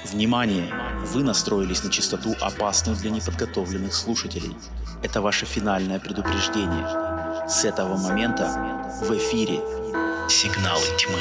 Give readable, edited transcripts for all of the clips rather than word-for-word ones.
Внимание! Вы настроились на частоту, опасную для неподготовленных слушателей. Это ваше финальное предупреждение. С этого момента в эфире «Сигналы тьмы».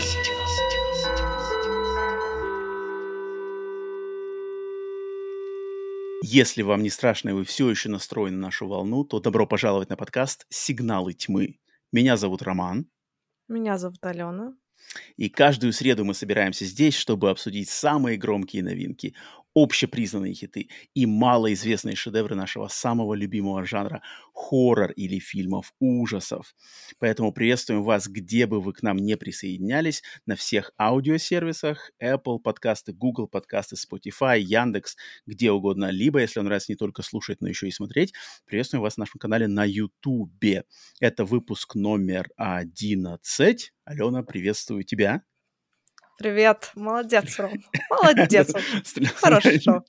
Если вам не страшно и вы все еще настроены на нашу волну, то добро пожаловать на подкаст «Сигналы тьмы». Меня зовут Роман. Меня зовут Алена. И каждую среду мы собираемся здесь, чтобы обсудить самые громкие новинки, общепризнанные хиты и малоизвестные шедевры нашего самого любимого жанра – хоррор или фильмов ужасов. Поэтому приветствуем вас, где бы вы к нам не присоединялись, на всех аудиосервисах: Apple подкасты, Google подкасты, Spotify, Яндекс, где угодно. Либо, если вам нравится не только слушать, но еще и смотреть, приветствуем вас на нашем канале на YouTube. Это выпуск номер 11. Алена, приветствую тебя. Привет. Молодец, Ром. Молодец. Хорошо.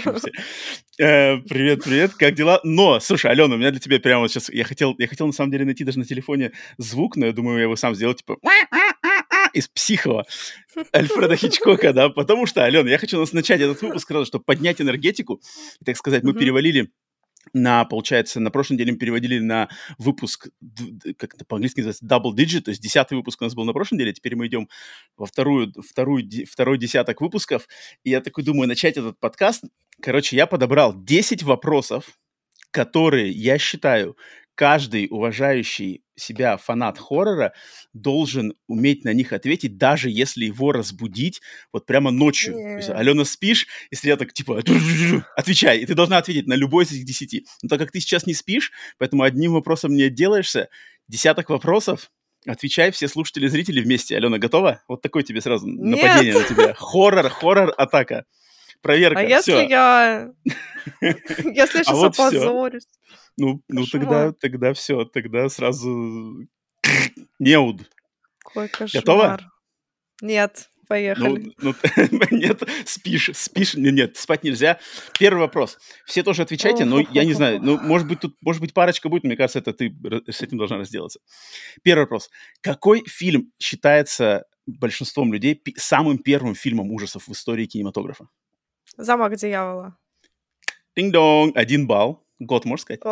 Привет. Как дела? Но, слушай, Алена, у меня для тебя прямо сейчас... Я хотел на самом деле найти даже на телефоне звук, но я думаю, я его сам сделал, типа... из «Психова» Альфреда Хичкока, да, потому что, Алена, я хочу начать этот выпуск сразу, чтобы поднять энергетику. Так сказать, мы перевалили получается, на прошлой неделе мы переводили на выпуск, как это по-английски называется, double digit, то есть 10-й выпуск у нас был на прошлой неделе, теперь мы идем во второй десяток выпусков, и я такой думаю, начать этот подкаст. Короче, я подобрал 10 вопросов, которые, я считаю, каждый уважающий себя фанат хоррора должен уметь на них ответить, даже если его разбудить вот прямо ночью. То есть, Алена, спишь, если я так, типа, отвечай, и ты должна ответить на любой из этих 10. Но так как ты сейчас не спишь, поэтому одним вопросом не отделаешься, десяток вопросов, отвечай, все слушатели, зрители вместе. Алена, готова? Вот такое тебе сразу нападение на тебя. Хоррор-атака. Проверка. А если я... Если я сейчас опозорюсь? Ну тогда все, тогда сразу неуд. Какой кошмар. Готова? Нет, поехали. Нет, спишь. Нет, спать нельзя. Первый вопрос. Все тоже отвечайте, но я не знаю, может быть, парочка будет, мне кажется, это ты с этим должна разделаться. Первый вопрос. Какой фильм считается большинством людей самым первым фильмом ужасов в истории кинематографа? «Замок дьявола». Динг-донг, 1 балл. Год, можешь сказать?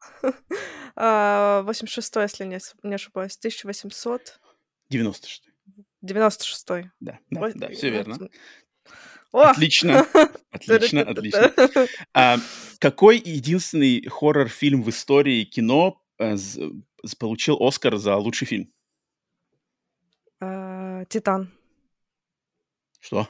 86-й, если не ошибаюсь. 1800. 96-й. 96-й. Да, все верно. О! Отлично. Какой единственный хоррор-фильм в истории кино получил Оскар за лучший фильм? «Титан». Что?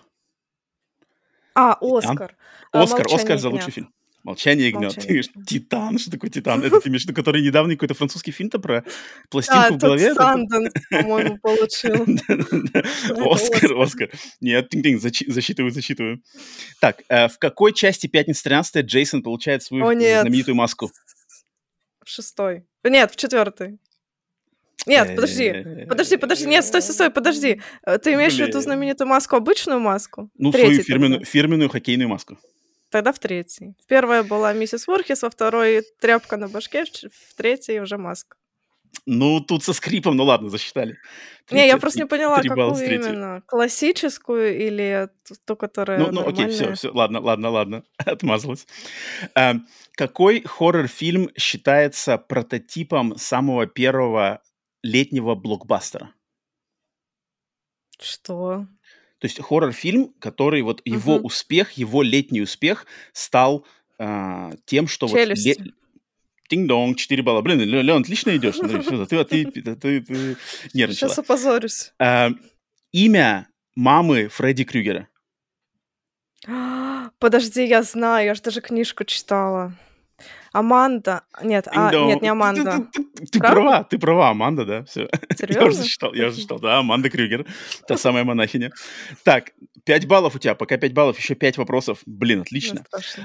Оскар. Оскар за лучший фильм. «Молчание ягнят». «Титан». Что такое «Титан»? Это ты имеешь в виду, который недавний какой-то французский фильм-то про пластинку в голове? Санденс, по-моему, получил. Оскар. Нет, засчитываю. Так, в какой части «Пятница 13-я» Джейсон получает свою знаменитую маску? В 6-й. Нет, в 4-й. Нет, подожди. Нет, стой, подожди. Ты имеешь в виду знаменитую маску, обычную маску? Ну, свою фирменную хоккейную маску. Тогда в 3-й. В 1-й была миссис Voorhees, во 2-й тряпка на башке, в 3-й уже маска. Ну, тут со скрипом, ну ладно, засчитали. Не, я просто не поняла, какую именно. Классическую или ту, которая нормальная? Окей, все, ладно, отмазалась. Какой хоррор-фильм считается прототипом самого первого летнего блокбастера? Что? То есть хоррор-фильм, который вот его успех, его летний успех стал тем, что «Челюсти». вот... Динг-донг, 4 балла. Блин, Леон, отлично идешь. Смотри, ты нервничала. Сейчас опозорюсь. Имя мамы Фредди Крюгера. Подожди, я знаю, я же даже книжку читала. Аманда. Нет, не Аманда. Ты права, Аманда, да, все. Серьезно? Я уже читал, да, Аманда Крюгер, та самая монахиня. Так, 5 баллов у тебя, пока 5 баллов, еще 5 вопросов. Блин, отлично.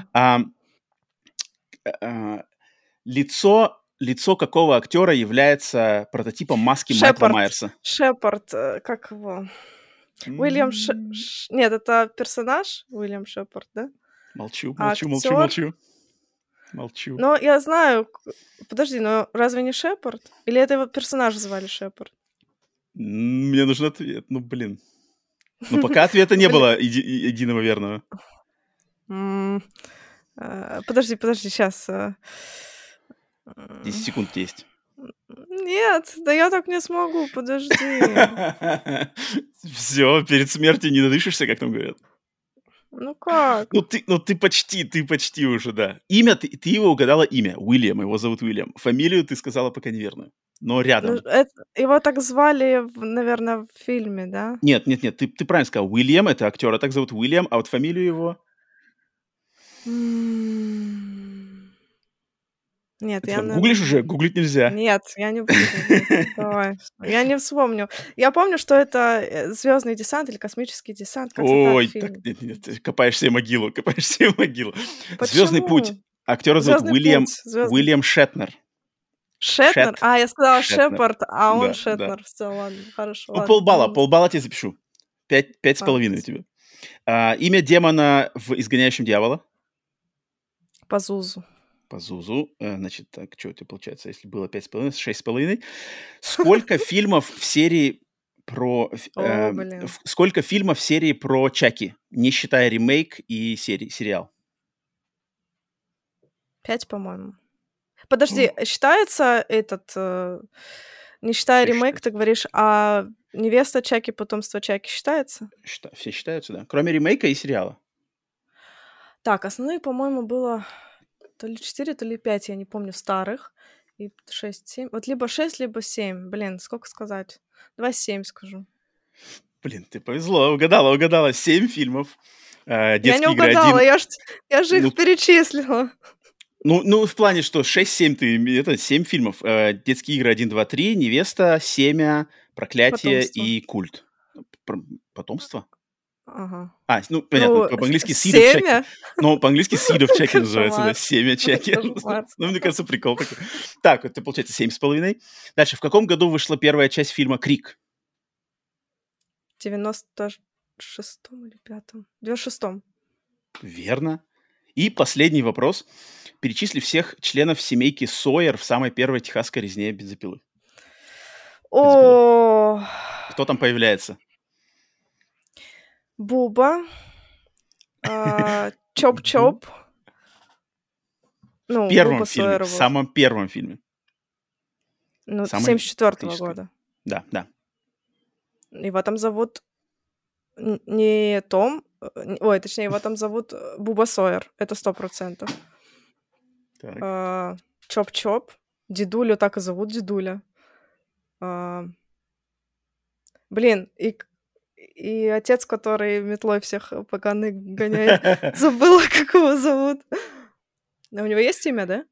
Лицо какого актера является прототипом маски Майкла Майерса? Шепард, как его? Уильям Нет, это персонаж Уильям Шепард, да? Молчу. Но я знаю... Подожди, но разве не Шепард? Или это его персонажа звали Шепард? Мне нужен ответ, блин. Но пока ответа не было единого верного. Подожди, сейчас. 10 секунд есть. Нет, да я так не смогу, подожди. Все, перед смертью не надышишься, как там говорят. Ну как? Ты почти уже, да. Имя, ты его угадала имя. Уильям, его зовут Уильям. Фамилию ты сказала пока неверно, но Ну, рядом. его так звали, наверное, в фильме, да? Нет, ты правильно сказал. Уильям, это актера, так зовут Уильям, а вот фамилию его... Нет, Ты я, там наверно, гуглишь уже? Гуглить нельзя. Нет, я не буду гуглить. Давай. Я не вспомню. Я помню, что это «Звездный десант» или «Космический десант», как-то так Ой, так, фильм. нет, ты копаешь себе могилу. «Звездный путь». Почему? Актера зовут «Звездный путь», «Звездный». Уильям Шетнер. Шетнер? А, я сказала Шетнер. Шепард, а он Да, да. Шетнер. Всё, ладно, хорошо, Ну, ладно. полбалла тебе запишу. 5,5 Ладно, у тебя. Имя демона в «Изгоняющем дьявола». Пазузу. Пазузу. Значит, так, что это получается? Если было 5,5, 6,5. Сколько фильмов в серии про... О, блин. Сколько фильмов в серии про Чаки, не считая ремейк и сериал? 5, по-моему. Подожди, считается этот, не считая Всё ремейк, считается. ты говоришь, а «Невеста Чаки, потомство Чаки» считается? Все считаются, да. Кроме ремейка и сериала. Так, основные, по-моему, было то ли 4, то ли 5, я не помню, старых. И 6, 7. Вот либо 6, либо 7. Блин, сколько сказать? Давай 7 скажу. Блин, ты повезло, угадала. 7 фильмов. Я не Детские игры угадала, 1. я же Ну, их перечислила. Ну, в плане, что 6-7 это 7 фильмов. Детские игры 1, 2, 3, «Невеста», «Семя», «Проклятие» Потомство. и «Культ». Потомство? Ага. Ну, понятно, Ну, по-английски «Seed of Chucky». «Семя»? Но по-английски «Seed of Chucky» называется, да, Кошмар. «Семя Чаки». Кошмар. Ну, мне кажется, прикол такой. Так, это получается 7,5. Дальше, в каком году вышла первая часть фильма «Крик»? В 96-м или 5-м? В 96-м. Верно. И последний вопрос. Перечисли всех членов семейки Сойер в самой первой техасской резне бензопилы. О, Кто там появляется? Буба, Чоп-Чоп. В Ну, первом Буба фильме, Сойер в его. самом первом фильме. Ну, Самой 74-го фактической. года. Да. Его там зовут не Том, ой, точнее, его там зовут Буба Сойер, это 100%. Так. Чоп-Чоп, Дедулю так и зовут, Дедуля. Блин, и отец, который метлой всех поганых гоняет, забыла, как его зовут. У него есть имя, да?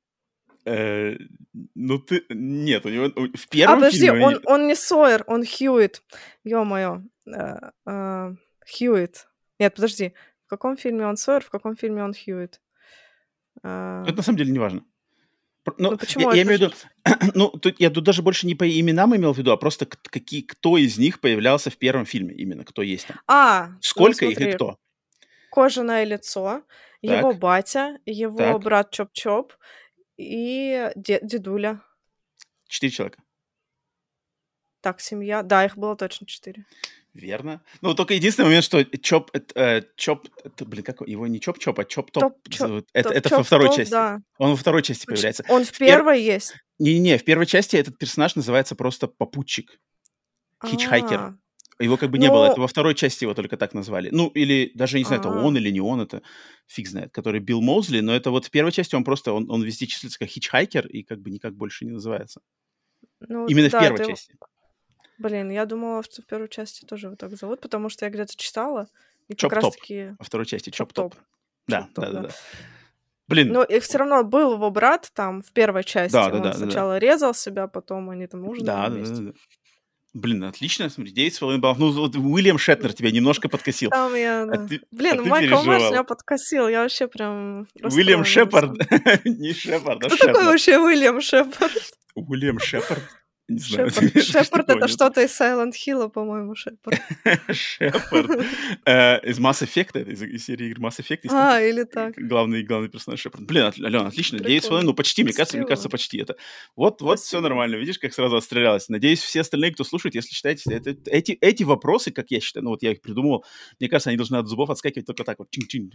Ну, нет, у него в первом подожди, фильме... он не Сойер, он Хьюит. Ё-моё. Хьюит. Нет, подожди. В каком фильме он Сойер, в каком фильме он Хьюит? Это на самом деле не важно. Ну, почему я это имею в виду... Ну, я тут даже больше не по именам имел в виду, а просто кто из них появлялся в первом фильме именно, кто есть там. Сколько их и смотри. кто? Кожаное лицо, его Так, батя, его так. брат Чоп-Чоп и дедуля. 4 человека. Так, семья. Да, их было точно 4. Верно. Ну, только единственный момент, что Чоп, блин, как его не Чоп-Чоп, а Чоп-Топ. Это во второй части. Да. Он во второй части появляется. Он в первой есть? Не-не-не, в первой части этот персонаж называется просто попутчик. Хичхайкер. Его как бы не было. Это во второй части его только так назвали. Ну, или даже не знаю, это он или не он, это фиг знает, который Билл Моузли, но это вот в первой части он просто, он везде числится как хичхайкер и как бы никак больше не называется. Именно в первой части. Блин, я думала, что в первой части тоже его так зовут, потому что я где-то читала. И как Чоп-Топ. раз-таки... Во второй части Чоп-Топ. Да. Блин. Но их все равно был его брат там в первой части. Да. Он сначала резал себя, потом они там ужинали вместе. Да. Блин, отлично, смотри, 9,5 баллов. Ну, вот Уильям Шетнер тебя немножко подкосил. Там я... Блин, ты Майкл Майерс переживал. меня подкосил, я вообще прям Уильям расстроена. Шепард. Не Шепард, а Кто Шетнер. такой вообще Уильям Шепард? Уильям Шепард? Не знаю. Шепард — это что-то из Silent Hill, по-моему, Шепард. Шепард. Из Mass Effect, это из серии игр Mass Effect. Или так. Главный персонаж Шепард. Блин, Алена, отлично. 9,5, ну почти, мне кажется, почти это. Вот все нормально, видишь, как сразу отстрелялась. Надеюсь, все остальные, кто слушает, если считаете, эти вопросы, как я считаю, ну вот я их придумал, мне кажется, они должны от зубов отскакивать только так вот. Чин-чин.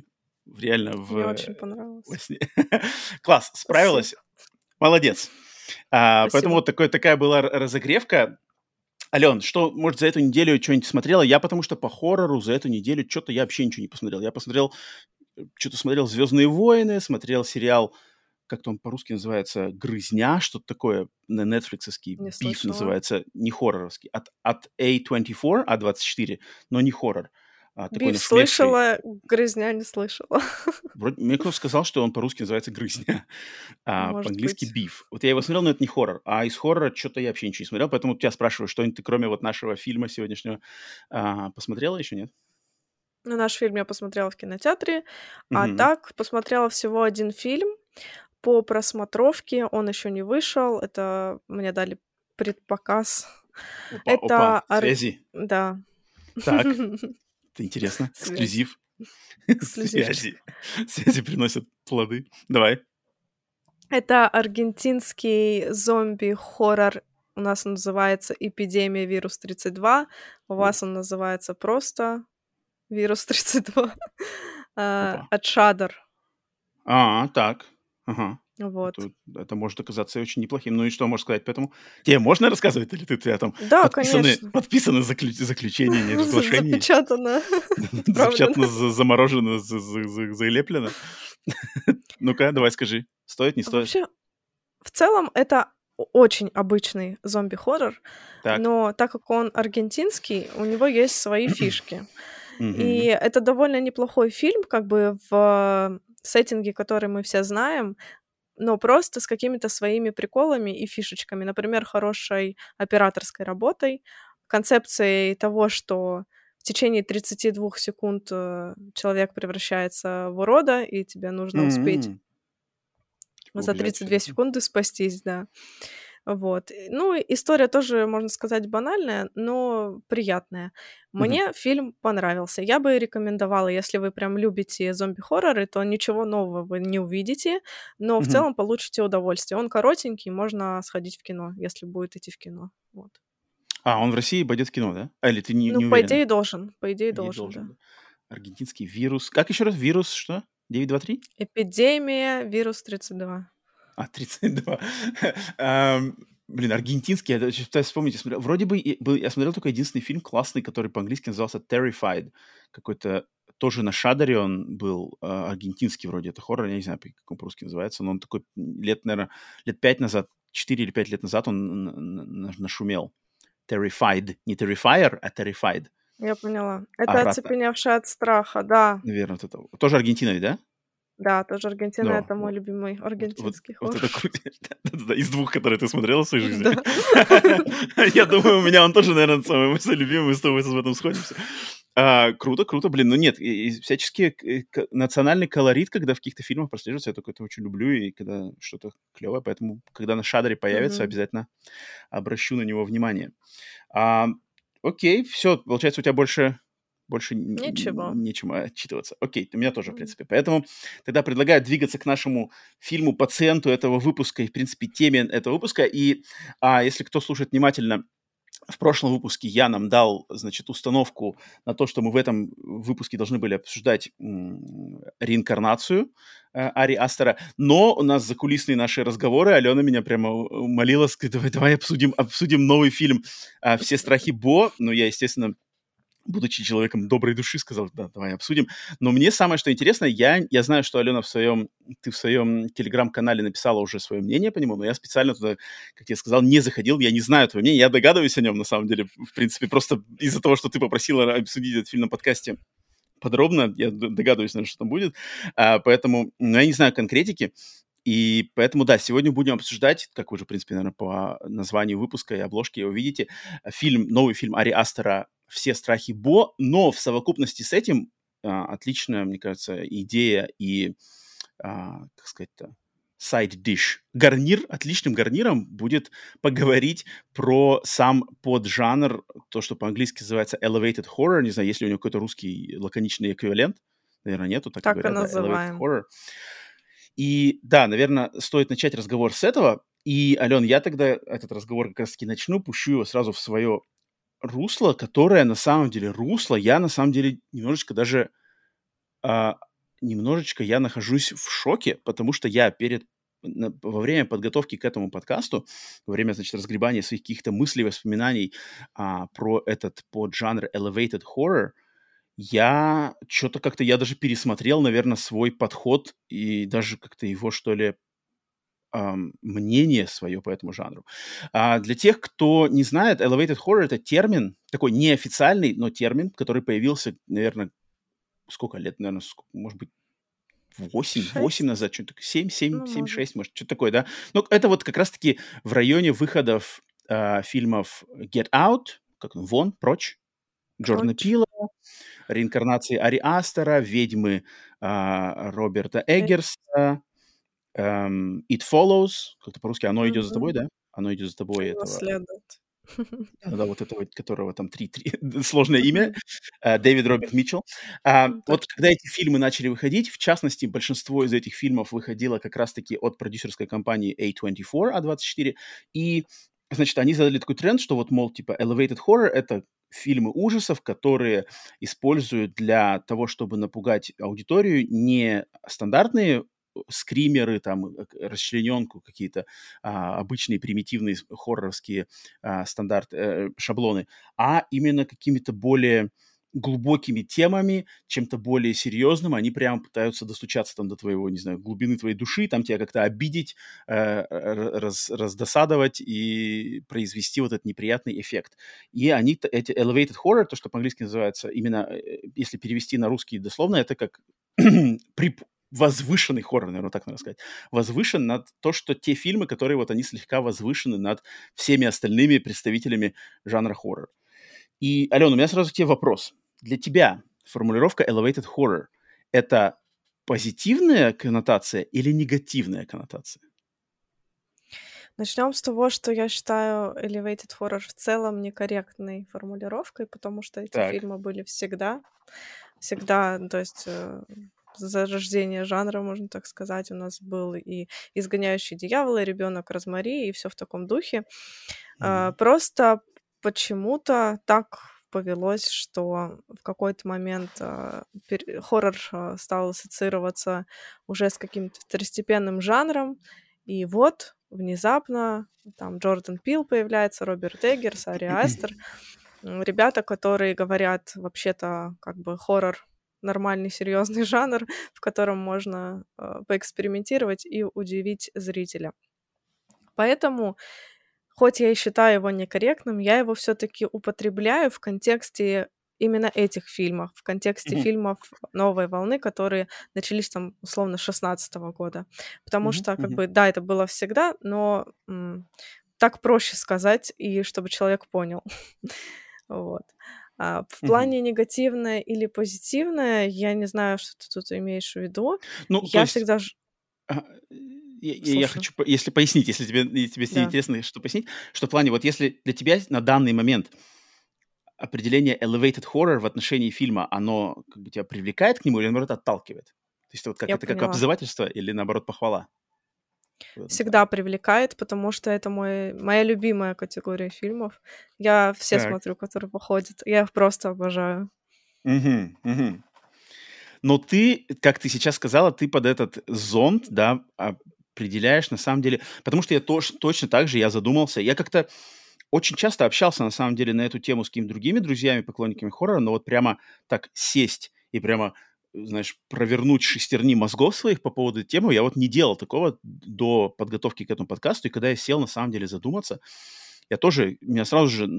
реально Мне во очень понравилось. сне. Класс, Спасибо. справилась. Молодец. Поэтому Спасибо. вот такая была разогревка. Ален, что, может, за эту неделю что-нибудь смотрела? Я потому что по хоррору за эту неделю что-то я вообще ничего не посмотрел. Я посмотрел, что-то смотрел «Звездные войны», смотрел сериал, как-то он по-русски называется, «Грызня», что-то такое, на нетфликсовский, Не «Биф» слышала. называется, не хорроровский, от A24, А24, но не хоррор. Такой Биф нашумевший. слышала, грызня не слышала. Вроде мне кто-то сказал, что он по-русски называется «Грызня», Может по-английски быть. «Биф». Вот я его смотрел, но это не хоррор. А из хоррора что-то я вообще ничего не смотрел, поэтому тебя спрашиваю, что-нибудь ты, кроме вот нашего фильма сегодняшнего, посмотрела еще, нет? Ну, наш фильм я посмотрела в кинотеатре, а Мгм. так посмотрела всего один фильм по просмотровке. Он еще не вышел. Это мне дали предпоказ. Опа, опа, Это связи. Да. Так, это интересно. Связь. Эксклюзив. Эксклюзивчик. Связи. Связи приносят плоды. Давай. Это аргентинский зомби-хоррор. У нас он называется «Эпидемия вирус 32». У О, вас он называется просто «Вирус 32». опа. От Shudder. Так. Ага. Вот. Это может оказаться очень неплохим. Ну и что можешь сказать? Поэтому тебе можно рассказывать, или ты, у тебя там Да, подписаны, конечно. подписаны заключения, не разглашений, Запечатано, отправлено. запечатано, заморожено, залеплено? Ну-ка, давай скажи. Стоит, не стоит? Вообще, в целом, это очень обычный зомби-хоррор, Так. но так как он аргентинский, у него есть свои фишки. И Мгм. это довольно неплохой фильм, как бы в сеттинге, который мы все знаем, но просто с какими-то своими приколами и фишечками. Например, хорошей операторской работой, концепцией того, что в течение 32 секунд, человек превращается в урода, и тебе нужно успеть М. Типа за убежать 32 всё-таки. секунды спастись, да. Вот. Ну, история тоже, можно сказать, банальная, но приятная. Мгм. Мне фильм понравился. Я бы рекомендовала, если вы прям любите зомби-хорроры, то ничего нового вы не увидите, но в Мгм. целом получите удовольствие. Он коротенький, можно сходить в кино, если будет идти в кино. Вот. Он в России пойдет в кино, да? Или ты не Ну, не по уверена? идее, должен. По идее, По идее, должен, должен, да. да. Аргентинский вирус. Как еще раз? Вирус что? 923? Эпидемия, вирус 32. 32. Блин, аргентинский, я даже пытаюсь вспомнить. Я смотрел, вроде бы я смотрел только единственный фильм классный, который по-английски назывался Terrified. Какой-то тоже на Шадере он был, аргентинский вроде. Это хоррор, я не знаю, как он по-русски называется, но он такой лет, наверное, лет 5 назад, 4 или 5 лет назад он нашумел. Terrified. Не Terrifier, а Terrified. Я поняла. А Это рата, «Оцепеневшая от страха», да. наверное, вот это. Тоже Аргентина, ведь, да? Да, тоже Аргентина — Да, это мой любимый аргентинский вот это хоррор. круто. Да-да-да, из двух, которые ты смотрела в своей жизни. Да. Я думаю, у меня он тоже, наверное, самый мой любимый, мы с тобой в этом сходимся. Круто, круто, блин. Ну нет, и всячески национальный колорит, когда в каких-то фильмах прослеживается, я только это очень люблю, и когда что-то клевое, поэтому, когда на Шадере появится, Мгм. обязательно обращу на него внимание. А, окей, все, получается, у тебя больше Ничего. нечему отчитываться. Окей, у меня тоже, в М. принципе. Поэтому тогда предлагаю двигаться к нашему фильму, пациенту этого выпуска и, в принципе, теме этого выпуска. И если кто слушает внимательно, в прошлом выпуске я нам дал, значит, установку на то, что мы в этом выпуске должны были обсуждать реинкарнацию Ари Астера, но у нас закулисные наши разговоры, Алена меня прямо молила, сказать, давай обсудим новый фильм «Все страхи Бо». Ну, я, естественно, будучи человеком доброй души, сказал, да, давай обсудим. Но мне самое, что интересно, я знаю, что, Алена, ты в своем телеграм-канале написала уже свое мнение по нему, но я специально туда, как я сказал, не заходил, я не знаю твое мнение, я догадываюсь о нем, на самом деле, в принципе, просто из-за того, что ты попросила обсудить этот фильм на подкасте подробно, я догадываюсь, наверное, что там будет, поэтому, ну, я не знаю конкретики, и поэтому, да, сегодня будем обсуждать, как вы уже, в принципе, наверное, по названию выпуска и обложке его видите, новый фильм Ари Астера «Все страхи Бо», но в совокупности с этим отличная, мне кажется, идея и, как сказать-то, side dish. Отличным гарниром будет поговорить про сам поджанр, то, что по-английски называется elevated horror. Не знаю, есть ли у него какой-то русский лаконичный эквивалент. Наверное, нету, так и Так и говорят, да, elevated называем. horror. И да, наверное, стоит начать разговор с этого. И, Ален, я тогда этот разговор как раз-таки начну, пущу его сразу в свое русло, которое на самом деле я на самом деле немножечко даже а, немножечко я нахожусь в шоке, потому что я во время подготовки к этому подкасту, во время, значит, разгребания своих каких-то мыслей, воспоминаний про этот поджанр elevated horror, я что-то как-то, я даже пересмотрел, наверное, свой подход и даже как-то его, что ли, мнение свое по этому жанру. Для тех, кто не знает, elevated horror — это термин, такой неофициальный, но термин, который появился, наверное, сколько лет, наверное, может быть, 8 6? назад, что-то такое, 7, 7, Ну, 7, может. 6, может, что-то такое, да. Ну, это вот как раз-таки в районе выходов фильмов Get Out, как «Вон», «Прочь», Джордана Прочь. Пила, реинкарнации Ари Астера, «Ведьмы» Роберта Э, Эггерса, It Follows, как-то по-русски «Оно идет за тобой», Мгм. да? «Оно идет за тобой» Оно этого, следует. да, вот этого, которого там сложное имя, Мгм. Дэвид Роберт Митчелл. Вот Точно. когда эти фильмы начали выходить, в частности, большинство из этих фильмов выходило как раз-таки от продюсерской компании A24, A24, и, значит, они задали такой тренд, что вот, мол, типа, elevated horror — это фильмы ужасов, которые используют для того, чтобы напугать аудиторию, не стандартные скримеры, там, расчлененку, какие-то обычные примитивные хорроровские шаблоны, а именно какими-то более глубокими темами, чем-то более серьезным. Они прямо пытаются достучаться там до твоего, не знаю, глубины твоей души, там тебя как-то обидеть, раздосадовать и произвести вот этот неприятный эффект. И они, эти elevated horror, то, что по-английски называется, именно если перевести на русский дословно, это как возвышенный хоррор, наверное, так надо сказать. Возвышен над то, что те фильмы, которые вот они слегка возвышены над всеми остальными представителями жанра хоррор. И, Алена, у меня сразу к тебе вопрос. Для тебя формулировка elevated horror — это позитивная коннотация или негативная коннотация? Начнем с того, что я считаю elevated horror в целом некорректной формулировкой, потому что эти Так. фильмы были всегда. Всегда, ну, то есть, зарождение жанра, можно так сказать, у нас был и «Изгоняющий дьявола», и «Ребенок Розмари», и все в таком духе. Мгм. Просто почему-то так повелось, что в какой-то момент, хоррор, стал ассоциироваться уже с каким-то второстепенным жанром. И вот внезапно там Джордан Пил появляется, Роберт Эггерс, Ари Астер. Ребята, которые говорят: вообще-то, как бы хоррор — нормальный серьезный жанр, в котором можно, поэкспериментировать и удивить зрителя. Поэтому, хоть я и считаю его некорректным, я его все таки употребляю в контексте именно этих фильмов, в контексте Мгм. фильмов новой волны, которые начались там условно с 16 года. Потому Мгм. что, как Мгм. бы, да, это было всегда, но, так проще сказать, и чтобы человек понял. Вот. В Мгм. плане негативное или позитивное, я не знаю, что ты тут имеешь в виду. Ну, то Я есть, всегда ж а, я слушаю, хочу, если пояснить, если тебе да. интересно, что пояснить, что в плане, вот если для тебя на данный момент определение elevated horror в отношении фильма, оно как бы тебя привлекает к нему или, наоборот, отталкивает? То есть вот Я это как поняла. обзывательство или, наоборот, похвала в этом плане? Всегда привлекает, потому что это моя любимая категория фильмов. Я все Так. смотрю, которые выходят. Я их просто обожаю. Мгм, мгм. Но ты, как ты сейчас сказала, ты под этот зонт, да, определяешь на самом деле, потому что я точно так же, я задумался. Я как-то очень часто общался на самом деле на эту тему с какими-то другими друзьями, поклонниками хоррора, но вот прямо так сесть и прямо, знаешь, провернуть шестерни мозгов своих по поводу этой темы, я вот не делал такого до подготовки к этому подкасту. И когда я сел на самом деле задуматься, я тоже, у меня сразу же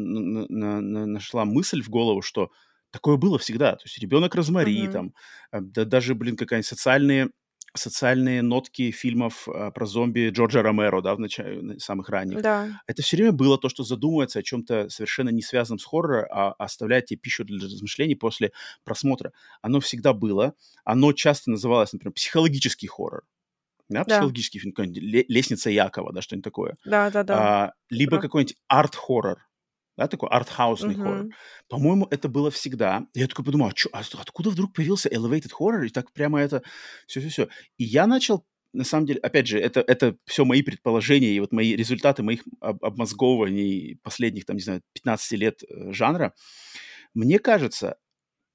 нашла мысль в голову, что такое было всегда. То есть «Ребенок Розмари», Мгм. там, да даже, блин, какая-нибудь социальные нотки фильмов про зомби Джорджа Ромеро, да, в начале, самых ранних. Да, Это все время было то, что задумывается о чем-то совершенно не связанном с хоррором, а оставляет тебе пищу для размышлений после просмотра. Оно всегда было. Оно часто называлось, например, психологический хоррор. Да, да, психологический фильм, какой-нибудь «Лестница Якова», да, что-нибудь такое. да-да-да, ты Либо прав. какой-нибудь арт-хоррор, да, такой артхаусный хоррор. Мгм. По-моему, это было всегда. Я такой подумал: откуда вдруг появился elevated horror? И так прямо это все. И я начал, на самом деле, опять же, это все мои предположения и вот мои результаты моих обмозговываний последних, там, не знаю, 15 лет жанра. Мне кажется,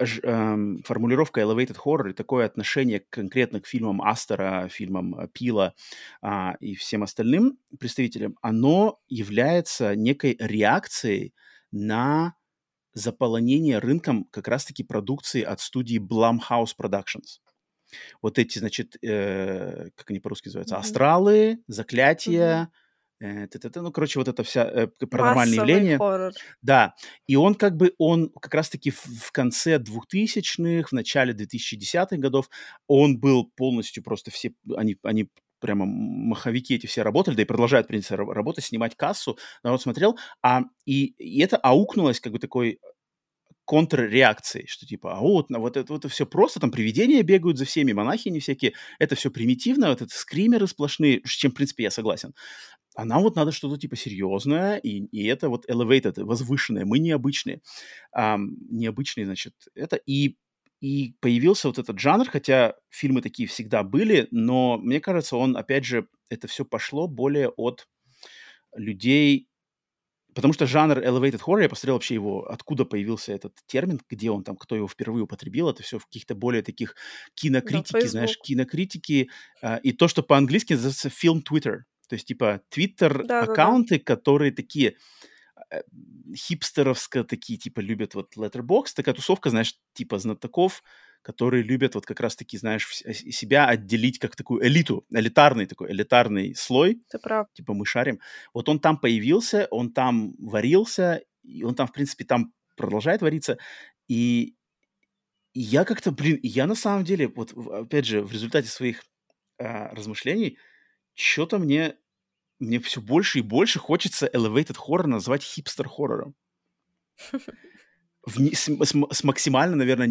формулировка elevated horror и такое отношение конкретно к фильмам Астера, фильмам Пила и всем остальным представителям, оно является некой реакцией на заполонение рынком как раз-таки продукции от студии Blumhouse Productions. Вот эти, значит, как они по-русски называются, Мгм. «Астралы», Мгм. «Заклятие», ну, короче, вот это вся паранормальные Массовый явления. хоррор. Да, и он как бы, он как раз-таки в конце 2000-х, в начале 2010-х годов, он был полностью просто все, они прямо маховики эти все работали, да и продолжают, в принципе, работать, снимать кассу, народ смотрел, и это аукнулось как бы такой контрреакцией, что типа, вот это все просто, там привидения бегают за всеми, монахини всякие, это все примитивно, вот это скримеры сплошные, с чем, в принципе, я согласен. А нам вот надо что-то типа серьезное, и это вот elevated, возвышенное, мы необычные. Необычные, значит, это. И появился вот этот жанр, хотя фильмы такие всегда были, но мне кажется, он, опять же, это все пошло более от людей, потому что жанр elevated horror, я посмотрел вообще его, откуда появился этот термин, где он там, кто его впервые употребил, это все в каких-то более таких Да, кинокритики, знаешь, Facebook. кинокритики, и то, что по-английски называется film Twitter. То есть, типа, Да-да-да. Twitter-аккаунты, которые такие э, хипстеровско такие, типа, любят вот Letterboxd, такая тусовка, знаешь, типа знатоков, которые любят вот как раз-таки, знаешь, себя отделить как такую элиту, элитарный слой, Ты прав. типа мы шарим. Вот он там появился, он там варился, и он там, в принципе, там продолжает вариться. И, и я как-то, я на самом деле, вот опять же, в результате своих размышлений, что-то мне все больше и больше хочется elevated horror назвать хипстер-хоррором. С максимально, наверное,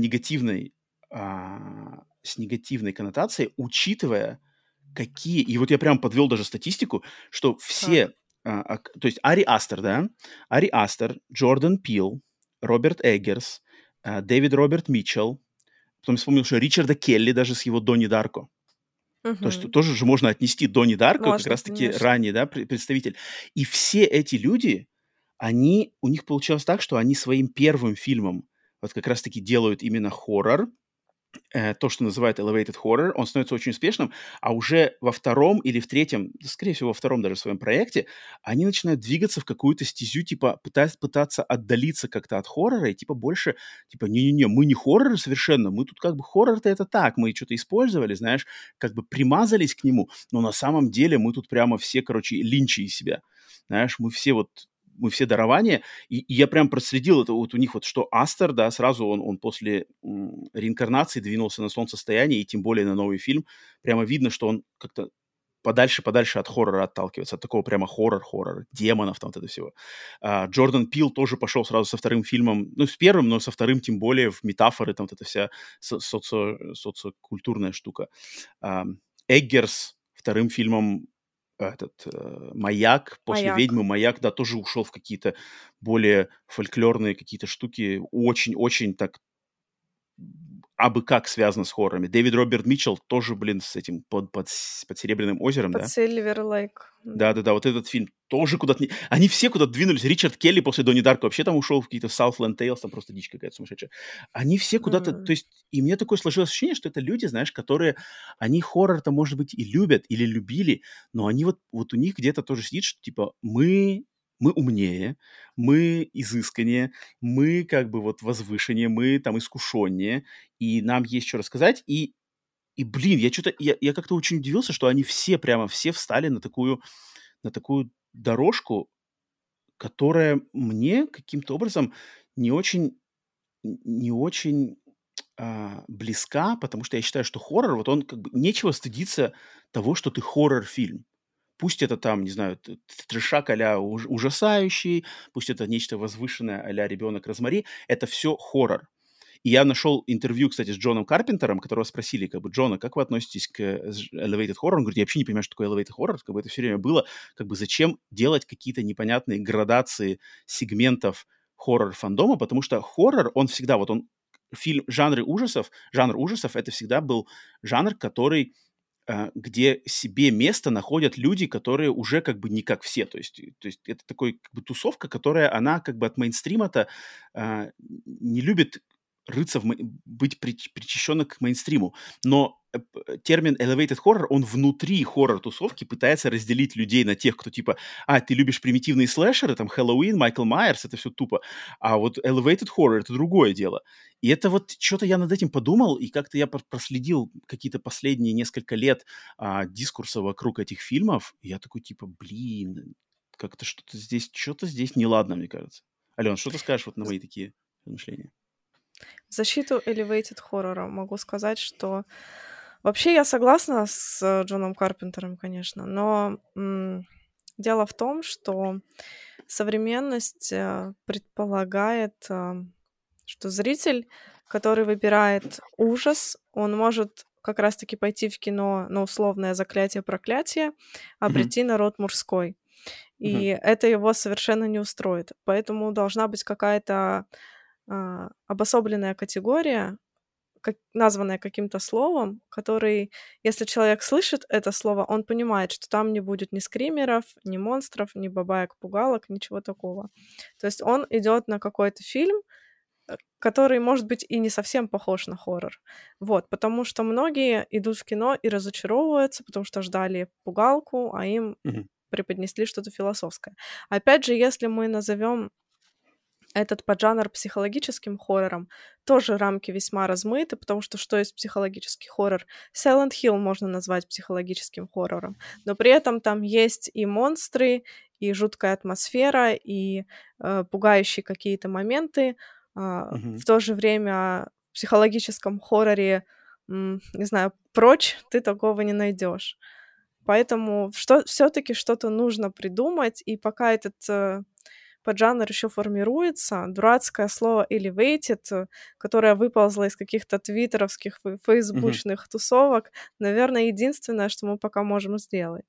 с негативной коннотацией, учитывая, какие... И вот я прям подвел даже статистику, что Так. все... то есть Ари Астер, да? Ари Астер, Джордан Пил, Роберт Эггерс, Дэвид Роберт Митчелл. Потом вспомнил, что Ричарда Келли даже с его Донни Дарко. То есть Мгм. тоже же можно отнести Донни Дарко, как Можно, раз-таки конечно. ранний, да, представитель. И все эти люди, у них получилось так, что они своим первым фильмом вот как раз-таки делают именно хоррор, то, что называют elevated horror, он становится очень успешным, а уже во втором или в третьем, да, скорее всего, во втором даже своем проекте, они начинают двигаться в какую-то стезю, типа пытаться отдалиться как-то от хоррора и типа больше, типа, не-не-не, мы не хорроры совершенно, мы тут как бы хоррор-то это так, мы что-то использовали, знаешь, как бы примазались к нему, но на самом деле мы тут прямо все, короче, линчи из себя, знаешь, мы все дарования, и я прям проследил это вот у них вот, что Астер, да, сразу он после реинкарнации двинулся на солнцестояние, и тем более на новый фильм. Прямо видно, что он как-то подальше от хоррора отталкивается, от такого прямо хоррора, демонов там вот это всего. Джордан Пил тоже пошел сразу со вторым фильмом, ну, с первым, но со вторым тем более в метафоры, там вот эта вся социокультурная штука. Эггерс вторым фильмом «Маяк», после Маяк. «Ведьмы» «Маяк», да, тоже ушел в какие-то более фольклорные какие-то штуки, очень-очень так абы как связано с хоррорами. Дэвид Роберт Митчелл тоже, блин, с этим под «Серебряным озером», Под да? Silver Lake. Да. Да-да-да, вот этот фильм тоже куда-то... Они все куда-то двинулись. Ричард Келли после Донни Дарка вообще там ушел в какие-то Southland Tales, там просто дичь какая-то сумасшедшая. Они все куда-то... То М. есть, и мне такое сложилось ощущение, что это люди, знаешь, которые... Они хоррор-то, может быть, и любят, или любили, но они вот у них где-то тоже сидит, что типа мы умнее, мы изысканнее, мы как бы вот возвышеннее, мы там искушеннее, и нам есть что рассказать. Блин, я как-то очень удивился, что они все, прямо все встали на такую дорожку, которая мне каким-то образом не очень не очень, близка, потому что я считаю, что хоррор, вот он как бы нечего стыдиться того, что ты хоррор-фильм. Пусть это там, не знаю, трешак а-ля ужасающий, пусть это нечто возвышенное а-ля «Ребенок Розмари». Это все хоррор. И я нашел интервью, кстати, с Джоном Карпентером, которого спросили, как бы, Джона, как вы относитесь к elevated horror? Он говорит, я вообще не понимаю, что такое elevated horror, как бы это все время было, как бы зачем делать какие-то непонятные градации сегментов хоррор-фандома, потому что хоррор, он всегда, вот он, жанр ужасов, это всегда был жанр, который где себе место находят люди, которые уже как бы не как все. То есть это такой как бы тусовка, которая, она как бы от мейнстрима-то не любит рыться, быть причащенным к мейнстриму. Но термин elevated horror, он внутри хоррор-тусовки пытается разделить людей на тех, кто типа, ты любишь примитивные слэшеры, там, Хэллоуин, Майкл Майерс, это все тупо. А вот elevated horror — это другое дело. И это вот что-то я над этим подумал, и как-то я проследил какие-то последние несколько лет дискурса вокруг этих фильмов, и я такой типа, блин, как-то что-то здесь неладно, мне кажется. Ален, что ты скажешь вот на мои такие размышления? В защиту elevated хоррора могу сказать, что вообще я согласна с Джоном Карпентером, конечно, но дело в том, что современность предполагает, что зритель, который выбирает ужас, он может как раз-таки пойти в кино на условное «Заклятие-проклятие», а Мгм. прийти на «Род мужской». Мгм. И это его совершенно не устроит. Поэтому должна быть какая-то обособленная категория, названная каким-то словом, который, если человек слышит это слово, он понимает, что там не будет ни скримеров, ни монстров, ни бабаек-пугалок, ничего такого. То есть он идет на какой-то фильм, который, может быть, и не совсем похож на хоррор. Вот, потому что многие идут в кино и разочаровываются, потому что ждали пугалку, а им Мгм. преподнесли что-то философское. Опять же, если мы назовем этот поджанр психологическим хоррором, тоже рамки весьма размыты, потому что есть психологический хоррор? Silent Hill можно назвать психологическим хоррором, но при этом там есть и монстры, и жуткая атмосфера, и пугающие какие-то моменты. Мгм. В то же время в психологическом хорроре, не знаю, «Прочь» ты такого не найдешь. Поэтому все-таки что-то нужно придумать, и пока этот поджанр еще формируется, дурацкое слово elevated, которое выползло из каких-то твиттеровских, Мгм. фейсбучных тусовок, наверное, единственное, что мы пока можем сделать.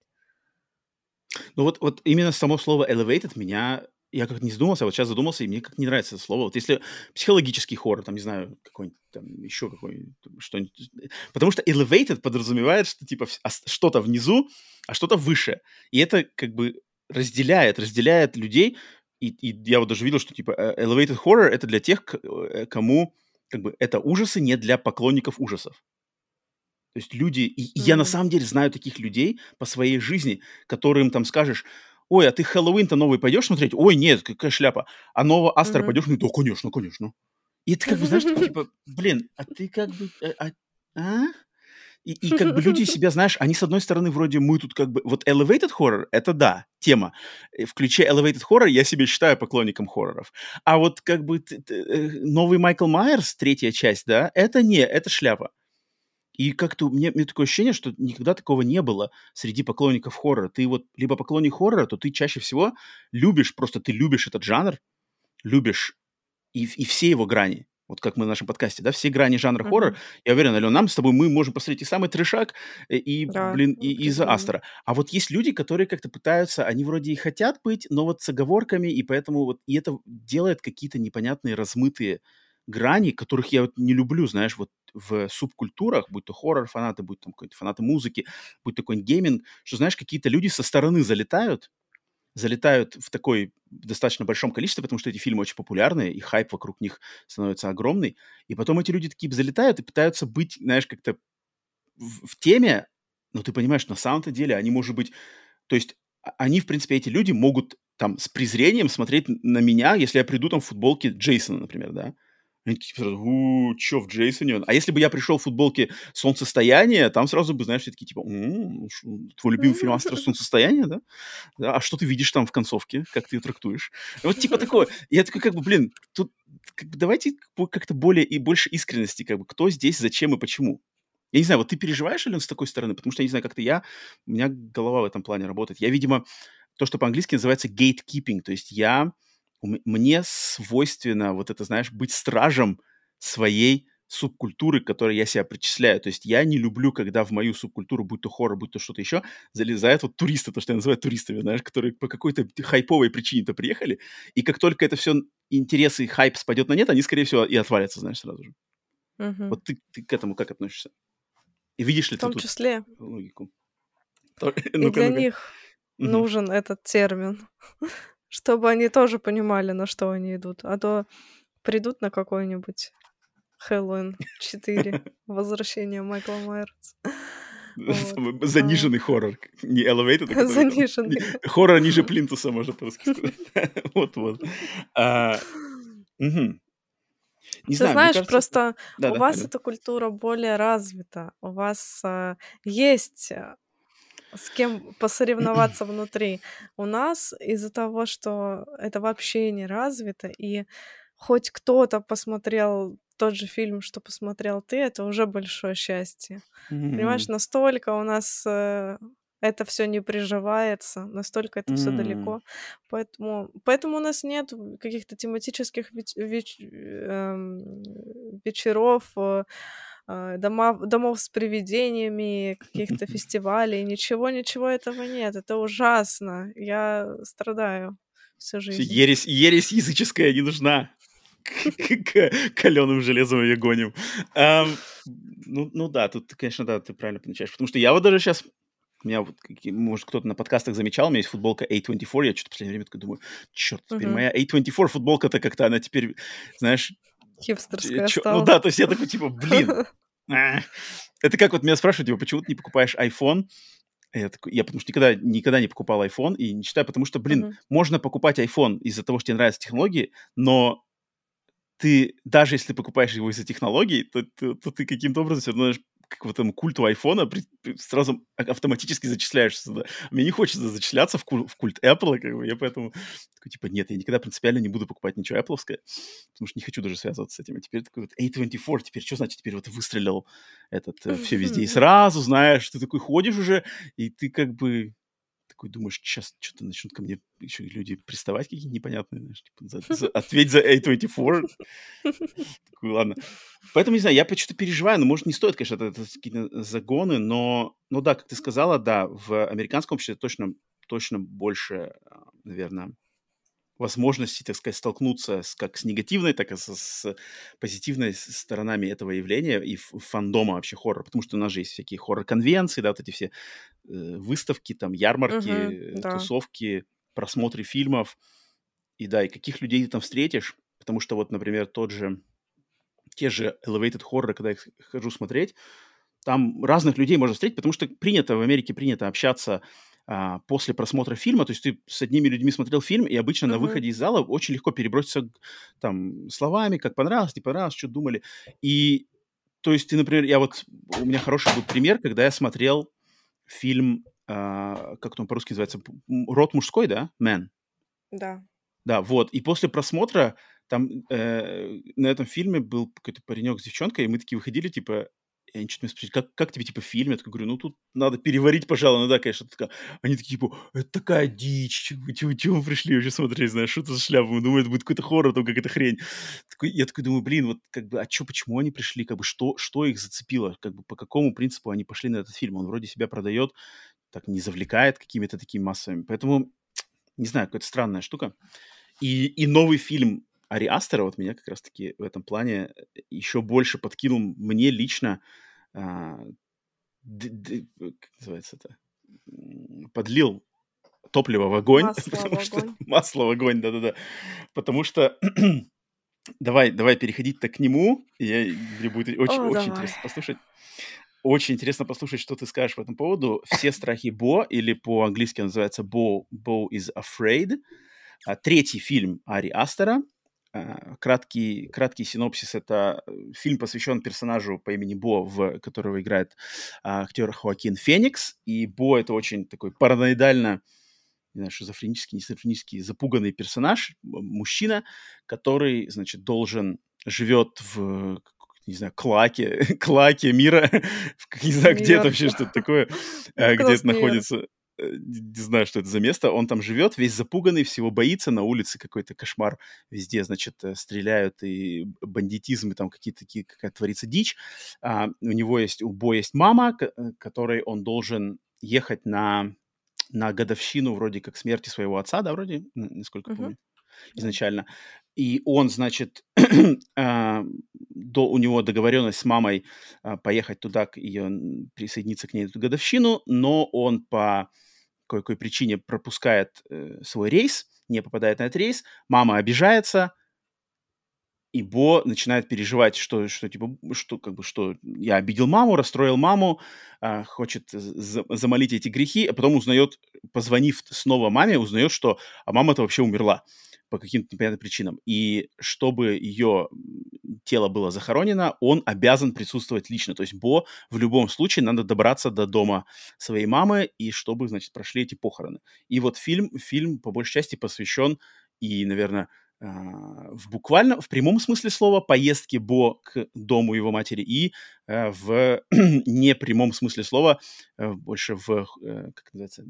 Ну вот именно само слово elevated меня я как-то не задумался, а вот сейчас задумался, и мне как не нравится это слово. Вот если психологический хоррор, там, не знаю, какой-нибудь там еще какой-нибудь, что-нибудь. Потому что elevated подразумевает, что типа что-то внизу, а что-то выше. И это как бы разделяет людей. И я вот даже видел, что типа elevated horror — это для тех, кому как бы это ужасы не для поклонников ужасов. То есть люди, и я на М. самом деле знаю таких людей по своей жизни, которым там скажешь: "Ой, а ты Хэллоуин-то новый пойдешь смотреть?" "Ой, нет, какая шляпа". "А нового Астера Мгм. пойдешь?" "Ну да, конечно, конечно". И ты как бы, знаешь, такой типа: "Блин, а ты как бы, а?" И как бы люди себя, знаешь, они с одной стороны вроде мы тут как бы вот elevated horror — это да, тема. Включая elevated horror, я себя считаю поклонником хорроров. А вот как бы новый Майкл Майерс, третья часть, да, это не, это шляпа. И как-то мне такое ощущение, что никогда такого не было среди поклонников хоррора. Ты вот либо поклонник хоррора, то ты чаще всего любишь, просто ты любишь этот жанр, любишь и все его грани. Вот как мы в нашем подкасте, да, все грани жанра хоррор. Мгм. Я уверен, Ален, нам с тобой мы можем посмотреть и самый трешак, Да, блин, и за определенно. Астера. А вот есть люди, которые как-то пытаются, они вроде и хотят быть, но вот с оговорками, и поэтому вот, и это делает какие-то непонятные размытые грани, которых я вот не люблю, знаешь, вот в субкультурах, будь то хоррор-фанаты, будь там какой-то фанаты музыки, будь то какой-нибудь гейминг, что, знаешь, какие-то люди со стороны залетают в такой достаточно большом количестве, потому что эти фильмы очень популярные, и хайп вокруг них становится огромный. И потом эти люди такие залетают и пытаются быть, знаешь, как-то в теме, но ты понимаешь, на самом-то деле они, может быть, то есть они, в принципе, эти люди могут там с презрением смотреть на меня, если я приду там в футболке Джейсона, например, да. Они такие сразу: чё в Джейсоне он?" А если бы я пришел в футболке "Солнцестояние", там сразу бы, знаешь, все такие типа: твой любимый фильм Астра "Солнцестояние", да? Да, а что ты видишь там в концовке? Как ты ее трактуешь? Вот типа такое. И я такой как бы, блин, тут как бы давайте как-то более и больше искренности, как бы, кто здесь, зачем и почему. Я не знаю, вот ты переживаешь, Ален, с такой стороны? Потому что, я не знаю, как-то у меня голова в этом плане работает. Я, видимо, то, что по-английски называется gatekeeping, то есть мне свойственно вот это, знаешь, быть стражем своей субкультуры, к которой я себя причисляю. То есть я не люблю, когда в мою субкультуру, будь то хоррор, будь то что-то еще, залезают вот туристы, то, что я называю туристами, знаешь, которые по какой-то хайповой причине-то приехали, и как только это все интерес и хайп спадет на нет, они, скорее всего, и отвалятся, знаешь, сразу же. Мгм. Вот ты к этому как относишься? И видишь ли В ты том тут числе логику? и Ну-ка, для ну-ка. них Мгм. нужен этот термин, чтобы они тоже понимали, на что они идут, а то придут на какой-нибудь Хэллоуин 4. Возвращение Майкла Майерса. Вот. Самый заниженный хоррор. Не elevated, а который там... Заниженный. Хоррор ниже плинтуса, можно по-русски сказать. Вот-вот. Мгм. Не Ты знаю, мне знаешь, кажется... просто у Да-да, вас Ален. эта культура более развита. У вас, есть, с кем посоревноваться внутри. У нас из-за того, что это вообще не развито, и хоть кто-то посмотрел тот же фильм, что посмотрел ты, это уже большое счастье. Понимаешь, Мгм. настолько у нас, это все не приживается, настолько это все М. далеко. Поэтому у нас нет каких-то тематических вечеров, домов с привидениями, каких-то фестивалей. Ничего этого нет. Это ужасно. Я страдаю всю Всё, жизнь. ересь языческая не нужна. Калёным железом ее гоним. Ну да, тут, конечно, да, ты правильно подмечаешь. Потому что я вот даже сейчас, у меня вот, может, кто-то на подкастах замечал, у меня есть футболка A24, я что-то в последнее время такой думаю, черт, теперь Мгм. моя A24 футболка-то как-то она теперь, знаешь, Хипстерская ну стала. да, то есть я такой, типа, блин, а. Это как вот меня спрашивают, типа, почему ты не покупаешь iPhone? Я такой, я потому что никогда не покупал iPhone и не читаю, потому что, блин, Мгм. можно покупать iPhone из-за того, что тебе нравятся технологии, но ты, даже если ты покупаешь его из-за технологий, то ты каким-то образом все равно к вот этому культу айфона сразу автоматически зачисляешься туда. Мне не хочется зачисляться в культ Apple, как бы, я поэтому такой, типа, нет, я никогда принципиально не буду покупать ничего Apple'овское, потому что не хочу даже связываться с этим. А теперь такой вот A24, теперь что значит, теперь вот выстрелил все везде и сразу, знаешь, ты такой ходишь уже, и ты как бы такой думаешь, сейчас что-то начнут ко мне еще люди приставать какие-то непонятные, знаешь, типа, ответь за A24. Такой, ладно. Поэтому, не знаю, я почему-то переживаю, но, может, не стоит, конечно, это какие-то загоны, но да, как ты сказала, да, в американском обществе точно больше, наверное, возможностей, так сказать, столкнуться как с негативной, так и с позитивной сторонами этого явления и фандома вообще хоррора, потому что у нас же есть всякие хоррор-конвенции, да, вот эти все выставки, там, Мгм. ярмарки, Да. тусовки, просмотры фильмов. И да, и каких людей ты там встретишь, потому что вот, например, те же elevated хорроры, когда я их хожу смотреть, там разных людей можно встретить, потому что в Америке принято общаться после просмотра фильма, то есть ты с одними людьми смотрел фильм, и обычно на Мгм. выходе из зала очень легко переброситься там словами, как понравилось, не понравилось, что думали. И то есть ты, например, у меня хороший был пример, когда я смотрел фильм, как он по-русски называется, «Род мужской», да? «Man». Да. Да, вот. И после просмотра там на этом фильме был какой-то паренек с девчонкой, и мы такие выходили, типа, и они что-то меня спросили, как тебе, типа, фильм? Я такой говорю, ну, тут надо переварить, пожалуй. Ну да, конечно. Они такие, типа, это такая дичь, чего вы пришли вообще смотреть, знаешь, что это за шляпа? Мы думаем, это будет какой-то хоррор, там какая-то хрень. Я такой думаю, блин, вот как бы, почему они пришли, как бы, что их зацепило, как бы, по какому принципу они пошли на этот фильм? Он вроде себя продает, так не завлекает какими-то такими массами. Поэтому, не знаю, какая-то странная штука. И новый фильм Ари Астера вот меня как раз-таки в этом плане еще больше подкинул мне лично, а, как называется это, подлил топливо в огонь, Масло в потому что огонь. масло в огонь, да-да-да, потому что давай переходить-то к нему, мне будет очень, О, очень давай. интересно послушать. Очень интересно послушать, что ты скажешь по этому поводу. «Все страхи Бо», или по-английски он называется «Bo is Afraid». Третий фильм Ари Астера. Краткий синопсис. Это фильм посвящен персонажу по имени Бо, которого играет актер Хоакин Феникс. И Бо — это очень такой параноидально, не знаю, шизофренический, не шизофренический, запуганный персонаж, мужчина, который, значит, живет не знаю, клаке мира, не знаю, где это вообще, Нью-Йорке. что это такое, В где это классный Нью-Йорк. находится, не знаю, что это за место. Он там живет, весь запуганный, всего боится, на улице какой-то кошмар, везде, значит, стреляют, и бандитизм, и там какая-то творится дичь. У Бо есть мама, которой он должен ехать на годовщину вроде как смерти своего отца, да, вроде, насколько Мгм. помню, Да. изначально. И он, значит, у него договоренность с мамой поехать туда, присоединиться к ней в эту годовщину, но он по кое-какой причине пропускает свой рейс, не попадает на этот рейс, мама обижается, и Бо начинает переживать, что типа, что я обидел маму, расстроил маму, хочет замолить эти грехи, а потом узнает, позвонив снова маме, узнает, что мама-то вообще умерла по каким-то непонятным причинам. И чтобы ее тело было захоронено, он обязан присутствовать лично. То есть Бо в любом случае надо добраться до дома своей мамы, и чтобы, значит, прошли эти похороны. И вот фильм по большей части посвящен и, наверное, в прямом смысле слова поездке Бо к дому его матери и в непрямом смысле слова больше как называется,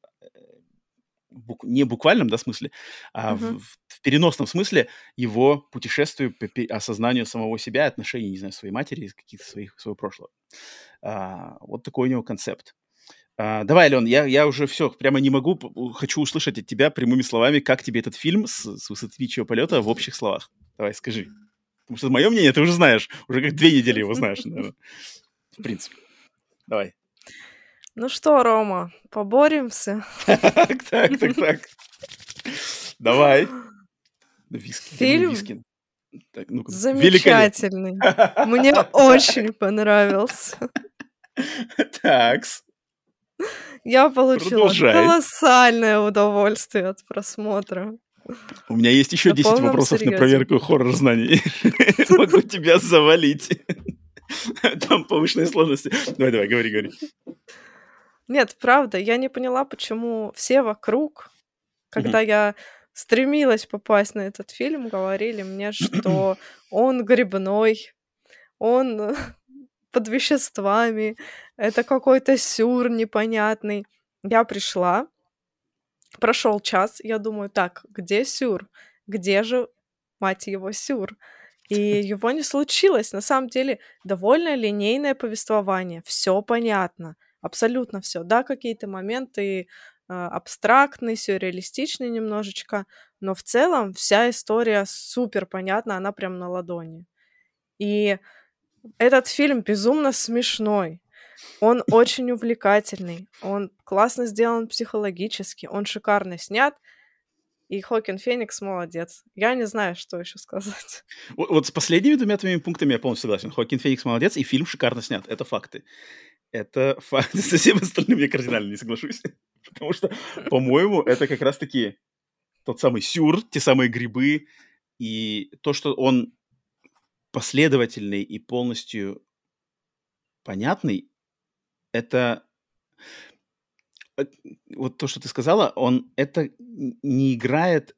не буквальном, да, смысле, а в переносном смысле его путешествию по осознанию самого себя, отношений, не знаю, своей матери, каких-то своего прошлого. Вот такой у него концепт. Давай, Ален, я уже все, прямо не могу, хочу услышать от тебя прямыми словами, как тебе этот фильм с высоты птичьего полета в общих словах. Давай, скажи. Потому что мое мнение ты уже знаешь, уже как 2 недели его знаешь, наверное, в принципе. Давай. Ну что, Рома, поборемся? Так. Давай. Фильм Так, ну-ка. замечательный. Мне очень понравился. Такс. Я получила Продолжай. колоссальное удовольствие от просмотра. У меня есть еще На 10 полном вопросов на серьезе. проверку хоррор-знаний. Могу тебя завалить. Там повышенные сложности. Давай, говори. Нет, правда, я не поняла, почему все вокруг, когда я стремилась попасть на этот фильм, говорили мне, что он грибной, он под веществами, это какой-то сюр непонятный. Я пришла, прошел час, я думаю, так, где сюр? Где же, мать его, сюр? И его не случилось. На самом деле, довольно линейное повествование. Все понятно. Абсолютно все. Да, какие-то моменты абстрактные, сюрреалистичные немножечко, но в целом вся история супер понятна, она прям на ладони. И этот фильм безумно смешной. Он очень увлекательный, он классно сделан психологически, он шикарно снят, и Хоакин Феникс молодец. Я не знаю, что еще сказать. Вот с последними 2 твоими пунктами я полностью согласен. Хоакин Феникс молодец, и фильм шикарно снят. Это факты. Это факты. Со всем остальным я кардинально не соглашусь. Потому что, по-моему, это как раз-таки тот самый сюр, те самые грибы, и то, что он последовательный и полностью понятный, это вот то, что ты сказала, это не играет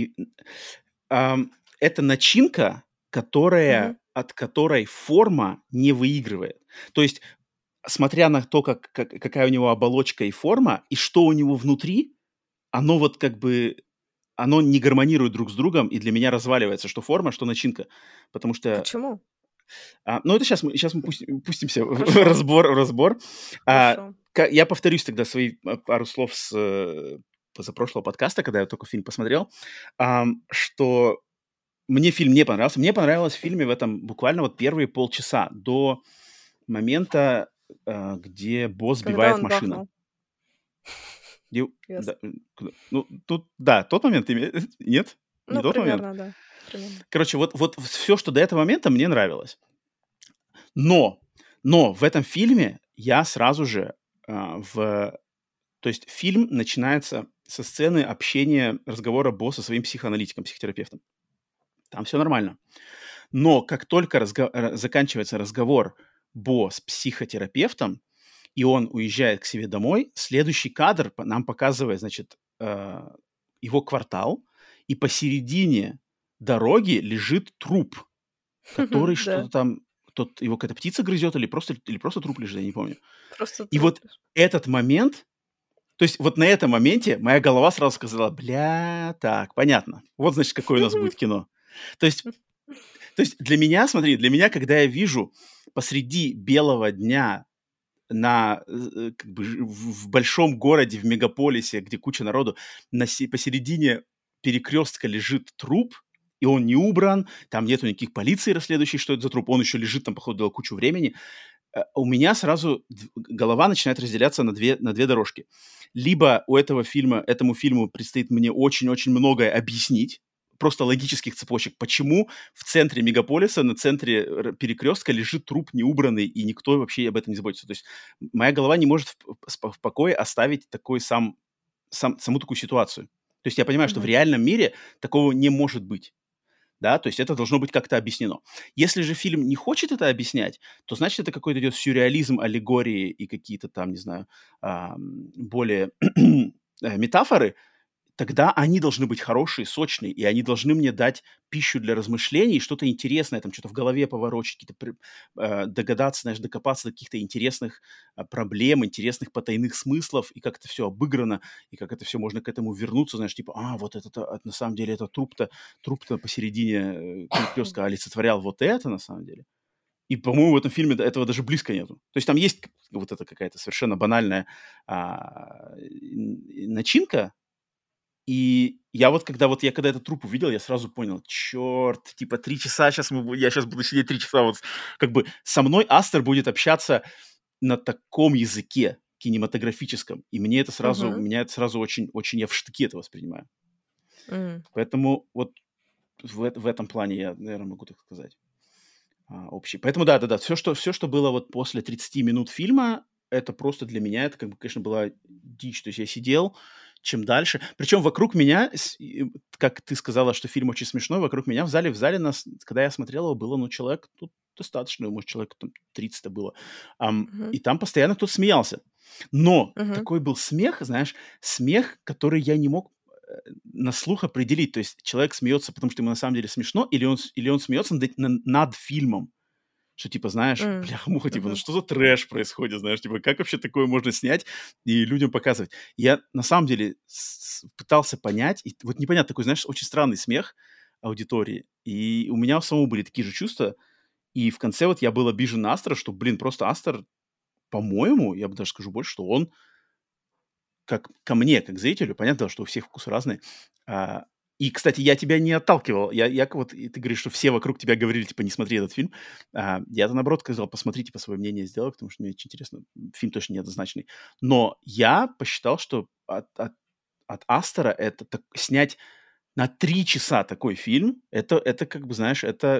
это начинка, от которой форма не выигрывает. То есть, смотря на то, какая у него оболочка и форма, и что у него внутри, оно вот как бы оно не гармонирует друг с другом, и для меня разваливается что форма, что начинка. Потому что... Почему? Ну, это сейчас мы пустимся в Хорошо. разбор. Хорошо. Я повторюсь тогда свои пару слов с позапрошлого подкаста, когда я только фильм посмотрел, что мне фильм не понравился. Мне понравилось в фильме в этом буквально вот первые полчаса до момента, где босс Когда сбивает он машина. бахнул. Yes. Ну, тут, да, тот момент нет? Не Ну, тот момент? примерно, да. Примерно. Короче, вот все, что до этого момента, мне нравилось. Но в этом фильме я сразу же То есть фильм начинается со сцены общения, разговора босса со своим психоаналитиком, психотерапевтом. Там все нормально. Но как только заканчивается разговор Бо с психотерапевтом, и он уезжает к себе домой, следующий кадр нам показывает, значит, его квартал, и посередине дороги лежит труп, который что-то там, его какая-то птица грызет или просто труп лежит, я не помню. Просто И вот этот момент, то есть вот на этом моменте моя голова сразу сказала, так, понятно, вот, значит, какое у нас будет кино. То есть для меня, смотри, когда я вижу посреди белого дня как бы в большом городе, в мегаполисе, где куча народу, посередине перекрестка лежит труп, и он не убран, там нету никаких полиции расследующей, что это за труп, он еще лежит там, походу, дало кучу времени, у меня сразу голова начинает разделяться на две дорожки. Либо этому фильму предстоит мне очень-очень многое объяснить, просто логических цепочек. Почему в центре мегаполиса, на центре перекрестка лежит труп неубранный, и никто вообще об этом не заботится? То есть моя голова не может в покое оставить саму такую ситуацию. То есть я понимаю, что в Мгм. реальном мире такого не может быть. Да, то есть это должно быть как-то объяснено. Если же фильм не хочет это объяснять, то значит это какой-то идет сюрреализм, аллегории и какие-то там, не знаю, более метафоры, тогда они должны быть хорошие, сочные, и они должны мне дать пищу для размышлений, что-то интересное, там что-то в голове поворочить, догадаться, знаешь, докопаться до каких-то интересных проблем, интересных потайных смыслов, и как это все обыграно, и как это все можно к этому вернуться, знаешь, типа, вот это на самом деле это труп-то посередине перекрестка олицетворял вот это на самом деле. И, по-моему, в этом фильме этого даже близко нету. То есть там есть вот эта какая-то совершенно банальная начинка, и я вот, когда этот труп увидел, я сразу понял, черт, типа 3 часа я сейчас буду сидеть 3 часа, вот как бы со мной Астер будет общаться на таком языке кинематографическом, и Мгм. меня это сразу очень, очень, я в штыки это воспринимаю. М. Поэтому вот в этом плане я, наверное, могу так сказать, общий. Поэтому да, все, что было вот после 30 минут фильма, это просто для меня, это как бы, конечно, была дичь. То есть я сидел, чем дальше. Причем вокруг меня, как ты сказала, что фильм очень смешной, вокруг меня в зале нас, когда я смотрел его, было, ну, человек тут достаточно, может, человек там 30 было. Мгм. И там постоянно кто-то смеялся. Но Мгм. такой был смех, знаешь, смех, который я не мог на слух определить. То есть человек смеется, потому что ему на самом деле смешно, или он смеется над фильмом. Что типа, знаешь, М. бляха-муха, типа, ну Мгм. что за трэш происходит, знаешь, типа, как вообще такое можно снять и людям показывать? Я на самом деле пытался понять, и вот непонятно, такой, знаешь, очень странный смех аудитории, и у меня у самого были такие же чувства, и в конце вот я был обижен на Астера, что, блин, просто Астер, по-моему, я бы даже скажу больше, что он как ко мне, как зрителю, понятно, что у всех вкусы разные. А, и, кстати, я тебя не отталкивал. Вот, и ты говоришь, что все вокруг тебя говорили, типа, не смотри этот фильм. Я-то, наоборот, сказал, посмотри, типа, свое мнение сделай, потому что мне очень интересно. Фильм точно неоднозначный. Но я посчитал, что от Астера снять на 3 часа такой фильм, это как бы, знаешь, это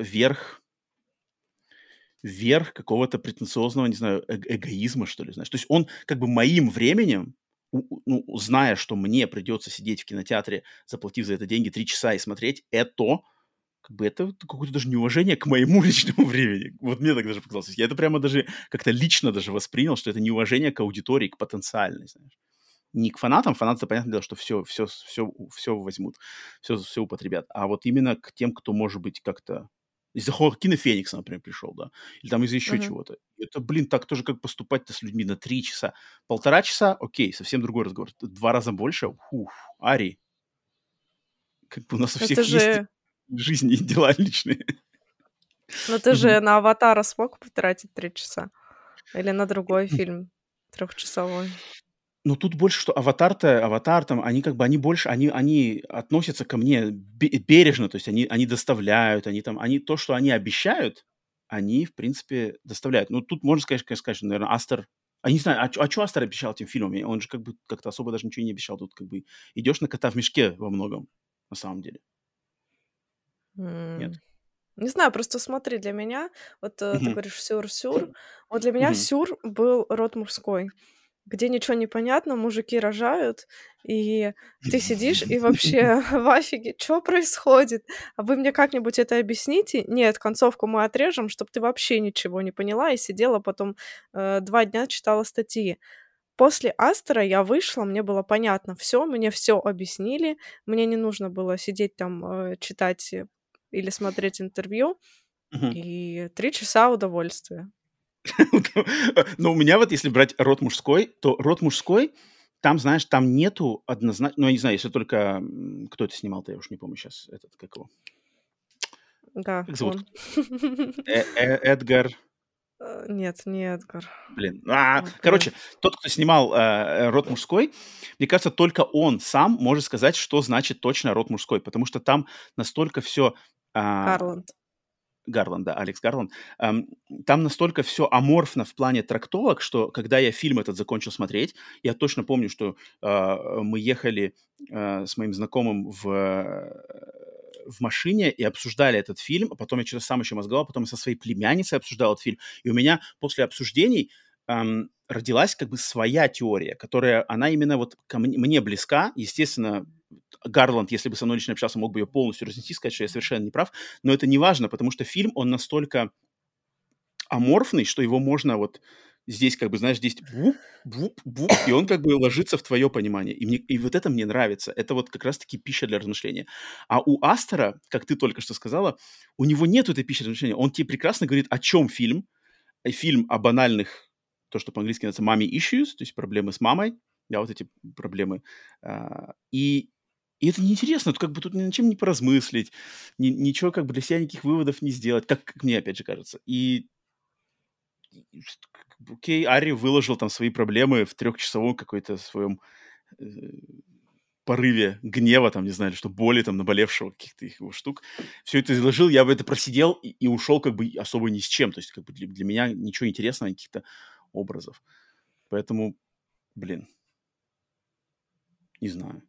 верх какого-то претенциозного, не знаю, эгоизма, что ли, знаешь. То есть он как бы моим временем, ну, зная, что мне придется сидеть в кинотеатре, заплатив за это деньги 3 часа и смотреть, как бы это какое-то даже неуважение к моему личному времени. Вот мне так даже показалось. Я это прямо даже как-то лично даже воспринял, что это неуважение к аудитории, к потенциальной, знаешь. Не к фанатам, фанаты, понятное дело, что все возьмут, все употребят, а вот именно к тем, кто, может быть, как-то из-за Хоакина Феникса, например, пришел, да, или там из-за еще Мгм. чего-то. Это, блин, так тоже как поступать-то с людьми на 3 часа. 1,5 часа, окей, совсем другой разговор. 2 раза больше, Ари, как бы у нас у Но ты всех есть же жизни и дела личные. но ты Мгм. же на "Аватара" смог потратить 3 часа? Или на другой фильм трехчасовой? Ну, тут больше, что "Аватар" там, они как бы, они больше, они относятся ко мне бережно, то есть они доставляют, они то, что они обещают, они, в принципе, доставляют. Ну, тут можно сказать, что, наверно, Астер, не знаю, чё Астер обещал этим фильмом? Он же как бы как-то особо даже ничего и не обещал. Тут как бы идешь на кота в мешке во многом, на самом деле. Нет? Не знаю, просто смотри, для меня, вот, ты Мгм. говоришь сюр-сюр, вот для меня Мгм. сюр был "Род мужской", где ничего не понятно, мужики рожают, и ты сидишь и вообще в афиге: "Чё происходит? А вы мне как-нибудь это объясните?" Нет, концовку мы отрежем, чтоб ты вообще ничего не поняла, и сидела потом, 2 дня читала статьи. После "Астера" я вышла, мне было понятно всё, мне всё объяснили, мне не нужно было сидеть там, читать, или смотреть интервью, Мгм. и 3 часа удовольствия. Но у меня вот, если брать "Род мужской", то "Род мужской", там, знаешь, там нету однозначно, ну, я не знаю, если только, кто это снимал-то, я уж не помню сейчас, этот, как его, Да, как зовут? он. Эдгар, Нет, не Эдгар. блин. Блин. Короче, тот, кто снимал, "Род мужской", мне кажется, только он сам может сказать, что значит точно "Род мужской", потому что там настолько все. Гарланд. Гарланд, да, Алекс Гарланд. Ам, Там настолько все аморфно в плане трактовок, что когда я фильм этот закончил смотреть, я точно помню, что мы ехали с моим знакомым в машине и обсуждали этот фильм, а потом я что-то сам еще мозговал, потом я со своей племянницей обсуждал этот фильм, и у меня после обсуждений родилась как бы своя теория, которая, она именно вот мне близка. Естественно, Гарланд, если бы со мной лично общался, мог бы ее полностью разнести, сказать, что я совершенно не прав, но это не важно, потому что фильм, он настолько аморфный, что его можно вот здесь, как бы, знаешь, здесь буп, буп, буп, и он как бы ложится в твое понимание. И вот это мне нравится. Это вот как раз-таки пища для размышления. А у Астера, как ты только что сказала, у него нет этой пищи для размышления. Он тебе прекрасно говорит, о чем фильм. Фильм о банальных, то, что по-английски называется mommy issues, то есть проблемы с мамой, да, вот эти проблемы. И это неинтересно, тут как бы тут ни над чем не поразмыслить, ничего как бы для себя никаких выводов не сделать, как мне опять же кажется. Окей, Арри выложил там свои проблемы в трехчасовом какой-то своем э, порыве гнева, там, не знаю, что боли там наболевшего каких-то его штук. Все это изложил, я бы это просидел и ушел как бы особо ни с чем. То есть как бы для меня ничего интересного, каких-то образов. Поэтому, блин, не знаю.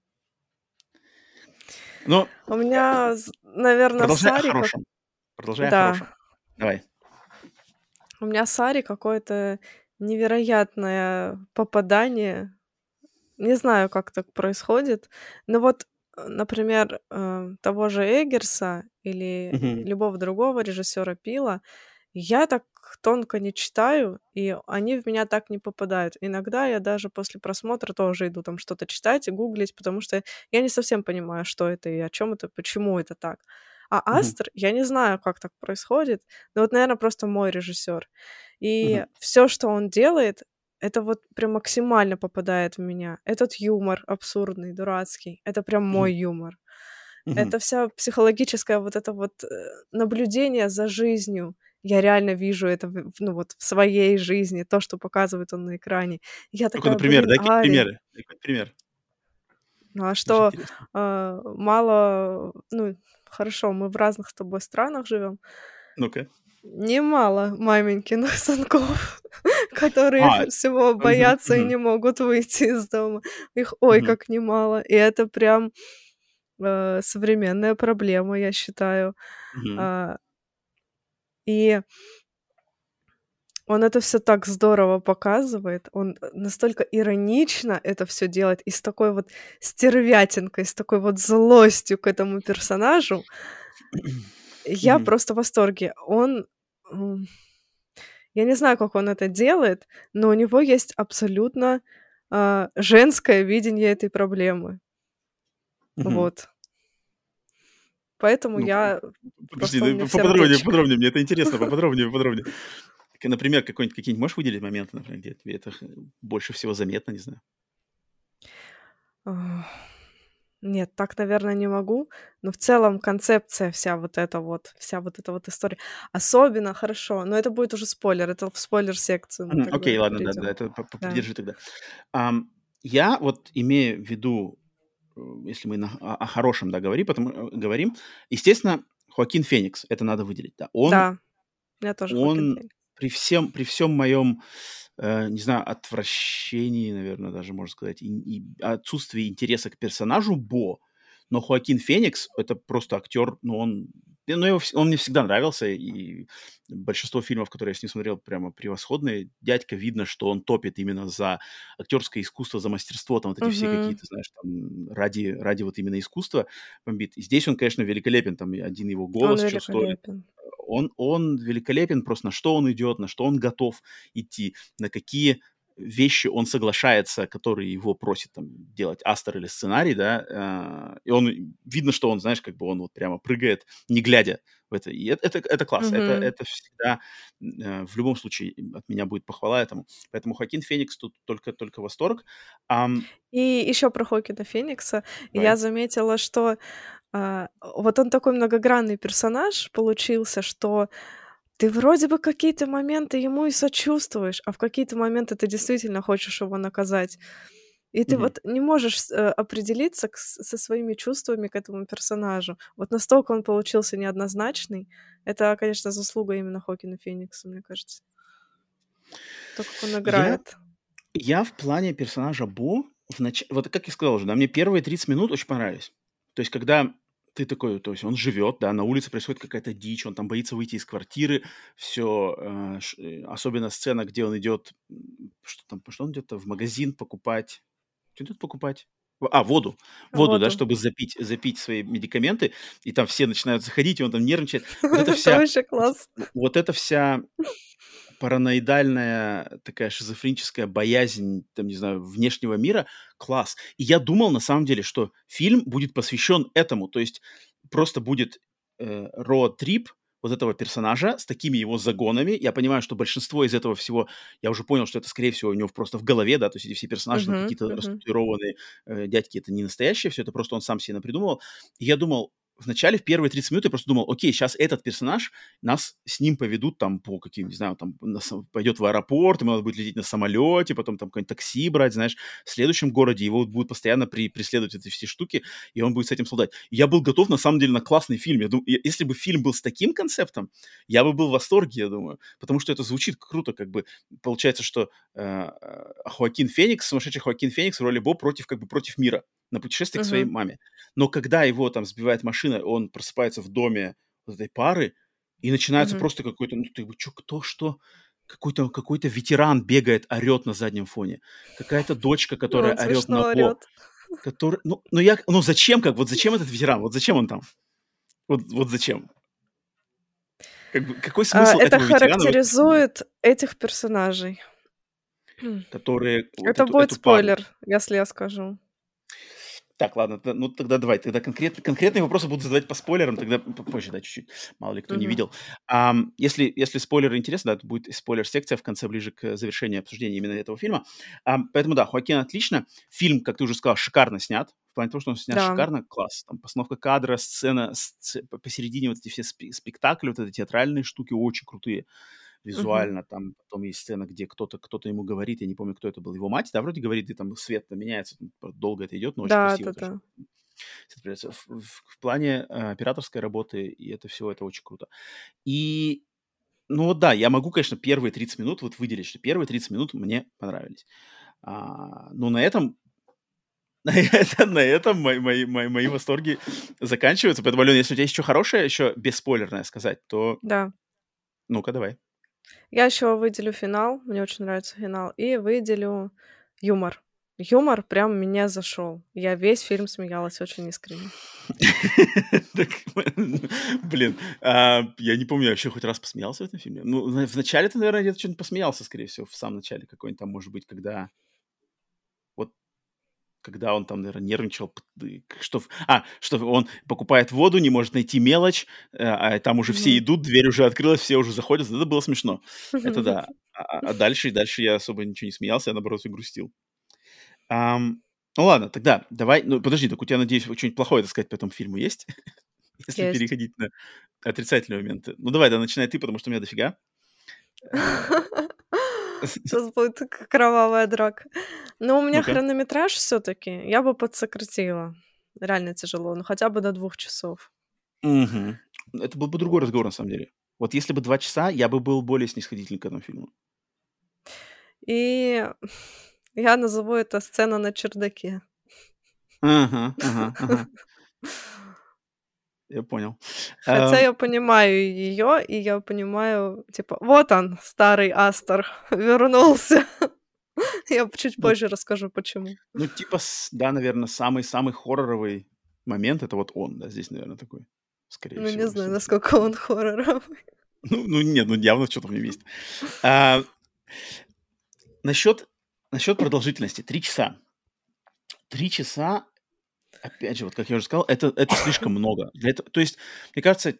Но У меня, наверное, продолжай о Сари как... хорошем. Продолжай о Да, хорошем. Давай. у меня Сари какое-то невероятное попадание. Не знаю, как так происходит, но вот, например, того же Эггерса или Мгм. любого другого режиссера Пила я так тонко не читаю, и они в меня так не попадают. Иногда я даже после просмотра тоже иду там что-то читать и гуглить, потому что я не совсем понимаю, что это и о чем это, почему это так. А Мгм. Астер, я не знаю, как так происходит, но вот, наверное, просто мой режиссер. Мгм. И все, что он делает, это вот прям максимально попадает в меня. Этот юмор абсурдный, дурацкий, это прям Мгм. мой юмор. Мгм. Это вся психологическое вот это вот, наблюдение за жизнью. Я реально вижу это ну, вот в своей жизни, то, что показывает он на экране. Я Ну-ка, такая: например, "Блин, дай какие-то Ари, примеры. Дай какой-то пример. ну а Даже что, интересно. мало, ну, хорошо, мы в разных с тобой странах живем. Ну-ка. Немало маменькиных сынков, которые А, всего мгм, боятся и мгм, не могут выйти из дома. Их ой мгм, как немало. И это прям, современная проблема, я считаю. мгм. А, и он это все так здорово показывает, он, настолько иронично это все делает и с такой вот стервятинкой, с такой вот злостью к этому персонажу. Я Мгм. просто в восторге. Он, м, я не знаю, как он это делает, но у него есть абсолютно, женское видение этой проблемы. Мгм. Вот. Поэтому Ну-ка, я подожди, просто он ну, мне в поподробнее, сердечко. поподробнее, мне это интересно, поподробнее, поподробнее. Например, какие-нибудь можешь выделить моменты, например, где тебе это больше всего заметно, не знаю? А, нет, так, наверное, не могу, но в целом концепция вся вот эта вот история. Особенно хорошо, но это будет уже спойлер, это в спойлер-секцию мы Окей, тогда ладно, да, да, перейдем. это Да. попридержи тогда. Я вот имею в виду, если мы о хорошем, да, говорим, естественно, Хоакин Феникс, это надо выделить, да. Да, у меня тоже Хоакин Он Феникс. при всем моем, не знаю, отвращении, наверное, даже можно сказать, и отсутствии интереса к персонажу Бо, но Хоакин Феникс — это просто актер, ну, он мне всегда нравился, и большинство фильмов, которые я с ним смотрел, прямо превосходные. Дядька, видно, что он топит именно за актерское искусство, за мастерство, там вот эти все Мгм. какие-то, знаешь, там ради вот именно искусства бомбит. И здесь он, конечно, великолепен, там и один его Он голос чего стоит. великолепен. Он великолепен просто, на что он идет, на что он готов идти, на какие вещи он соглашается, которые его просит там делать автор или сценарий, да, и он, видно, что он, знаешь, как бы он вот прямо прыгает, не глядя в это, и это класс, это, Мгм. это всегда, в любом случае от меня будет похвала этому, поэтому Хоакин Феникс тут только восторг. И еще про Хоакина Феникса. Я Давай. заметила, что, вот он такой многогранный персонаж получился, что ты вроде бы какие-то моменты ему и сочувствуешь, а в какие-то моменты ты действительно хочешь его наказать. И ты Мгм. вот не можешь определиться со своими чувствами к этому персонажу. Вот настолько он получился неоднозначный. Это, конечно, заслуга именно Хоакина Феникса, мне кажется. То, как он Я играет. Я в плане персонажа Бо вот как я сказал уже, да, мне первые 30 минут очень понравились. То есть когда ты такой, то есть он живет, да, на улице происходит какая-то дичь, он там боится выйти из квартиры, все, особенно сцена, где он идет, что там, что он идет в магазин покупать, что идет покупать? Воду. Воду, да, Воду. чтобы запить свои медикаменты, и там все начинают заходить, и он там нервничает. Вот это Это вся, вообще класс. вот эта вся параноидальная такая шизофреническая боязнь, там, не знаю, внешнего мира, класс. И я думал, на самом деле, что фильм будет посвящен этому, то есть просто будет роад-трип вот этого персонажа с такими его загонами. Я понимаю, что большинство из этого всего, я уже понял, что это, скорее всего, у него просто в голове, да, то есть эти все персонажи, там Мгм, какие-то мгм. растатуированные дядьки, это не настоящее, все это просто он сам себе напридумывал. И я думал, вначале, в первые 30 минут я просто думал, окей, сейчас этот персонаж, нас с ним поведут там по каким, не знаю, там пойдет в аэропорт, ему надо будет лететь на самолете, потом там какое-нибудь такси брать, знаешь, в следующем городе его будут постоянно преследовать эти все штуки, и он будет с этим солдат. И я был готов, на самом деле, на классный фильм. Я думаю, если бы фильм был с таким концептом, я бы был в восторге, я думаю, потому что это звучит круто, как бы получается, что сумасшедший Хоакин Феникс в роли Бо против мира на путешествие к своей Мгм. маме. Но когда его там сбивает машина, он просыпается в доме вот этой пары, и начинается Мгм. просто какой-то, ну, ты бы чё, кто что? Какой-то ветеран бегает, орет на заднем фоне. Какая-то дочка, которая Он орет на смешно Бо. орёт. Ну зачем, вот зачем этот ветеран? Вот зачем он там? Вот зачем? Как бы, какой смысл Это этого ветерана в этом фильме? характеризует этих персонажей. Которые, вот Это будет эту пару. спойлер, если я скажу. Так, ладно, ну тогда давай, тогда конкретные вопросы буду задавать по спойлерам, тогда попозже, да, чуть-чуть, мало ли кто не Мгм. видел. Если спойлеры интересны, да, то будет спойлер-секция в конце, ближе к завершению обсуждения именно этого фильма. Поэтому да, Хоакин отлично. Фильм, как ты уже сказал, шикарно снят. В плане того, что он снят Да. шикарно, класс. Там постановка кадра, сцена, посередине вот эти все спектакли, вот эти театральные штуки очень крутые Мгм. визуально. Там потом есть сцена, где кто-то ему говорит, я не помню, кто это был, его мать, да, вроде говорит, и там свет меняется, долго это идет, но очень красиво тоже. Да-да-да. В плане операторской работы и это все, это очень круто. И, ну вот да, я могу, конечно, первые 30 минут вот выделить, что первые 30 минут мне понравились. Но на этом на этом мои восторги заканчиваются. Поэтому, Алена, если у тебя есть что хорошее, еще бесспойлерное сказать, то Да. ну-ка давай. Я еще выделю финал, мне очень нравится финал, и выделю юмор. Юмор прям меня зашел. Я весь фильм смеялась очень искренне. Так, блин, я не помню, я вообще хоть раз посмеялся в этом фильме. Ну, в начале ты, наверное, где-то что-нибудь посмеялся, скорее всего, в самом начале какой-нибудь там, может быть, вот когда он там, наверное, нервничал, что он покупает воду, не может найти мелочь, а там уже все Мгм. идут, дверь уже открылась, все уже заходят. Это было смешно. Это да. Дальше я особо ничего не смеялся, я, наоборот, и грустил. Ам, ну ладно, тогда давай, ну подожди, так у тебя, надеюсь, что-нибудь плохое, так сказать, по этому фильму есть? Если Есть. переходить на отрицательные моменты. Ну давай, да, начинай ты, потому что у меня дофига. Э, Сейчас будет кровавая драка. Но у меня Ну-ка. хронометраж все-таки я бы подсократила. Реально тяжело, ну хотя бы до 2 часов. Мгм. Это был бы другой Вот. разговор, на самом деле. Вот если бы 2 часа, я бы был более снисходительный к этому фильму. И я назову это "Сцена на чердаке". Ага, ага, ага. Я понял. Хотя Ам, я понимаю ее, и я понимаю, типа, вот он, старый Астор, вернулся. Я чуть ну позже расскажу, почему. ну, типа, да, наверно, самый-самый хорроровый момент — это вот он, да, здесь, наверно, такой, скорее Ну, не всего, знаю, если насколько он хорроровый. ну нет, ну явно что-то в нем есть. А, насчет насчет продолжительности. 3 часа. 3 часа. Опять же, вот как я уже сказал, это слишком много. То есть, мне кажется,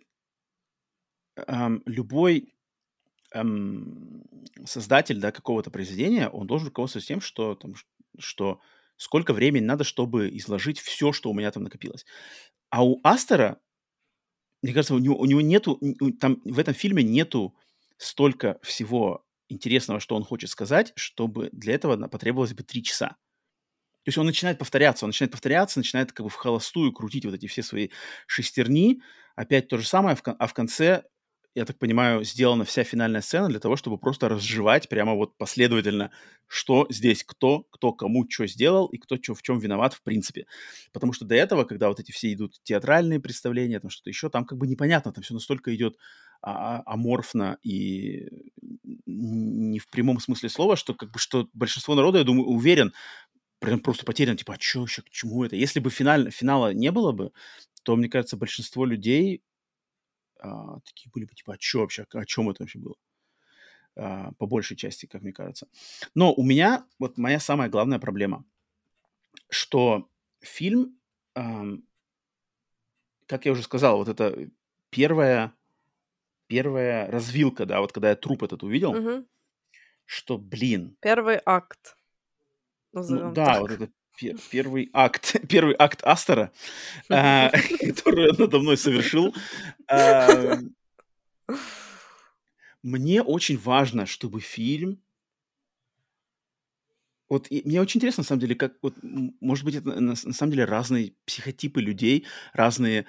любой, ам, создатель, да, какого-то произведения, он должен руководствоваться тем, что там, что сколько времени надо, чтобы изложить все, что у меня там накопилось. А у Астера, мне кажется, у него нету, там в этом фильме нету столько всего интересного, что он хочет сказать, чтобы для этого потребовалось бы 3 часа. То есть он начинает повторяться, начинает как бы в холостую крутить вот эти все свои шестерни. Опять то же самое, а в конце я так понимаю, сделана вся финальная сцена для того, чтобы просто разжевать прямо вот последовательно, что здесь кто кому что сделал и кто чё в чем виноват в принципе. Потому что до этого, когда вот эти все идут театральные представления, там что-то еще, там как бы непонятно, там все настолько идет аморфно и не в прямом смысле слова, что как бы что большинство народа, я думаю, уверен, прям просто потерян, типа, а что вообще, к чему это? Если бы финала не было бы, то, мне кажется, большинство людей такие были бы, типа, а что вообще, о чем это вообще было? По большей части, как мне кажется. Но у меня, вот моя самая главная проблема, что фильм, ам, как я уже сказал, вот это первая, первая развилка, да, вот когда я труп этот увидел, Мгм. что, блин, Первый акт, ну назовем да, вот так. это первый акт, первый акт Астера, который он надо мной совершил. А, Мне очень важно, чтобы фильм. Вот и мне очень интересно, на самом деле, как вот, может быть, это на самом деле разные психотипы людей, разные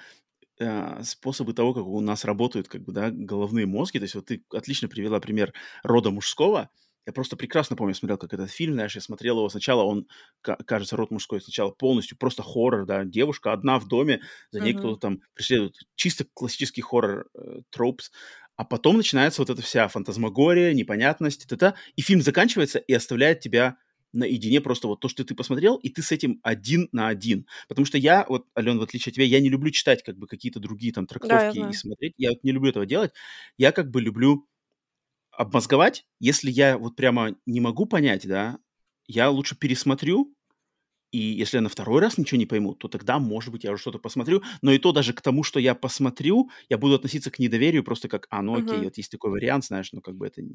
способы того, как у нас работают, как бы, да, головные мозги. То есть вот ты отлично привела пример рода мужского. Я просто прекрасно помню, смотрел, как этот фильм, знаешь, я смотрел его сначала, он, кажется, род мужской сначала полностью просто хоррор, да, девушка одна в доме, за ней кто-то Мгм. там преследует, чисто классический хоррор тропс, а потом начинается вот эта вся фантазмагория, непонятность, т-т-т, и фильм заканчивается и оставляет тебя наедине просто вот то, что ты посмотрел, и ты с этим один на один. Потому что я, вот, Ален, в отличие от тебя, я не люблю читать как бы какие-то другие там Да, я трактовки и знаю. смотреть. Я вот не люблю этого делать. Я как бы люблю обмозговать. Если я вот прямо не могу понять, да, я лучше пересмотрю, и если я на второй раз ничего не пойму, то тогда, может быть, я уже что-то посмотрю. Но и то даже к тому, что я посмотрю, я буду относиться к недоверию просто как, ну окей, Мгм. вот есть такой вариант, знаешь, ну как бы это...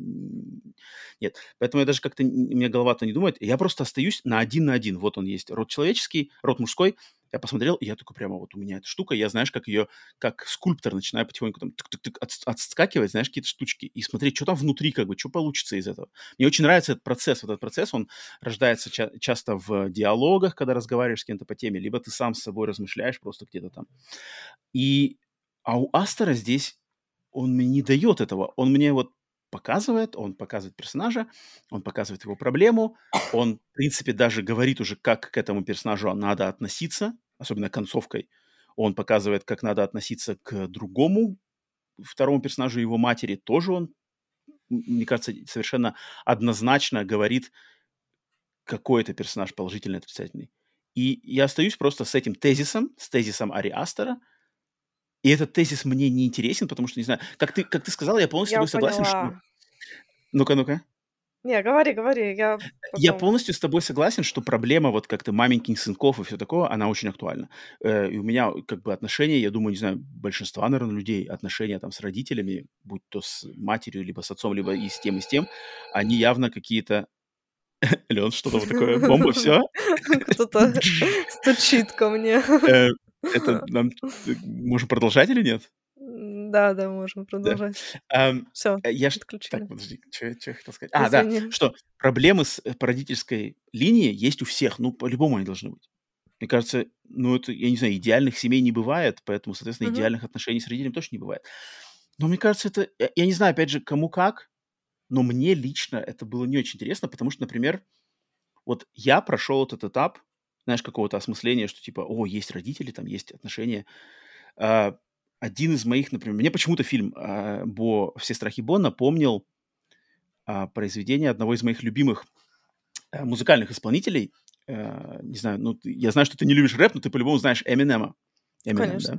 Нет. Поэтому я даже как-то... У меня голова-то не думает. Я просто остаюсь на один. Вот он есть. Род человеческий, род мужской. Я посмотрел, и я такой прямо вот у меня эта штука. Я, знаешь, как ее, как скульптор начинаю потихоньку там тык-тык-тык отскакивать, знаешь, какие-то штучки, и смотреть, что там внутри, как бы, что получится из этого. Мне очень нравится этот процесс. Вот этот процесс, он рождается часто в диалогах, когда разговариваешь с кем-то по теме, либо ты сам с собой размышляешь просто где-то там. И, у Астера здесь он мне не дает этого. Он мне вот он показывает персонажа, он показывает его проблему, он, в принципе, даже говорит уже, как к этому персонажу надо относиться, особенно концовкой. Он показывает, как надо относиться к другому, второму персонажу, его матери. Тоже он, мне кажется, совершенно однозначно говорит, какой это персонаж, положительный, отрицательный. И я остаюсь просто с этим тезисом, с тезисом Ари Астера, и этот тезис мне не интересен, потому что, не знаю, как ты сказал, я полностью с Я тобой согласен, что... поняла. Ну-ка, ну-ка. Не, говори, говори, я Я потом. полностью с тобой согласен, что проблема вот как-то маменьких сынков и все такое, она очень актуальна. И у меня как бы отношения, я думаю, не знаю, большинства, наверное, людей, отношения там с родителями, будь то с матерью, либо с отцом, либо и с тем, они явно какие-то... Лен, что-то вот такое, бомба, все? Кто-то стучит ко мне. Это нам... Можем продолжать или нет? Да-да, можем Да. продолжать. Ам, Всё, Так, отключили. подожди, что я хотел сказать? Да, Извини. что проблемы по родительской линии есть у всех, ну, по-любому они должны быть. Мне кажется, ну, это, я не знаю, идеальных семей не бывает, поэтому, соответственно, Мгм. идеальных отношений с родителями тоже не бывает. Но мне кажется, это... Я не знаю, опять же, кому как, но мне лично это было не очень интересно, потому что, например, вот я прошел этот этап, знаешь, какого-то осмысления, что типа, есть родители, там есть отношения. А, Один из моих, например, мне почему-то фильм «Все страхи Бо» напомнил произведение одного из моих любимых музыкальных исполнителей. Не знаю, ну, я знаю, что ты не любишь рэп, но ты по-любому знаешь Эминема. Эминем, да? Конечно.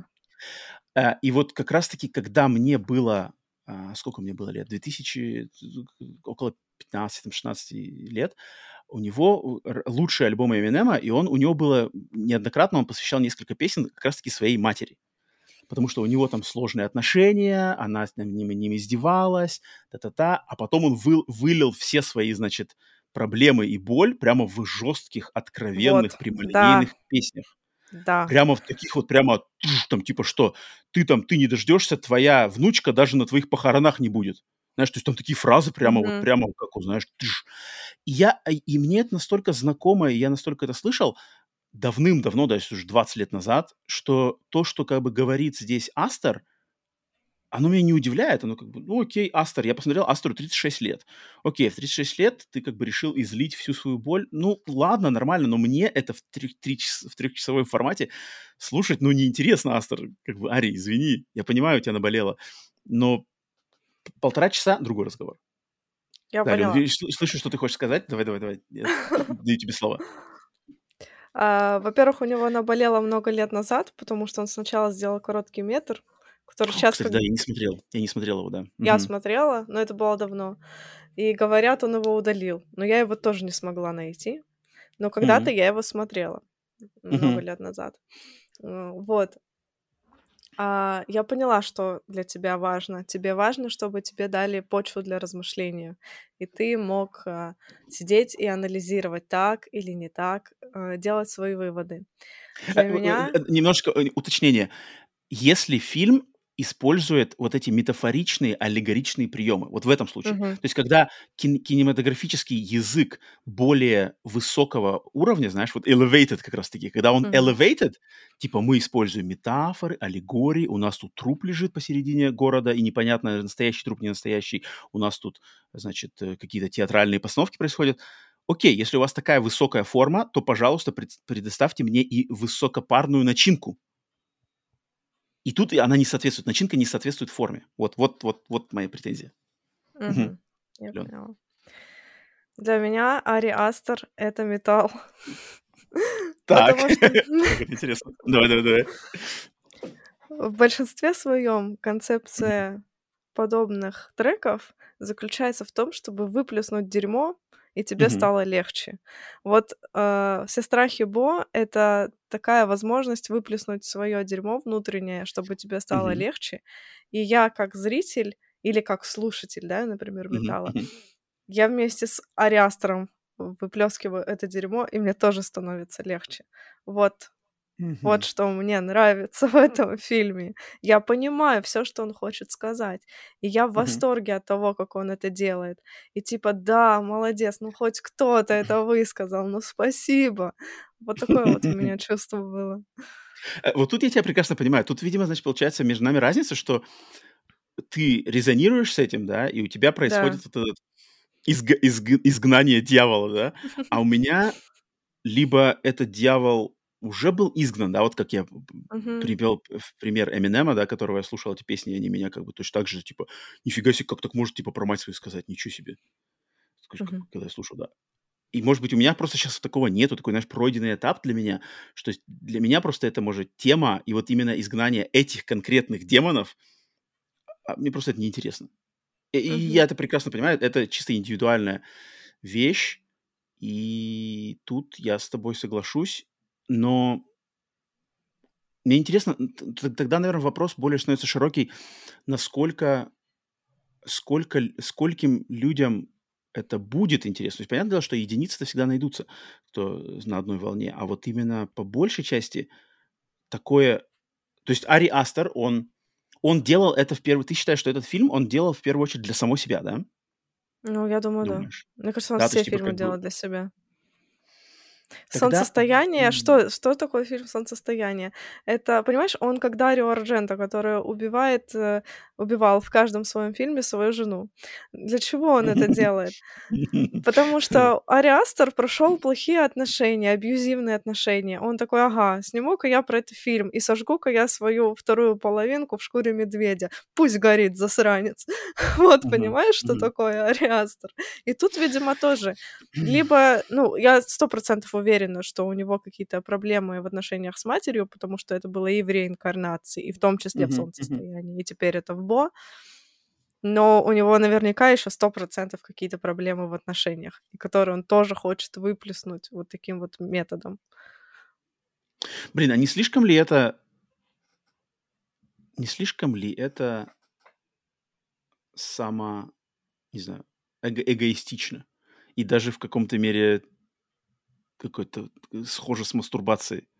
И вот как раз-таки, когда мне было... сколько мне было лет? 2000, около 15-16 лет. У него лучший альбом Эминема, и у него было неоднократно, он посвящал несколько песен как раз-таки своей матери. Потому что у него там сложные отношения, она с ним издевалась, та-та-та, а потом он вылил все свои, значит, проблемы и боль прямо в жестких, откровенных, Вот. Да, прямолинейных песнях. да. Прямо в таких вот, прямо, там, типа, что ты не дождешься, твоя внучка даже на твоих похоронах не будет. Знаешь, то есть там такие фразы Мгм. прямо, как вот, знаешь, и мне это настолько знакомо, и я настолько это слышал, давным-давно, да, если уже 20 лет назад, что то, что как бы говорит здесь Астер, оно меня не удивляет, оно как бы, ну окей, Астер, я посмотрел Астеру 36 лет. Окей, в 36 лет ты как бы решил излить всю свою боль. Ну ладно, нормально, но мне это в трехчасовом формате слушать, ну неинтересно, Астер. Как бы, Ари, извини, я понимаю, у тебя наболело, но 1,5 часа — другой разговор. Я Да, Алена, поняла. слышу, что ты хочешь сказать. Давай, я даю тебе слово. Во-первых, у него наболело много лет назад, потому что он сначала сделал «Короткий метр», который О, сейчас кстати, как да, я не смотрел его, да. я Мгм. смотрела, но это было давно. И говорят, он его удалил, но я его тоже не смогла найти. Но когда-то Мгм. я его смотрела много Мгм. лет назад. Вот. Я поняла, что для тебя важно. Тебе важно, чтобы тебе дали почву для размышления, и ты мог, сидеть и анализировать, так или не так, делать свои выводы. Для меня Немножко уточнение. Если фильм использует вот эти метафоричные, аллегоричные приемы, вот в этом случае. мгм, То есть когда кинематографический язык более высокого уровня, знаешь, вот elevated как раз-таки, когда он мгм, elevated, типа мы используем метафоры, аллегории, у нас тут труп лежит посередине города, и непонятно, настоящий труп, не настоящий, у нас тут, значит, какие-то театральные постановки происходят. Окей, если у вас такая высокая форма, то, пожалуйста, предоставьте мне и высокопарную начинку. И тут она не соответствует, начинка не соответствует форме. Вот моя претензия. Мгм. мгм. Я Алён. поняла. Для меня Ари Астер — это металл. Так, Потому что как это интересно. Давай. в большинстве своем Мгм. концепция подобных треков заключается в том, чтобы выплеснуть дерьмо, и тебе Мгм. стало легче. Вот, "Сестра Хибо" — это такая возможность выплеснуть свое дерьмо внутреннее, чтобы тебе стало Мгм. легче. И я как зритель или как слушатель, да, например, Мгм. металла, Мгм. я вместе с Ари выплескиваю это дерьмо, и мне тоже становится легче. Вот. Вот Мгм. что мне нравится в этом фильме. Я понимаю все, что он хочет сказать, и я в Мгм. восторге от того, как он это делает. И типа: "Да, молодец, ну хоть кто-то это высказал, ну спасибо". Вот такое вот у меня чувство было. Вот тут я тебя прекрасно понимаю. Тут, видимо, значит, получается между нами разница, что ты резонируешь с этим, да, и у тебя Да. происходит вот этот изгнание дьявола, да, а у меня либо этот дьявол уже был изгнан, да, вот как я Мгм. привел в пример Эминема, да, которого я слушал эти песни, и они меня как бы точно так же, типа, нифига себе, как так может, типа, про мать свою сказать, ничего себе. Скажешь, Мгм. когда я слушал, да. И, может быть, у меня просто сейчас такого нету, такой, знаешь, пройденный этап для меня, что для меня просто это, может, тема, и вот именно изгнание этих конкретных демонов, мне просто это неинтересно. И Мгм. я это прекрасно понимаю, это чисто индивидуальная вещь, и тут я с тобой соглашусь, но мне интересно, тогда, наверное, вопрос более становится широкий, насколько, скольким людям это будет интересно. То есть, понятное дело, что единицы-то всегда найдутся, кто на одной волне, а вот именно по большей части такое... То есть Ари Астер, он делал это в первую... Ты считаешь, что этот фильм он делал в первую очередь для самого себя, да? Ну, я думаю, да. Думаешь? Мне кажется, он Да, то все есть, типа, фильмы как бы... делает для себя. Тогда... "Солнцестояние", что такое фильм "Солнцестояние"? Это, понимаешь, он как Дарио Ардженто, который убивал в каждом своем фильме свою жену. Для чего он это делает? Потому что Ари Астер прошёл плохие отношения, абьюзивные отношения. Он такой: "Ага, сниму-ка я про это фильм и сожгу-ка я свою вторую половинку в шкуре медведя. Пусть горит, засранец". Вот, Мгм, понимаешь, что мгм, такое Ари Астер? И тут, видимо, тоже. Либо, ну, я 100% уверена, что у него какие-то проблемы в отношениях с матерью, потому что это было и в "Реинкарнации", и в том числе в мгм, мгм. "Солнцестоянии", и теперь это в "Бо". Но у него наверняка еще 100% какие-то проблемы в отношениях, и которые он тоже хочет выплеснуть вот таким вот методом. Блин, а не слишком ли это не знаю, эгоистично? И даже в каком-то мере какой-то схоже с мастурбацией.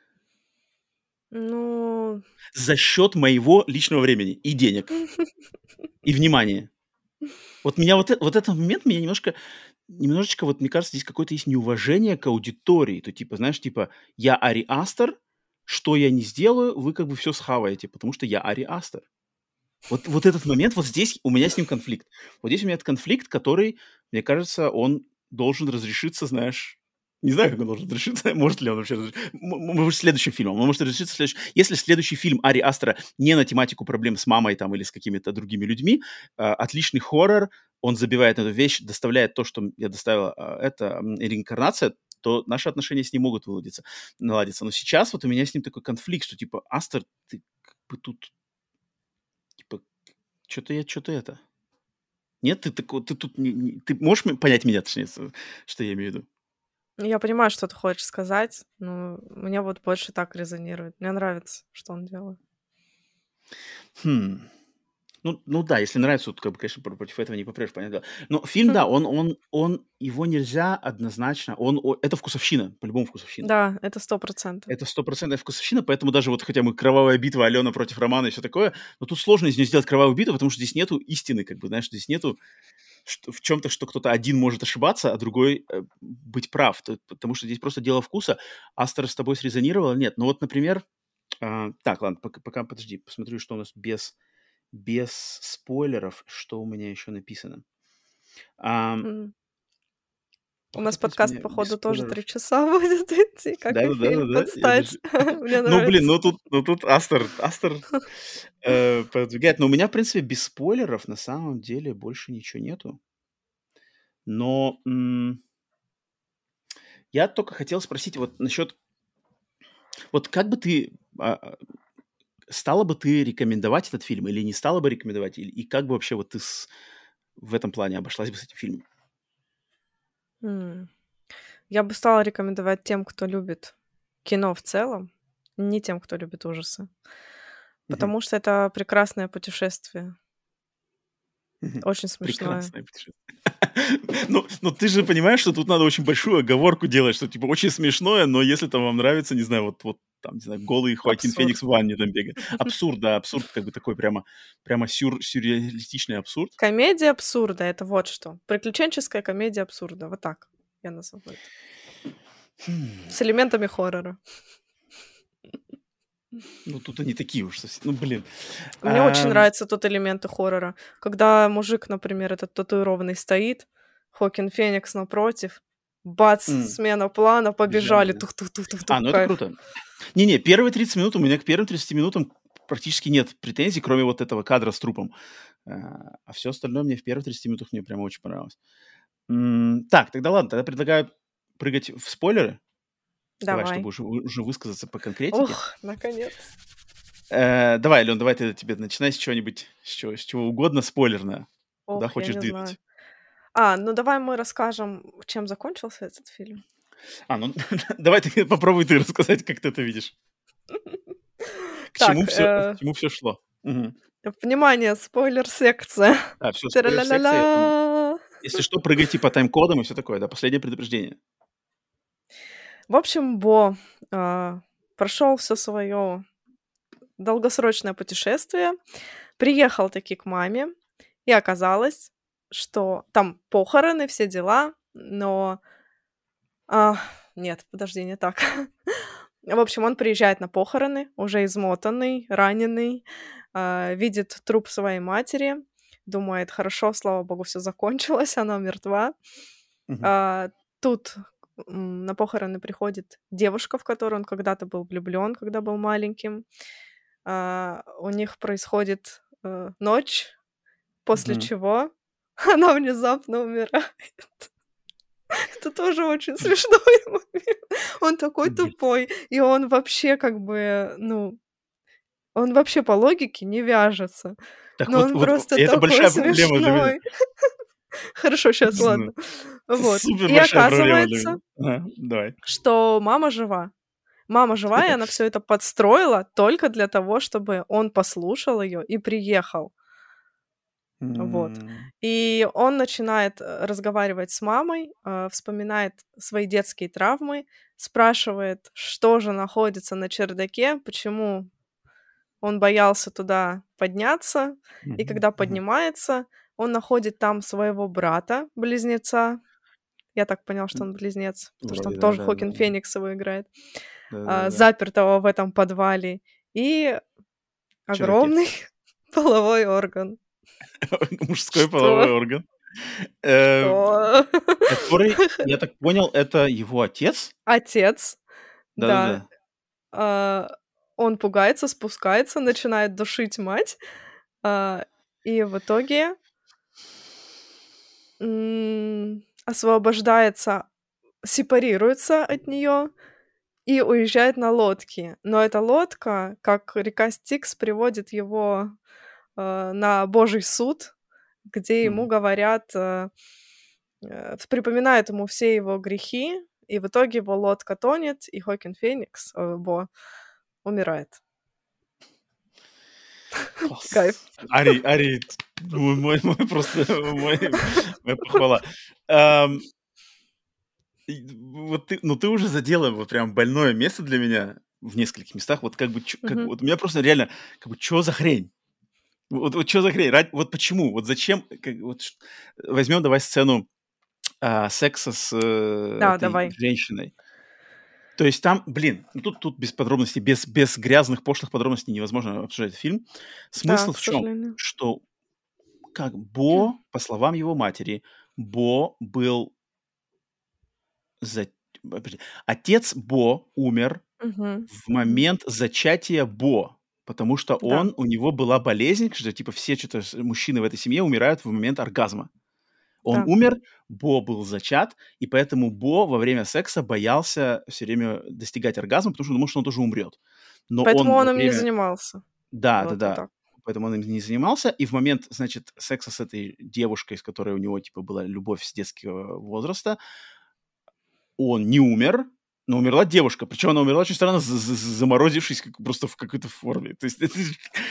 Ну, За счет моего личного времени и денег, и внимания. Вот меня вот этот момент меня немножечко, вот мне кажется, здесь какое-то есть неуважение к аудитории. То типа, знаешь, типа, я Ари Астер, что я не сделаю, вы как бы все схаваете, потому что я Ари Астер. Вот этот момент, вот здесь у меня с ним конфликт. Вот здесь у меня этот конфликт, который, мне кажется, он должен разрешиться, знаешь, не знаю, как он должен разрешиться, может ли он вообще может, следующим фильмом. Он может разрешиться следующим. Если следующий фильм Ари Астера не на тематику проблем с мамой там или с какими-то другими людьми, отличный хоррор, он забивает на эту вещь, доставляет то, что я доставила, это реинкарнация, то наши отношения с ним могут наладиться. Но сейчас вот у меня с ним такой конфликт, что типа, Астер, ты как бы тут типа, что-то это. Нет, ты тут ты можешь понять меня, точнее, что я имею в виду? Я понимаю, что ты хочешь сказать, но мне вот больше так резонирует. Мне нравится, что он делает. Хм. Ну да, если нравится, то, как бы, конечно, против этого не попрешь, понятно. Но фильм, да, он его нельзя однозначно, это вкусовщина, по-любому вкусовщина. Да, это 100%. Это стопроцентная вкусовщина, поэтому даже вот хотя бы «Кровавая битва», Алена против Романа и все такое, но тут сложно из нее сделать «Кровавую битву», потому что здесь нету истины, как бы, знаешь, здесь нету в чем-то, что кто-то один может ошибаться, а другой быть прав. Потому что здесь просто дело вкуса. Астер с тобой срезонировала? Нет. Ну вот, например... так, ладно, пока подожди, посмотрю, что у нас без спойлеров, что у меня еще написано. М. У Пока, нас в принципе, у подкаст, меня без походу, тоже 3 спойлеров. часа будет идти, как и фильм Да-да-да-да-да. под Я стать. даже... Мне Ну, блин, нравится. ну тут Астер продвигает. Но у меня, в принципе, без спойлеров на самом деле больше ничего нету. Но я только хотел спросить вот насчет... Вот как бы ты... стала бы ты рекомендовать этот фильм или не стала бы рекомендовать? И как бы вообще вот ты в этом плане обошлась бы с этим фильмом? М. Я бы стала рекомендовать тем, кто любит кино в целом, не тем, кто любит ужасы. Мгм. Потому что это прекрасное путешествие. Мгм. Очень смешное. Прекрасное путешествие. Ну, ты же понимаешь, что тут надо очень большую оговорку делать, что, типа, очень смешное, но если там вам нравится, не знаю, вот там, не знаю, голый Хоакин Абсурд. Феникс в ванне там бегает. Абсурд, да, абсурд, как бы такой прямо сюрреалистичный абсурд. Комедия абсурда — это вот что. Приключенческая комедия абсурда. Вот так я назову это. Хм. С элементами хоррора. Ну, тут они такие уж совсем. Ну, блин. Мне очень Ам, нравятся тут элементы хоррора. Когда мужик, например, этот татуированный стоит, Хоакин Феникс напротив, бац, м, смена плана, побежали, бежали, да. тух-тух-тух-тух-тух, Ну это кайф. круто. Не-не, первые 30 минут у меня к первым 30 минутам практически нет претензий, кроме вот этого кадра с трупом. А все остальное мне в первых 30 минутах мне прямо очень понравилось. Так, тогда ладно, тогда предлагаю прыгать в спойлеры. Давай, чтобы Давай. уже высказаться по конкретике. Ох, наконец. Давай, Алён, давай ты тебе начинай с чего-нибудь, с чего угодно спойлерное. Куда Ох, я хочешь не знаю. двинуть. Ну давай мы расскажем, чем закончился этот фильм. Ну давай ты попробуй ты рассказать, как ты это видишь. К чему Так, все, к чему все шло. Мгм. внимание, спойлер-секция. Всё, спойлер-секция. Тра-ля-ля-ля. Если что, прыгайте по тайм-кодам и все такое, да, последнее предупреждение. В общем, Бо прошел все свое долгосрочное путешествие, приехал таки к маме, и оказалось, что там похороны, все дела, но а, нет, подожди, не так. В общем, он приезжает на похороны, уже измотанный, раненый, видит труп своей матери, думает: "Хорошо, слава богу, все закончилось, она мертва". Мгм. А, Тут, на похороны приходит девушка, в которую он когда-то был влюблен, когда был маленьким. У них происходит, ночь, после Мгм. чего она внезапно умирает. Это тоже очень смешной момент. Он такой Блин. тупой, и он вообще как бы, ну, он вообще по логике не вяжется. Так Но он вот, просто это такой большая проблема для меня. смешной. Хорошо, сейчас, ладно. Это Вот. супер И большая проблема для оказывается, меня. Ага, давай. что мама жива. Мама жива, и она все это подстроила только для того, чтобы он послушал ее и приехал. Вот. М, И он начинает, разговаривать с мамой, вспоминает свои детские травмы, спрашивает, что же находится на чердаке, почему он боялся туда подняться. И мгм, когда мгм. поднимается, он находит там своего брата-близнеца. Я так поняла, что он близнец, потому что там Вроде тоже да-да-да. Хоакин Феникс его играет, Да-да-да. запертого в этом подвале. И огромный Чердаке. Половой орган. Мужской половой Что? орган. Э, Что? Который, я так понял, это его отец? Отец, да. Да-да-да. А, он пугается, спускается, начинает душить мать, а, и в итоге, освобождается, сепарируется от нее и уезжает на лодке. Но эта лодка, как река Стикс, приводит его, на Божий суд, где ему Мгм. говорят, припоминают ему все его грехи, и в итоге его лодка тонет, и Хоакин Феникс, Бо, умирает. Кайф. Класс. Ари, мой просто моя похвала. Ам, вот ты уже задела вот прям больное место для меня в нескольких местах. Вот как бы как Мгм. вот у меня просто реально как бы чё за хрень? Вот чё за хрень? Вот почему? Вот зачем? Возьмем давай сцену, секса с, Да, этой давай. женщиной. То есть там, блин, ну тут без подробностей, без грязных, пошлых подробностей невозможно обсуждать этот фильм. Да, Смысл к в чем? сожалению. Что как Бо, по словам его матери, Бо был за подожди, отец Бо умер Мгм. в Мгм. момент зачатия Бо, потому что Да. у него была болезнь, что типа все что-то мужчины в этой семье умирают в момент оргазма. Он Да. умер, Бо был зачат, и поэтому Бо во время секса боялся все время достигать оргазма, потому что думал, что он тоже умрет. Но Поэтому он он во им не время занимался. Вот да-да-да, так. поэтому он им не занимался. И в момент, значит, секса с этой девушкой, с которой у него, типа, была любовь с детского возраста, он не умер, но умерла девушка. Причем она умерла очень странно, заморозившись как просто в какой-то форме. То есть это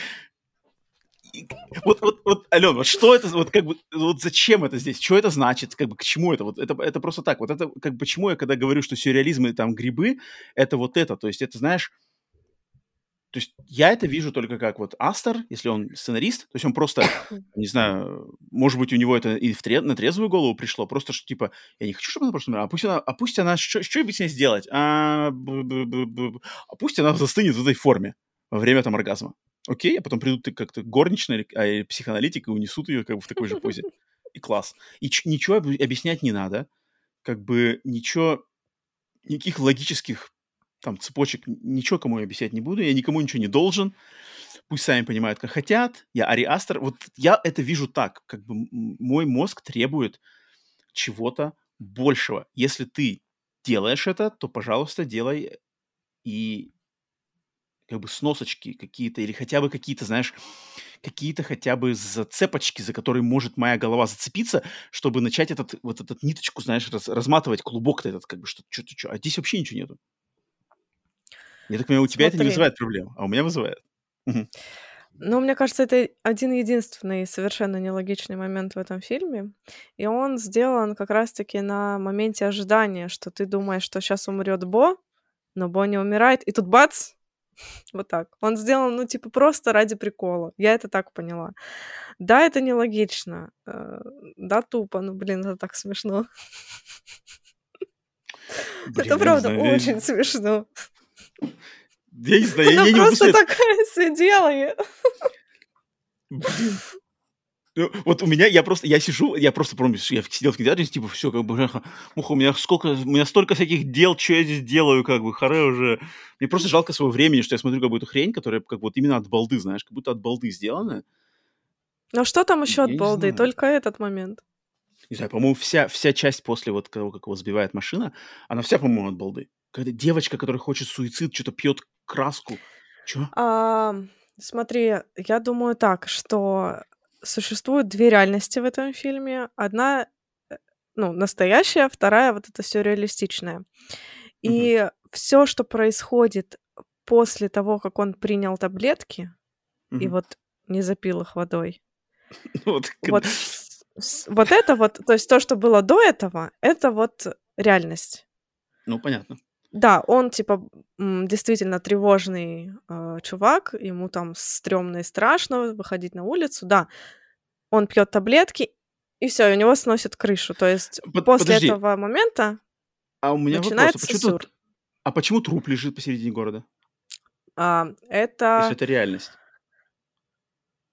и вот, Алён, вот что это, вот как бы, вот зачем это здесь? Что это значит? Как бы к чему это? Вот это просто так. Вот это как бы почему я когда говорю, что сюрреализм и там грибы — это вот это. То есть это, знаешь, то есть я это вижу только как вот Астер, если он сценарист, то есть он просто, не знаю, может быть, у него это и на трезвую голову пришло, просто что типа, я не хочу, чтобы она просто умерла, пусть она, что-нибудь с ней сделать, а пусть она застынет в этой форме во время там оргазма. Окей, а потом придут как-то горничная или психоаналитик и унесут ее как бы в такой же позе. И класс. И ничего объяснять не надо, как бы ничего, никаких логических там цепочек, ничего кому я объяснять не буду, я никому ничего не должен, пусть сами понимают, как хотят, я Ари Астер, вот я это вижу так, как бы мой мозг требует чего-то большего. Если ты делаешь это, то, пожалуйста, делай и как бы сносочки какие-то или хотя бы какие-то, знаешь, какие-то хотя бы зацепочки, за которые может моя голова зацепиться, чтобы начать вот этот ниточку, знаешь, разматывать клубок-то этот, как бы, что. А здесь вообще ничего нету. Я так понимаю, у тебя это не Смотри. вызывает проблем, а у меня вызывает. Мгм. Ну, мне кажется, это один-единственный совершенно нелогичный момент в этом фильме, и он сделан как раз-таки на моменте ожидания, что ты думаешь, что сейчас умрет Бо, но Бо не умирает, и тут бац! Вот так. Он сделан, ну, типа, просто ради прикола. Я это так поняла. Да, это нелогично, да, тупо, ну, блин, это так смешно. Это Блин, я не правда знаю, очень смешно. я не знаю, Она я не могу просто сказать. такая сидела и Блин. Ну, вот у меня, я сижу, я просто помню, что я сидел в кинотеатре, типа, все, как бы, бляха, муха, у меня столько всяких дел, что я здесь делаю, как бы, харе уже. Мне просто жалко своего времени, что я смотрю какую-то хрень, которая как бы вот именно от балды, знаешь, как будто от балды сделана. Но что там еще от Я не балды? знаю. Только этот момент. Не знаю, по-моему, вся часть после вот того, как его сбивает машина, она вся, по-моему, от балды. Какая-то девочка, которая хочет суицид, что-то пьет краску. Чё? Смотри, я думаю так, что существует 2 реальности в этом фильме. Одна, ну, настоящая, вторая вот эта сюрреалистичная. Мгм. И все, что происходит после того, как он принял таблетки и Мгм. вот не запил их водой, Ну вот, вот вот это вот, то есть то, что было до этого, это вот реальность. ну, понятно. Да, он типа, действительно тревожный, чувак, ему там стрёмно и страшно выходить на улицу. Да, он пьет таблетки, и все, у него сносит крышу. То есть после Подожди, этого момента а у меня вопрос, начинается сюр. а почему труп лежит посередине города, если Это это реальность?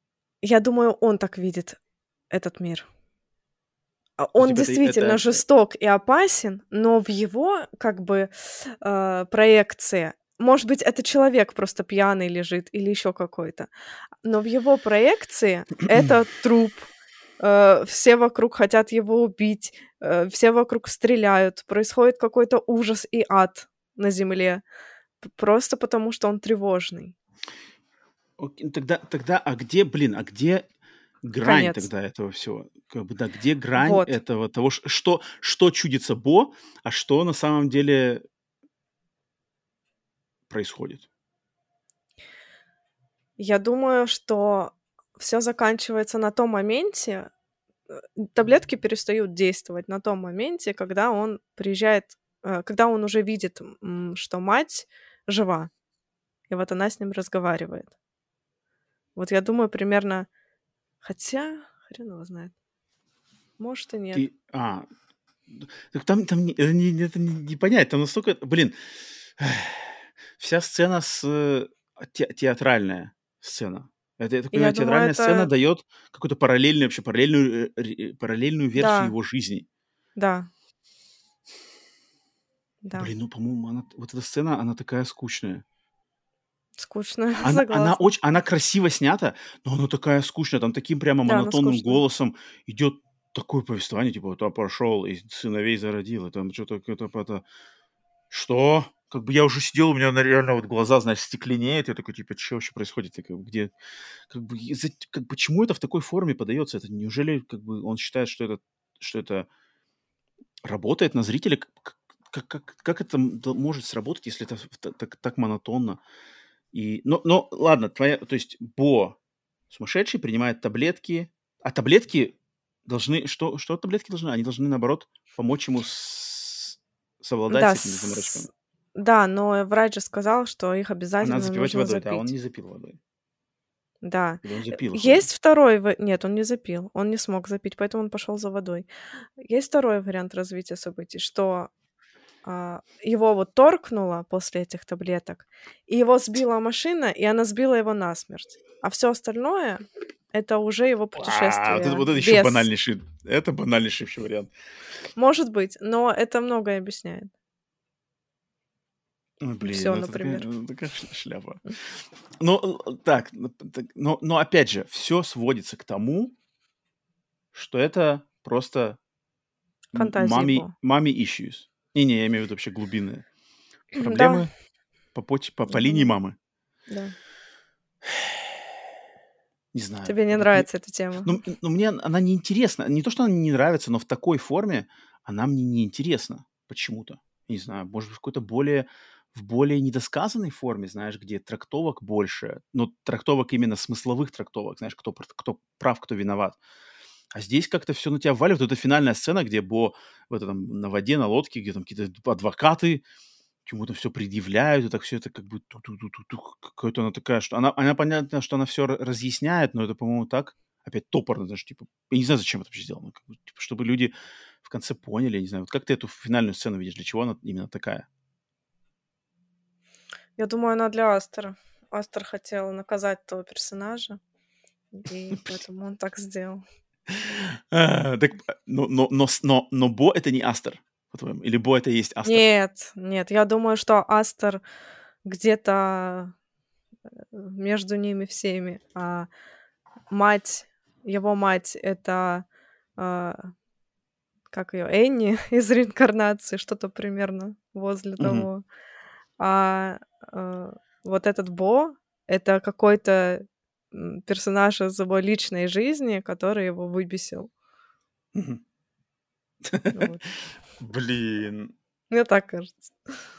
Я думаю, он так видит этот мир. Ну, Он типа, действительно жесток и опасен, но в его, как бы, проекции, может быть, это человек просто пьяный лежит или еще какой-то, но в его проекции это труп. Все вокруг хотят его убить, все вокруг стреляют, происходит какой-то ужас и ад на земле, просто потому что он тревожный. Окей, тогда, а где грань Конец. тогда этого всего? Как бы, да, где грань Вот. этого того, что чудится Бо, а что на самом деле происходит? Я думаю, что все заканчивается на том моменте, таблетки перестают действовать на том моменте, когда он приезжает, когда он уже видит, что мать жива, и вот она с ним разговаривает. Вот я думаю, примерно, хотя хрен его знает, может и нет. Так там это не понять, там настолько, блин, вся сцена театральная сцена. Это, я так Я понимаю, думаю, театральная сцена это дает какую-то параллельную, вообще параллельную версию да, его жизни. да, да, Блин, ну, по-моему, вот эта сцена, она такая скучная. скучно, Она согласна. очень, она красиво снята, но она такая скучная. Там таким прямо Да, она монотонным скучная. голосом идет такое повествование, типа, вот он пошел и сыновей зародил, и там что-то, это, что? Как бы я уже сидел, у меня реально вот глаза, знаешь, стекленеют, я такой, типа, что вообще происходит? И как бы, где, как бы, почему это в такой форме подается? Это неужели, как бы, он считает, что это работает на зрителя? Как это может сработать, если это так монотонно? Но ладно, то есть Бо сумасшедший, принимает таблетки, а таблетки должны, что таблетки должны? Они должны, наоборот, помочь ему совладать Да, с этими заморочками. да, но врач же сказал, что их Надо обязательно запивать нужно водой, да, он запить. не запил водой. Да. Или он запил их водой. Есть второй нет, он не запил, он не смог запить, поэтому он пошел за водой. Есть второй вариант развития событий, что, его вот торкнуло после этих таблеток, и его сбила машина, и она сбила его насмерть. А все остальное — это уже его Вот это, путешествие вот это еще без. банальнейший, это банальнейший вообще вариант. Может быть, но это многое объясняет. Ой, блин, Все, ну это такая, например. такая шляпа. Так, но опять же, все сводится к тому, что это просто Фантазии мами его. issues. Не, я имею в виду вообще глубинные Да, проблемы по я линии думаю, мамы. да. Не знаю. Тебе не Вот нравится эта тема? ну, мне она неинтересна. Не то, что она мне не нравится, но в такой форме она мне не интересна почему-то. Не знаю, может быть, в более недосказанной форме, знаешь, где трактовок больше, но трактовок именно смысловых трактовок, знаешь, кто прав, кто виноват. А здесь как-то все на тебя валивает. Вот эта финальная сцена, где Бо в этом на воде, на лодке, где там какие-то адвокаты чему-то все предъявляют, и так все это как бы ту-ту-ту-ту-ту, какая-то она такая, что она понятно, что она все разъясняет, но это, по-моему, так опять топорно даже, типа, я не знаю, зачем это вообще сделано, как бы, типа, чтобы люди в конце поняли, я не знаю, вот как ты эту финальную сцену видишь, для чего она именно такая? Я думаю, она для Астера. Астер хотел наказать этого персонажа, и поэтому он так сделал. Так, но Бо — это не Астер, по-твоему? Или Бо — это и есть Астер? Нет, нет, я думаю, что Астер где-то, между ними всеми, а мать, его мать — это, а, как ее, Энни из реинкарнации, что-то примерно возле Мгм. того. А, вот этот Бо — это какой-то, персонаж из его личной жизни, который его выбесил. Мгм. Вот. Блин. Мне так кажется.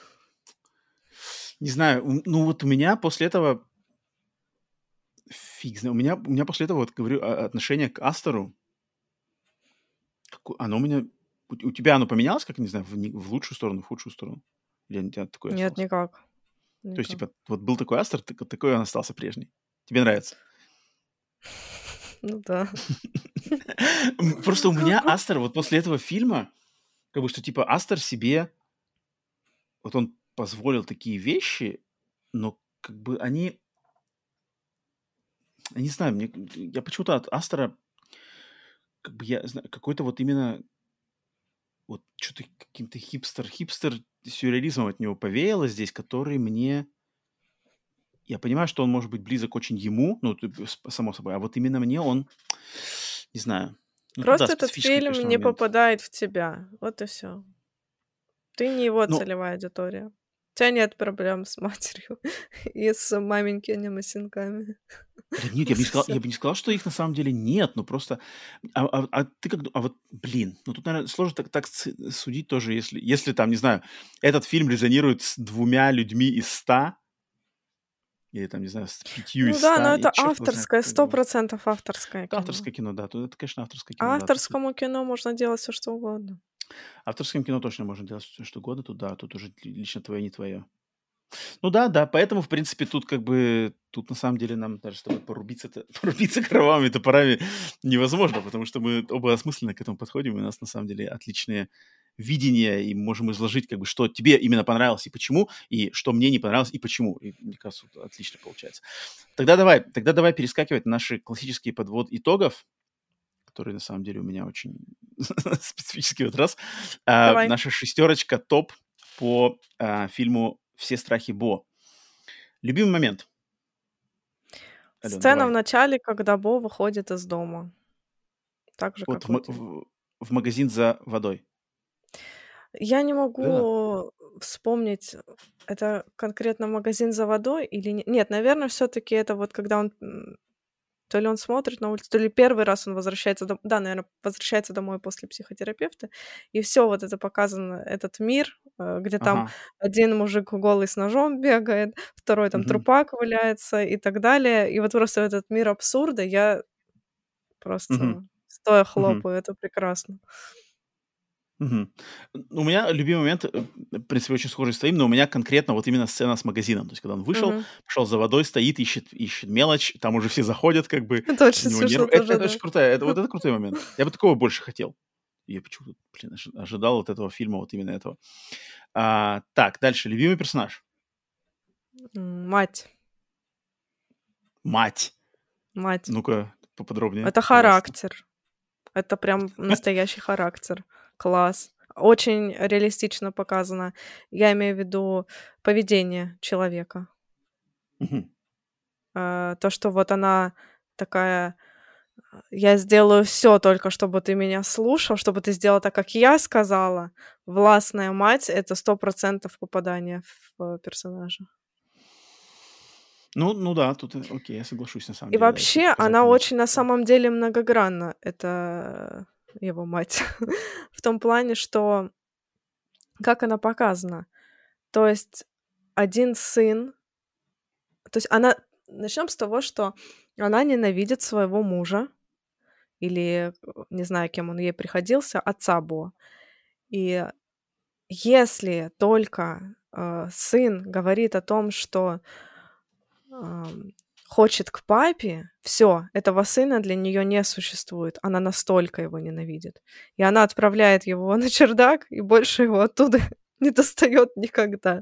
Не знаю, ну вот у меня после этого фиг знает, у меня после этого, вот говорю, отношение к Астеру. Оно у меня у тебя оно поменялось как, не знаю, в лучшую сторону, в худшую сторону? Или у тебя такой Нет, остался? никак. То есть, Никак. типа, вот был такой Астер, такой он остался прежний. Тебе нравится? Ну да. Просто у меня Астер вот после этого фильма, как бы, что, типа, Астер себе, вот он позволил такие вещи, но как бы они Я не знаю, я почему-то от Астера, как бы я знаю, какой-то вот именно вот что-то каким-то хипстер-сюрреализмом от него повеяло здесь, который мне... Я понимаю, что он может быть близок очень ему, ну, само собой, а вот именно мне он, не знаю, ну, тут да, Просто этот специфический, фильм конечно, не момент. попадает в тебя. Вот и все. Ты не его Ну, целевая аудитория. У тебя нет проблем с матерью и с маменькиными сынками. да нет, Вот и я всё. бы не сказал, что их на самом деле нет, но просто... ты как... А вот, блин, ну тут, наверное, сложно так судить тоже, если там, не знаю, этот фильм резонирует с 2 людьми из 100, или там, не знаю, с 5 Ну из да, 100, но и это черт его знает, авторское, как бы... 100% авторское Это кино. авторское кино, да, тут это, конечно, авторское кино, А да, тут авторскому кино можно делать все что угодно. авторским кино точно можно делать все что угодно, тут да, тут уже лично твое, не твое. Ну да, да, поэтому, в принципе, тут как бы, тут на самом деле нам даже с тобой порубиться кровавыми топорами невозможно, потому что мы оба осмысленно к этому подходим, и у нас на самом деле отличные видения, и можем изложить, как бы, что тебе именно понравилось и почему, и что мне не понравилось и почему. И мне кажется, вот отлично получается. Тогда давай перескакивать на наши классические подвод итогов, которые на самом деле у меня очень специфический вот раз. Давай. Наша шестерочка топ по фильму «Все страхи Бо». Любимый момент. Алена, Сцена в давай. начале, когда Бо выходит из дома. Так же, Вот как у тебя. в магазин за водой. Я не Да. могу вспомнить, это конкретно магазин за водой или нет, наверное, все таки это вот когда он, то ли он смотрит на улицу, то ли первый раз он возвращается да, наверно, возвращается домой после психотерапевта, и все вот это показано, этот мир, где там Ага. один мужик голый с ножом бегает, второй там Мгм. трупак валяется и так далее. И вот просто этот мир абсурда я Мгм. просто стоя Мгм. хлопаю, это прекрасно. Мгм. У меня любимый момент, в принципе, очень схожий с твоим, но у меня конкретно вот именно сцена с магазином. То есть, когда он вышел, Мгм. пошел за водой, стоит, ищет мелочь, там уже все заходят, как бы, Это у очень него смешно нервы. тоже, Это да. очень крутая, вот это крутой момент. Я бы такого больше хотел. Я почему-то, блин, ожидал от этого фильма вот именно этого. Так, дальше. Любимый персонаж. Мать, Мать. мать. Ну-ка, поподробнее, Это пожалуйста. характер. Это прям настоящий характер. Класс. Очень реалистично показано. Я имею в виду поведение человека. Мгм. То, что вот она такая: "Я сделаю все только чтобы ты меня слушал, чтобы ты сделал так, как я сказала". Властная мать — это 100% попадание в персонажа. Ну да, тут, окей, я соглашусь на самом И деле, да, если вообще показать она именно очень на что-то. самом деле многогранна, это его мать. В том плане, что как она показана. То есть один сын, то есть она начнем с того, что она ненавидит своего мужа или, не знаю, кем он ей приходился, отца Бо. И если только, сын говорит о том, что, ам, хочет к папе, все, этого сына для нее не существует. Она настолько его ненавидит. И она отправляет его на чердак и больше его оттуда не достает никогда.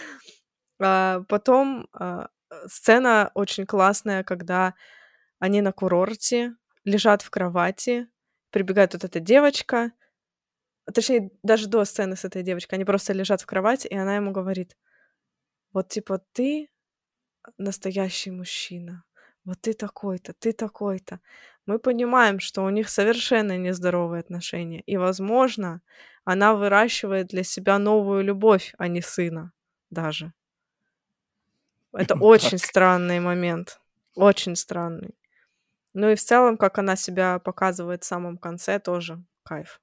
Потом, сцена очень классная, когда они на курорте, лежат в кровати, прибегает вот эта девочка, точнее, даже до сцены с этой девочкой, они просто лежат в кровати, и она ему говорит: "Вот типа ты настоящий мужчина, вот ты такой-то, ты такой-то". Мы понимаем, что у них совершенно нездоровые отношения, и, возможно, она выращивает для себя новую любовь, а не сына даже. Это очень Так. странный момент, очень странный. Ну и в целом, как она себя показывает в самом конце, тоже кайф.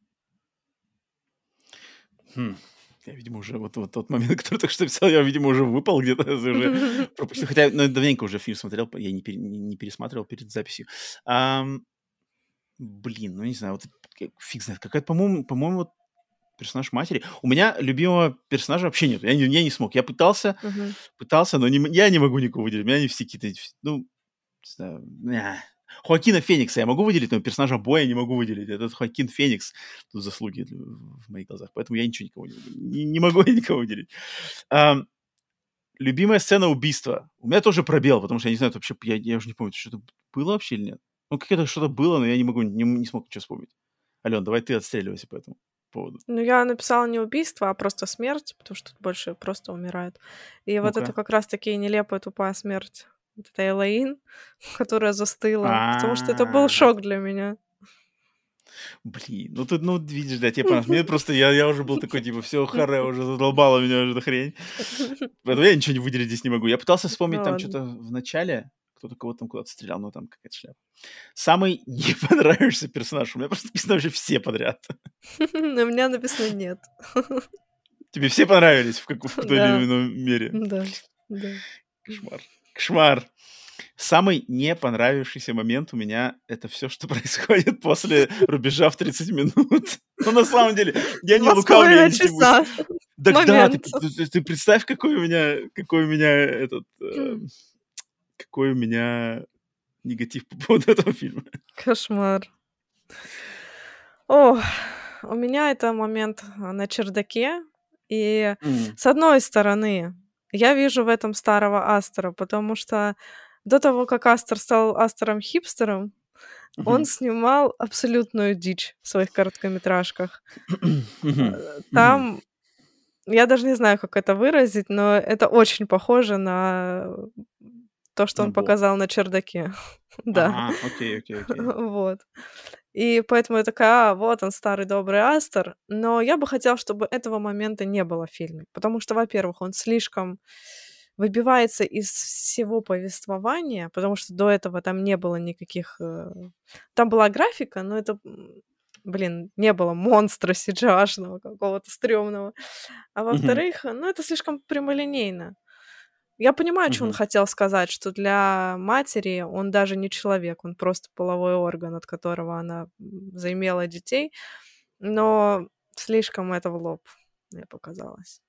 Хм. Я, видимо, уже вот тот момент, который только что писал, я, видимо, уже выпал где-то, уже пропустил. Хотя, ну, давненько уже фильм смотрел, я не пересматривал перед записью. Ам, блин, ну, не знаю, вот фиг знает. Какая-то, по-моему, вот персонаж матери. У меня любимого персонажа вообще нет. Я не смог. Я Мгм. пытался, но я не могу никого выделить. У меня они все какие-то, ну, не знаю, Хоакина Феникса я могу выделить, но персонажа Боя не могу выделить. Этот Хоакин Феникс тут заслуги в моих глазах. Поэтому я ничего никого не могу я никого выделить. Ам, любимая сцена убийства. У меня тоже пробел, потому что я не знаю, это вообще, я уже не помню, что это было вообще или нет? Ну, какое-то что-то было, но я не смог ничего вспомнить. Ален, давай ты отстреливайся по этому поводу. Ну, я написала не убийство, а просто смерть, потому что тут больше просто умирают. И вот это Ну-ка. как раз-таки нелепая тупая смерть. Вот это Элоин, которая застыла, потому что это был А, шок для меня. блин, ну тут, ну, видишь, да, тебе понравилось. Мне просто, я уже был такой, типа, все, харе, уже задолбала меня уже эта хрень. Поэтому я ничего не выделить здесь не могу. Я пытался вспомнить Ну там ладно. что-то в начале, кто-то кого-то там куда-то стрелял, но там какая-то шляпа. Самый не понравившийся персонаж. У меня просто написано вообще все подряд. У меня написано нет. Тебе все понравились в той или Да, иной мере? да, да. Кошмар. Кошмар. Самый не понравившийся момент у меня — это все, что происходит после рубежа в 30 минут. Ну, на самом деле, я не Два с лукавлю, я половиной не стебусь. часа. Так да, Момент. ты представь, какой у меня негатив по поводу этого фильма. Кошмар. Ох, у меня это момент, на чердаке. И, М, с одной стороны, я вижу в этом старого Астера, потому что до того, как Астер стал Астером-хипстером, он мгм. снимал абсолютную дичь в своих короткометражках. Мгм. Мгм. Там я даже не знаю, как это выразить, но это очень похоже на то, что он Набор. показал на чердаке. Да, Окей, окей, окей. вот. И поэтому я такая: вот он, старый добрый Астер. Но я бы хотела, чтобы этого момента не было в фильме. Потому что, во-первых, он слишком выбивается из всего повествования, потому что до этого там не было никаких, там была графика, но это, блин, не было монстра CGI-шного какого-то стрёмного. А Мгм. во-вторых, ну, это слишком прямолинейно. Я понимаю, чё он Мгм. хотел сказать, что для матери он даже не человек, он просто половой орган, от которого она, заимела детей, но слишком это в лоб, мне показалось.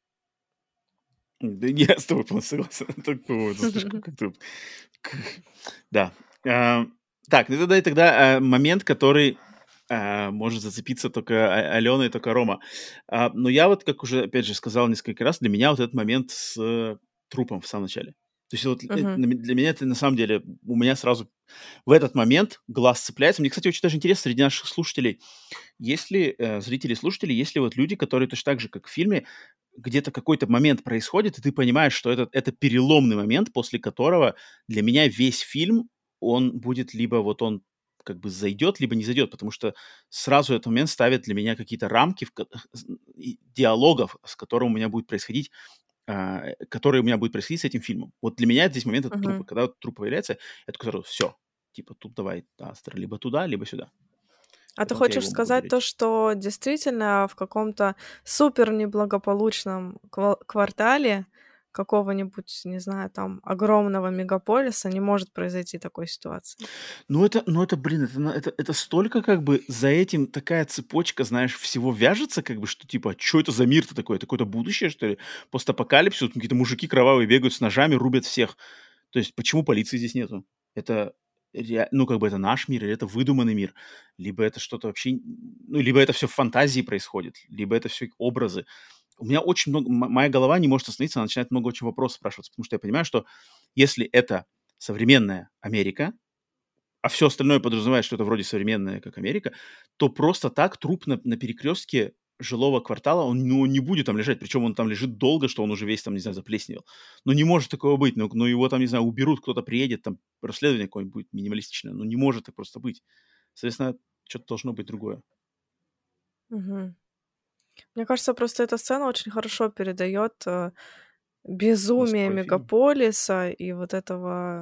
Да, я с тобой полностью согласен. Это слишком как-то к да. А, так, ну тогда, момент, который, может зацепиться только Алена и только Рома. Но я вот, как уже опять же сказал несколько раз, для меня вот этот момент с трупом в самом начале. То есть вот, Мгм. для меня это на самом деле, у меня сразу в этот момент глаз цепляется. Мне, кстати, очень даже интересно среди наших слушателей, есть ли, зрителей, слушателей, есть ли вот люди, которые точно так же, как в фильме, где-то какой-то момент происходит, и ты понимаешь, что это переломный момент, после которого для меня весь фильм, он будет либо вот он как бы зайдет, либо не зайдет, потому что сразу этот момент ставит для меня какие-то рамки и диалогов, с которым у меня будет происходить, которые у меня будет происходить с этим фильмом. Вот для меня здесь момент — это трупы. Мгм. Когда вот труп появляется, я такой сразу: все, типа тут давай, Астра, либо туда, либо сюда. А ты Вот я хочешь его могу сказать то, говорить. что действительно в каком-то супер неблагополучном квартале какого-нибудь, не знаю, там, огромного мегаполиса не может произойти такой ситуации? Блин, это столько как бы за этим такая цепочка, знаешь, всего вяжется, как бы, что типа, что это за мир-то такой? Это какое-то будущее, что ли? Постапокалипсис, тут какие-то мужики кровавые бегают с ножами, рубят всех. То есть почему полиции здесь нету? Это ну, как бы это наш мир или это выдуманный мир? Либо это что-то вообще, ну, либо это все в фантазии происходит, либо это все образы. У меня очень много, моя голова не может остановиться, она начинает много очень вопросов спрашиваться, потому что я понимаю, что если это современная Америка, а все остальное подразумевает, что это вроде современное, как Америка, то просто так труп на перекрестке жилого квартала, он, ну, не будет там лежать. Причем он там лежит долго, что он уже весь там, не знаю, заплесневел. Ну, не может такого быть. Ну, его там, не знаю, уберут, кто-то приедет, там расследование какое-нибудь будет минималистичное. Ну, не может так просто быть. Соответственно, что-то должно быть другое. Мгм. Мне кажется, просто эта сцена очень хорошо передает безумие Настрой фильма. мегаполиса и вот этого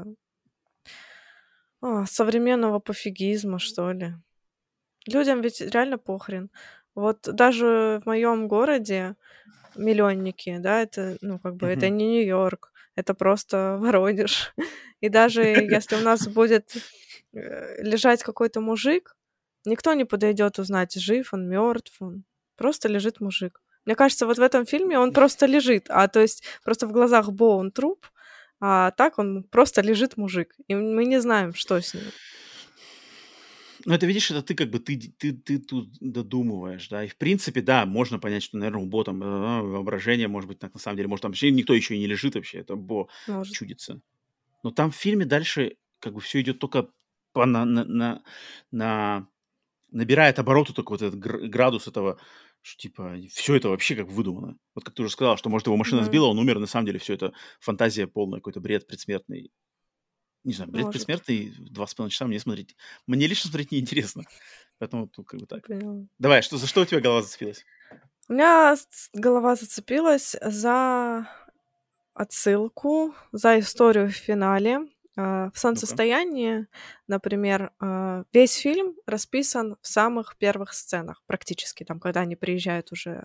современного пофигизма, что ли. Людям ведь реально похрен. Вот даже в моем городе миллионники, да, это, ну, как бы, это Мгм. не Нью-Йорк, это просто Воронеж. И даже если у нас будет лежать какой-то мужик, никто не подойдет узнать, жив он, мертв он. Просто лежит мужик. Мне кажется, вот в этом фильме он просто лежит, то есть просто в глазах Бо он труп, а так он просто лежит мужик. И мы не знаем, что с ним. Ну, это, видишь, это ты как бы, ты тут додумываешь, да. И, в принципе, да, можно понять, что, наверное, у Бо там воображение, может быть, так на самом деле, может, там вообще никто еще и не лежит вообще, это Бо Может. чудится. Но там в фильме дальше как бы все идет только набирает обороты только вот этот градус этого, что типа все это вообще как выдумано. Вот как ты уже сказал, что, может, его машина Мгм. сбила, он умер, на самом деле все это фантазия полная, какой-то бред предсмертный. Не знаю, бред Может, предсмертный 2,5 часа мне смотреть. Мне лично смотреть неинтересно. Поэтому тут как бы так. поняла. Давай, за что у тебя голова зацепилась? У меня голова зацепилась за отсылку, за историю в финале. В Ну-ка. «Солнцестоянии», например, весь фильм расписан в самых первых сценах, практически, там, когда они приезжают уже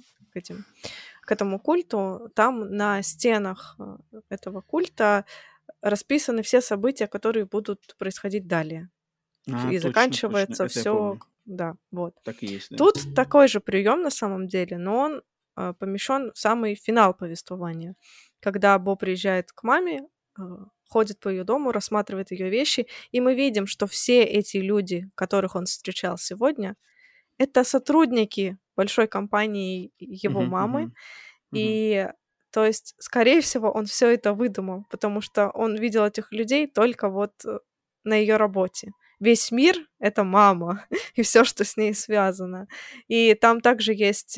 к этому культу, там на стенах этого культа расписаны все события, которые будут происходить далее. И Точно, точно, заканчивается это я все, помню. да, вот. Так и есть, да. Тут такой же прием на самом деле, но он помещен в самый финал повествования, когда Бо приезжает к маме, ходит по ее дому, рассматривает ее вещи, и мы видим, что все эти люди, которых он встречал сегодня, это сотрудники большой компании его Мгм, мамы, мгм, мгм. и то есть, скорее всего, он все это выдумал, потому что он видел этих людей только вот на ее работе. Весь мир — это мама и все, что с ней связано. И там также есть,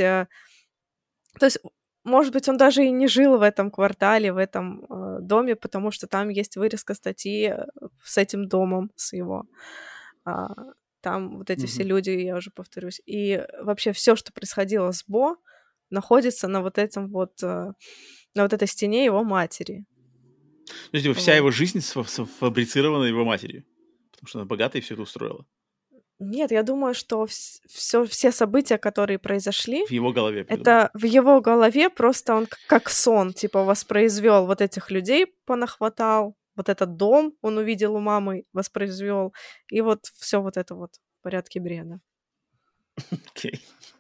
то есть, может быть, он даже и не жил в этом квартале, в этом доме, потому что там есть вырезка статьи с этим домом, с его. А, Там вот эти все Мгм. люди, я уже повторюсь. И вообще все, что происходило с Бо, находится на вот этом вот, на вот этой стене его матери. То есть, типа, вся Вот. его жизнь сфабрицирована его матерью, потому что она богата и все это устроила. Нет, я думаю, что все события, которые произошли, В его голове придумал. это в его голове просто он как сон, типа, воспроизвел вот этих людей, понахватал, вот этот дом он увидел у мамы, воспроизвел, и вот все вот это вот в порядке бреда. Окей.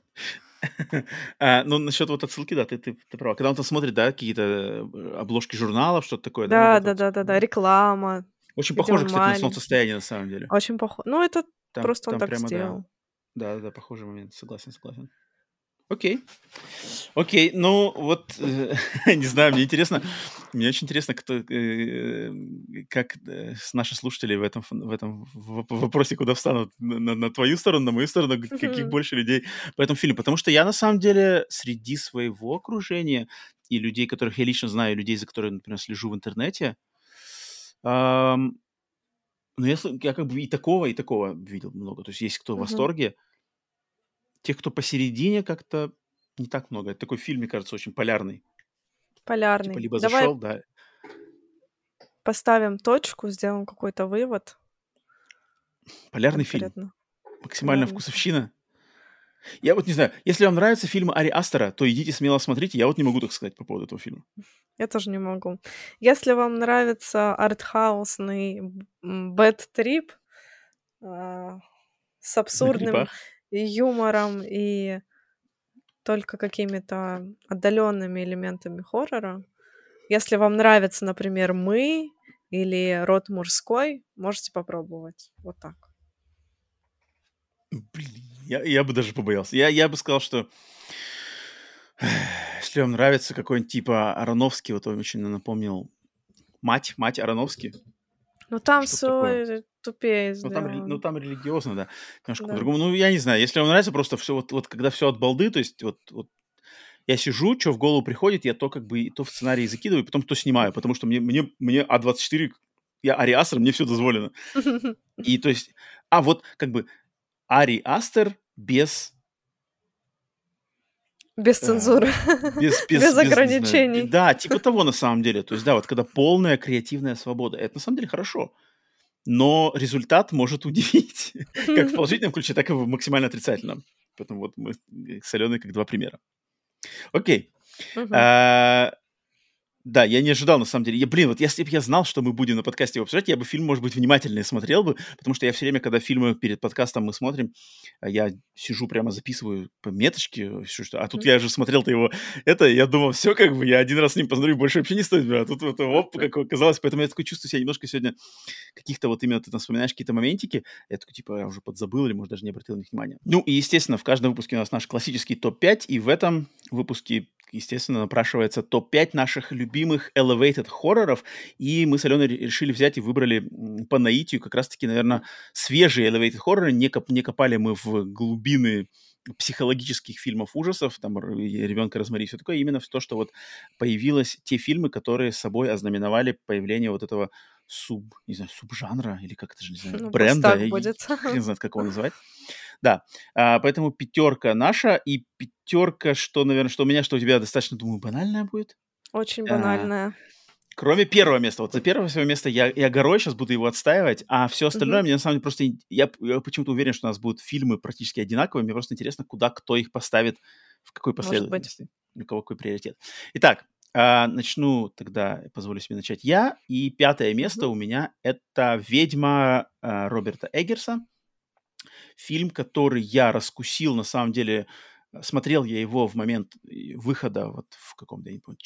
Ну, насчет вот отсылки, да, ты права. Когда он там смотрит, да, какие-то обложки журналов, что-то такое, да, вот Да, это вот. да-да-да-да, реклама, Очень где похоже, он кстати, на маленький. солнцестояние на самом деле. Очень похоже. Ну, это Там, просто он там так прямо, да. сделал. Да-да-да, похожий момент. Согласен, согласен. Окей. Окей, ну вот, не знаю, мне очень интересно, как наши слушатели в этом вопросе, куда встанут, на твою сторону, на мою сторону, каких больше людей по этому фильму. Потому что я, на самом деле, среди своего окружения и людей, которых я лично знаю, людей, за которыми, например, слежу в интернете, ам, ну, я как бы и такого видел много. То есть есть кто в Мгм. восторге, тех, кто посередине, как-то не так много. Это такой фильм, мне кажется, очень полярный. Типа Полярный. либо Давай зашел, да. поставим точку, сделаем какой-то вывод Полярный фильм. конкретно. Максимально Полярный фильм. вкусовщина. Я вот не знаю, если вам нравятся фильмы Ари Астера, то идите смело смотрите. Я вот не могу так сказать по поводу этого фильма. Я тоже не могу. Если вам нравится артхаусный bad trip а, с На абсурдным грибах. юмором и только какими-то отдаленными элементами хоррора, если вам нравится, например, «Мы» или «Род мужской», можете попробовать. Вот так. Блин, я бы даже побоялся. Я бы сказал, что если вам нравится какой-нибудь типа Аронофский, вот он очень напомнил мать Аронофски, Но там что-то такое. все тупее Ну, сделано. там религиозно, да, немножко Да. по-другому. Ну, я не знаю, если вам нравится просто все, вот когда все от балды, то есть вот я сижу, что в голову приходит, я то как бы то в сценарий закидываю, потом то снимаю, потому что мне А24, я Ари Астер, мне все дозволено. И то есть, вот как бы Ари Астер Без цензуры, без не знаю, ограничений. да, типа того на самом деле. То есть, да, вот когда полная креативная свобода, это на самом деле хорошо. Но результат может удивить, как в положительном ключе, так и в максимально отрицательном. Поэтому вот мы с Аленой как два примера. Окей. Мгм. А, Да, я не ожидал, на самом деле. Вот если бы я знал, что мы будем на подкасте его обсуждать, я бы фильм, может быть, внимательнее смотрел бы, потому что я все время, когда фильмы перед подкастом мы смотрим, я сижу прямо записываю по меточке, а тут Мгм. я же смотрел-то его, я думал, все как бы, я один раз с ним посмотрю, больше вообще не стоит, а тут вот, оп, как оказалось, поэтому я такой чувствую себя немножко сегодня каких-то вот именно, ты там вспоминаешь какие-то моментики, я такой, типа, я уже подзабыл или, может, даже не обратил на них внимания. Ну, и, естественно, в каждом выпуске у нас наш классический топ-5, и в этом выпуске естественно, напрашивается топ-5 наших любимых elevated хорроров, и мы с Аленой решили взять и выбрали по наитию как раз-таки, наверное, свежие elevated хорроры. Не копали мы в глубины психологических фильмов ужасов, там, «Ребенка Розмари» и все такое, именно в то, что вот появилось те фильмы, которые с собой ознаменовали появление вот этого не знаю, субжанра, или как это же, не знаю, Ну, пусть бренда, так будет. хрен знает, как его называть. Да, поэтому пятерка наша и пятерка, что, наверное, что у меня, что у тебя, достаточно, думаю, банальная будет. Очень А, банальная. Кроме первого места. Вот за первое свое место я горой сейчас буду его отстаивать, а все остальное Мгм. мне на самом деле просто... Я почему-то уверен, что у нас будут фильмы практически одинаковые. Мне просто интересно, куда кто их поставит, в какой Может быть. последовательности, у кого какой приоритет. Итак, начну тогда, позволю себе начать я. И пятое место Мгм. у меня — это «Ведьма» Роберта Эггерса. Фильм, который я раскусил, на самом деле, смотрел я его в момент выхода вот в каком-то, я не помню,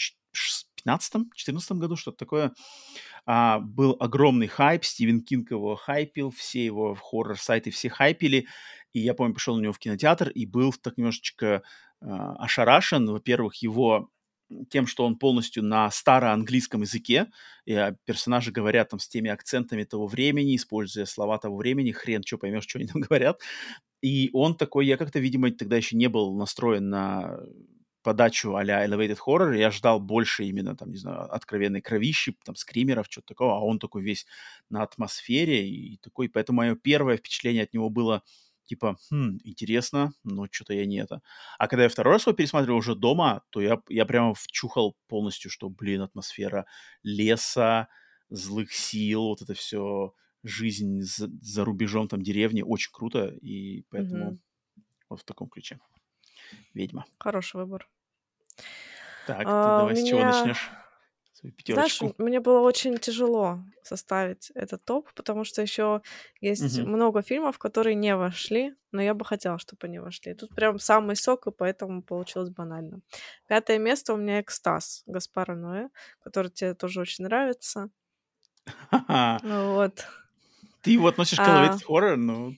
15-14 году, что-то такое. Был огромный хайп, Стивен Кинг его хайпил, все его хоррор-сайты все хайпили, и я помню, пошел на него в кинотеатр и был так немножечко ошарашен, во-первых, его тем, что он полностью на староанглийском языке, и персонажи говорят там с теми акцентами того времени, используя слова того времени, хрен что поймешь, что они там говорят. И он такой, я как-то, видимо, тогда еще не был настроен на подачу а-ля Elevated Horror, я ждал больше именно, там, не знаю, откровенной кровищи, там, скримеров, что-то такого, а он такой весь на атмосфере и такой, поэтому мое первое впечатление от него было, типа, интересно, но что-то я не это. А когда я второй раз его пересматривал уже дома, то я прямо вчухал полностью, что, блин, атмосфера леса, злых сил, вот это все, жизнь за рубежом, там, деревни, очень круто, и поэтому Мгм. вот в таком ключе. «Ведьма». Хороший выбор. Так, ты У давай с чего меня, начнешь свою знаешь, пятерочку? мне было очень тяжело составить этот топ, потому что еще есть Мгм. много фильмов, которые не вошли, но я бы хотела, чтобы они вошли. Тут прям самый сок, и поэтому получилось банально. Пятое место у меня «Экстаз» Гаспара Ноэ, который тебе тоже очень нравится. Ха-ха. Вот. Ты его относишь к А, elevated horror?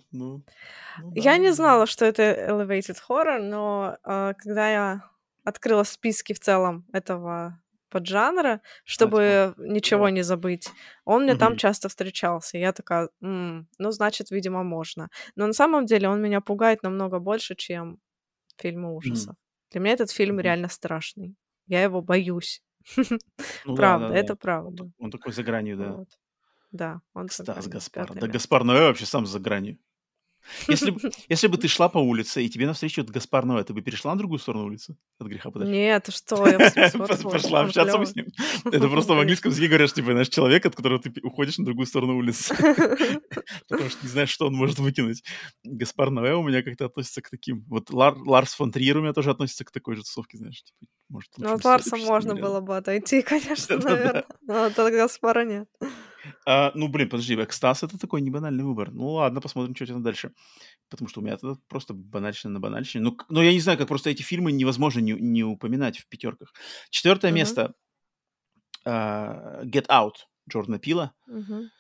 Ну я да, не да. знала, что это elevated horror, но, когда я открыла списки в целом этого поджанра, Типа, чтобы ничего вау. не забыть, он мне там Мгм. часто встречался. И я такая: ну, значит, видимо, можно". Но на самом деле он меня пугает намного больше, чем фильмы Мгм. ужасов. Для меня этот фильм Мгм. реально страшный. Я его боюсь. Ну да, Правда, да-да. это правда. Он такой за гранью, да. Вот. Да, он за Экстаз гранью. Гаспара. 5 Да место. Гаспар Ноэ вообще сам за гранью. Если бы ты шла по улице, и тебе навстречу вот Гаспар Ноэ, ты бы перешла на другую сторону улицы от греха подальше? Нет, ты что, я с ним сфоткалась, Пошла он общаться бы клёвый. с ним. Это просто в английском Конечно. языке говорят, что, типа, знаешь, человек, от которого ты уходишь на другую сторону улицы, потому что не знаешь, что он может выкинуть. Гаспар Ноэ у меня как-то относится к таким. Вот Ларс фон Триер у меня тоже относится к такой же тусовке, знаешь, типа, может, Ну, лучше от в Ларса следующий с ним можно рядом. было бы отойти, конечно, Да-да-да. наверно, но от Гаспара нет. Ну, блин, подожди, «Экстаз» — это такой небанальный выбор. Ну ладно, посмотрим, что у тебя там дальше. Потому что у меня это просто банальщина на банальщине. Ну, я не знаю, как просто эти фильмы невозможно не упоминать в пятерках. Четвертое Мгм, место «Get Out» Джордана Пила. мгм,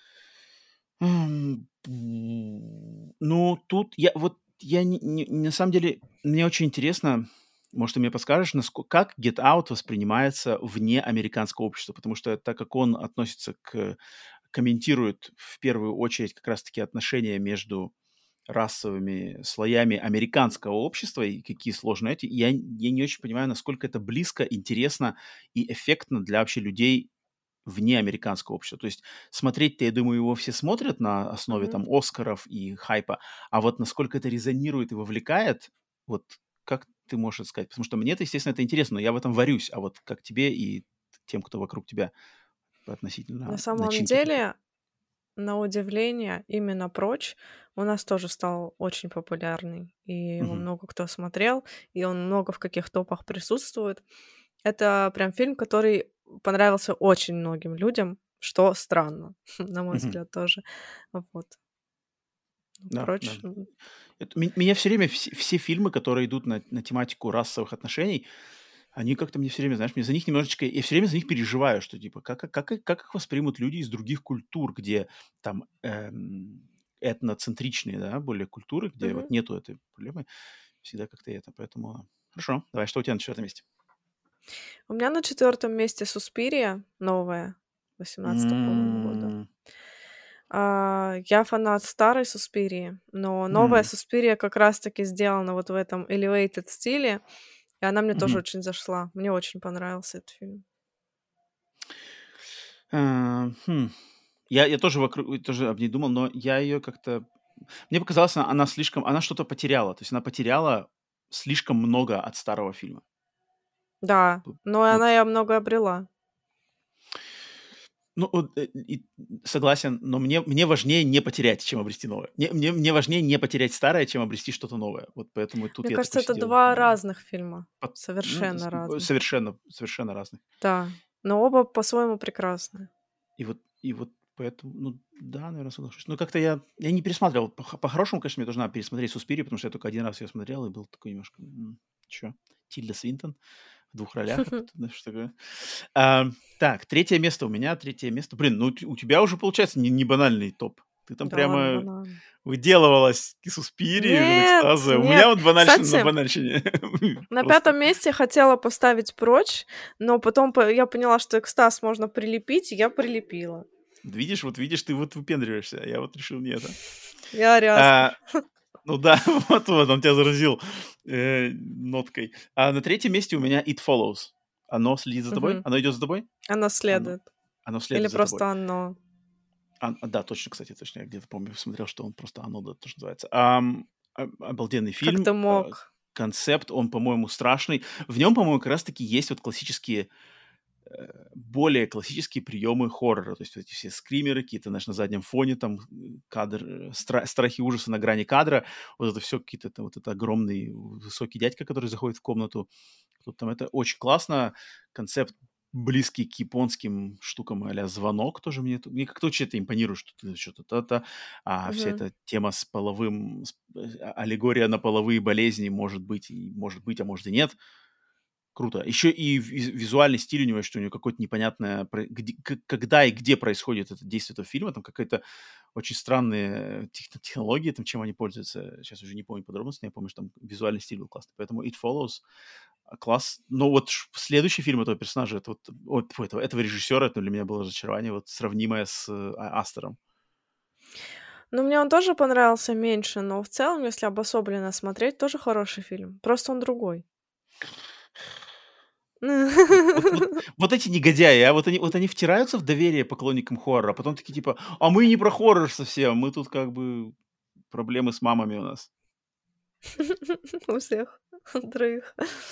Ну, тут я на самом деле, мне очень интересно, может, ты мне подскажешь, как Get Out воспринимается вне американского общества, потому что так как он относится комментирует в первую очередь как раз-таки отношения между расовыми слоями американского общества и какие сложные эти. Я не очень понимаю, насколько это близко, интересно и эффектно для вообще людей вне американского общества. То есть смотреть-то, я думаю, его все смотрят на основе мгм. там Оскаров и хайпа, а вот насколько это резонирует и вовлекает, вот как ты можешь это сказать? Потому что мне-то, естественно, это интересно, но я в этом варюсь, а вот как тебе и тем, кто вокруг тебя На относительно самом начинки такой? деле, на удивление, именно «Прочь» у нас тоже стал очень популярный, и его Мгм. много кто смотрел, и он много в каких топах присутствует. Это прям фильм, который понравился очень многим людям, что странно, на мой Мгм. взгляд, тоже. Вот. Да, да. «Прочь», Меня все время все фильмы, которые идут на тематику расовых отношений, они как-то мне все время, знаешь, мне за них немножечко я все время за них переживаю, что типа как их воспримут люди из других культур, где там, этноцентричные, да, более культуры, где мгм. вот нету этой проблемы. Всегда как-то это. Поэтому хорошо. Давай, что у тебя на четвертом месте? У меня на 4 месте «Суспирия» новая, 18-го, по-моему, года. Я фанат старой «Суспирии», но новая «Суспирия» как раз-таки сделана вот в этом elevated стиле, и она мне тоже очень зашла. Мне очень понравился этот фильм. Я тоже об ней думал, но я ее как-то... Мне показалось, она что-то потеряла. То есть она потеряла слишком много от старого фильма. Да, но Вот. она и много обрела. Ну, согласен, но мне важнее не потерять, чем обрести новое. Мне важнее не потерять старое, чем обрести что-то новое. Вот поэтому тут Мне я кажется, такой это сидел. 2 разных фильма, Ну, совершенно разных. совершенно разных. Да, но оба по-своему прекрасны. И вот поэтому, ну да, наверное, соглашусь. Но как-то я не пересматривал. По-хорошему, конечно, мне должна пересмотреть «Суспирию», потому что я только один раз ее смотрел и был такой немножко... Чё? Тильда Свинтон в 2 ролях? Что такое? Так, 3 место у меня. 3 место. Блин, ну у тебя уже получается не банальный топ. Ты там Да ладно, прямо банан. выделывалась и «Суспирию», и Нет, «Экстаза». У меня нет. вот банальщина на Кстати, банальщине. на Просто. 5 месте хотела поставить «Прочь», но потом я поняла, что «Экстаз» можно прилепить, и я прилепила. Видишь, ты вот выпендриваешься, а я вот решил не это. Я Ари Ну да, вот он тебя заразил ноткой. А на 3 месте у меня «It Follows». Оно следит за тобой? Мгм. Оно идет за тобой? Она Оно, следует. оно Или следует за тобой. просто «Оно». Да, точно, кстати, точно. Я где-то помню, смотрел, что он просто «Оно», да, тоже называется. Обалденный Как фильм. ты мог? Концепт, он, по-моему, страшный. В нем, по-моему, как раз-таки есть вот более классические приемы хоррора. То есть вот эти все скримеры, какие-то, знаешь, на заднем фоне, там кадр, страхи, ужасы на грани кадра. Вот это все какие-то, вот это огромный высокий дядька, который заходит в комнату. Тут там это очень классно. Концепт близкий к японским штукам а-ля «Звонок» тоже мне как-то очень это импонирует, что ты что-то то-то. А вся Мгм. эта тема аллегория на половые болезни может быть, а может и нет. Круто. Еще и визуальный стиль у него, что у него какое-то непонятное, когда и где происходит это действие этого фильма, там какая-то очень странные технологии, там, чем они пользуются. Сейчас уже не помню подробности, но я помню, что там визуальный стиль был классный. Поэтому It Follows класс. Но вот следующий фильм этого персонажа, этого режиссера, это для меня было разочарование, вот сравнимое с Астером. Ну, мне он тоже понравился меньше, но в целом, если обособленно смотреть, тоже хороший фильм. Просто он другой. Вот эти негодяи, вот они втираются в доверие поклонникам хоррора, а потом такие типа, а мы не про хоррор совсем, мы тут как бы проблемы с мамами у нас. У всех 3.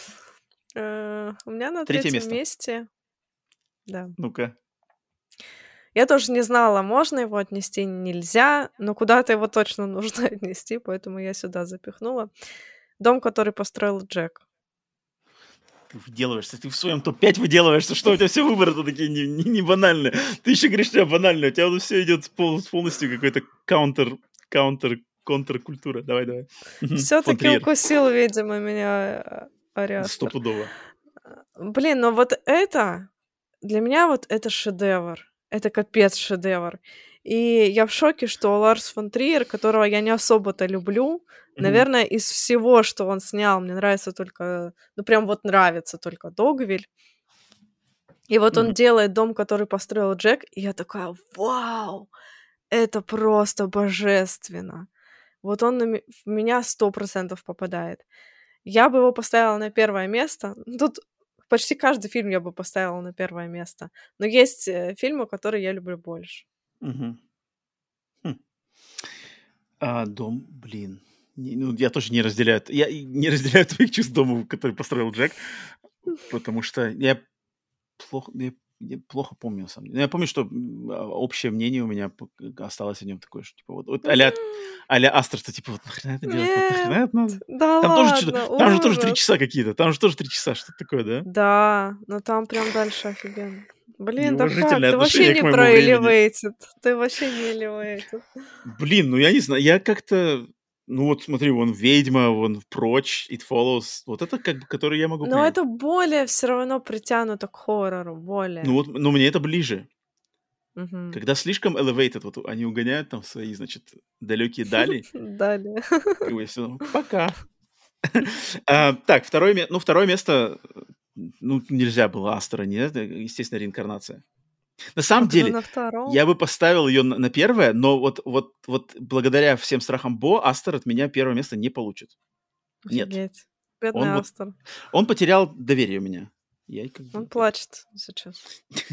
У меня на 3 3 место. месте, да. Ну-ка. Я тоже не знала, можно его отнести, нельзя, но куда-то его точно нужно отнести, поэтому я сюда запихнула. «Дом, который построил Джек». Ты выделываешься, ты в своем топ-5 выделываешься, что у тебя все выборы-то такие не банальные. Ты еще говоришь, что банально, у тебя вот все идет полностью какой-то контркультура. Давай. все Фон таки Триер. укусил, видимо, меня Ари Астер. Стопудово. Блин, но вот это для меня вот это шедевр. Это капец шедевр. И я в шоке, что Ларс фон Триер, которого я не особо-то люблю, Мгм. наверное, из всего, что он снял, мне нравится только, ну прям вот нравится только «Догвилль». И вот он Мгм. делает «Дом, который построил Джек», и я такая: «Вау! Это просто божественно!» Вот он в меня 100% попадает. Я бы его поставила на 1 место. Ну, тут почти каждый фильм я бы поставила на 1 место. Но есть, фильмы, которые я люблю больше. Мгм. Хм. Дом, блин. Ну, я тоже не разделяю. Я и не разделяю твоих чувств дома, который построил Джек, потому что я плохо помню, на самом деле. Но я помню, что общее мнение у меня осталось о нем такое, что типа вот а-ля Астер, что типа вот нахрена это делать, вот Нет, нахрена это надо? да Там тоже что-то, ладно, там же тоже 3 ужас. часа какие-то, там же тоже 3 часа, что-то такое, да? Да, но там прям дальше офигенно. Блин, да как? Неуважительное Ты вообще отношение к не моему про времени. Elevated. Ты вообще не Elevated. Блин, ну я не знаю, я как-то, ну вот смотри, вон «Ведьма», вон «Прочь», «It Follows», вот это как бы, который я могу Но принять. это более все равно притянуто к хоррору, Ну более. вот, ну мне это ближе. Мгм. Когда слишком elevated, вот они угоняют там в свои, значит, далекие дали, Далее. как бы всё, пока. Так, второе место, ну, нельзя было Астера, нет, естественно, реинкарнация. На самом Тогда деле, на втором. я бы поставил ее на первое, но вот благодаря всем страхам Бо, Астер от меня первое место не получит. Нет. Офигеть. Бедный Он вот, Астер. он потерял доверие у меня. Я как Он бы... плачет сейчас.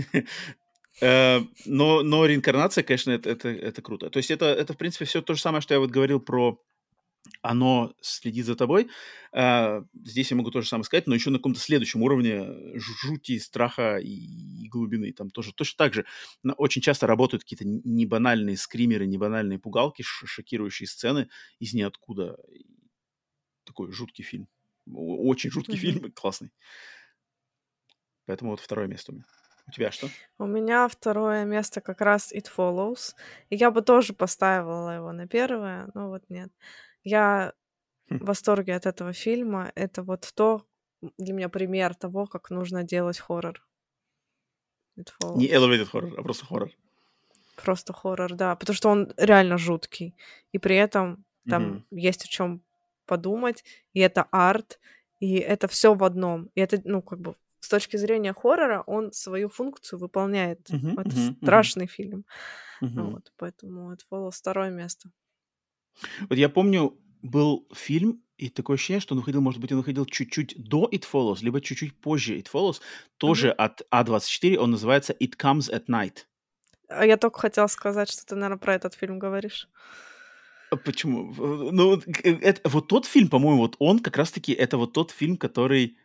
Но реинкарнация, конечно, это круто. То есть это, в принципе, все то же самое, что я вот говорил про «Оно следит за тобой». Здесь я могу то же самое сказать, но еще на каком-то следующем уровне жути, страха и глубины. Там тоже точно так же очень часто работают какие-то небанальные скримеры, небанальные пугалки, шокирующие сцены из ниоткуда. Такой жуткий фильм. Очень жуткий Мгм. фильм, классный. Поэтому вот второе место у меня. У тебя что? У меня второе место как раз It Follows. И я бы тоже поставила его на первое, но вот нет. Я Хм. в восторге от этого фильма. Это вот для меня пример того, как нужно делать хоррор. It Не Follows. elevated horror, а просто хоррор. Просто хоррор, да. Потому что он реально жуткий. И при этом там Мгм. есть о чем подумать. И это арт. И это все в одном. И это, ну, как бы с точки зрения хоррора он свою функцию выполняет. Мгм, Это мгм, мгм, страшный фильм. мгм. Вот, поэтому It Follows второе место. Вот я помню, был фильм, и такое ощущение, что он выходил, может быть, он выходил чуть-чуть до It Follows, либо чуть-чуть позже It Follows, тоже Мгм. от А24, он называется It Comes at Night. А я только хотела сказать, что ты, наверно, про этот фильм говоришь. Почему? Ну, вот вот тот фильм, по-моему, вот он как раз-таки, это вот тот фильм, который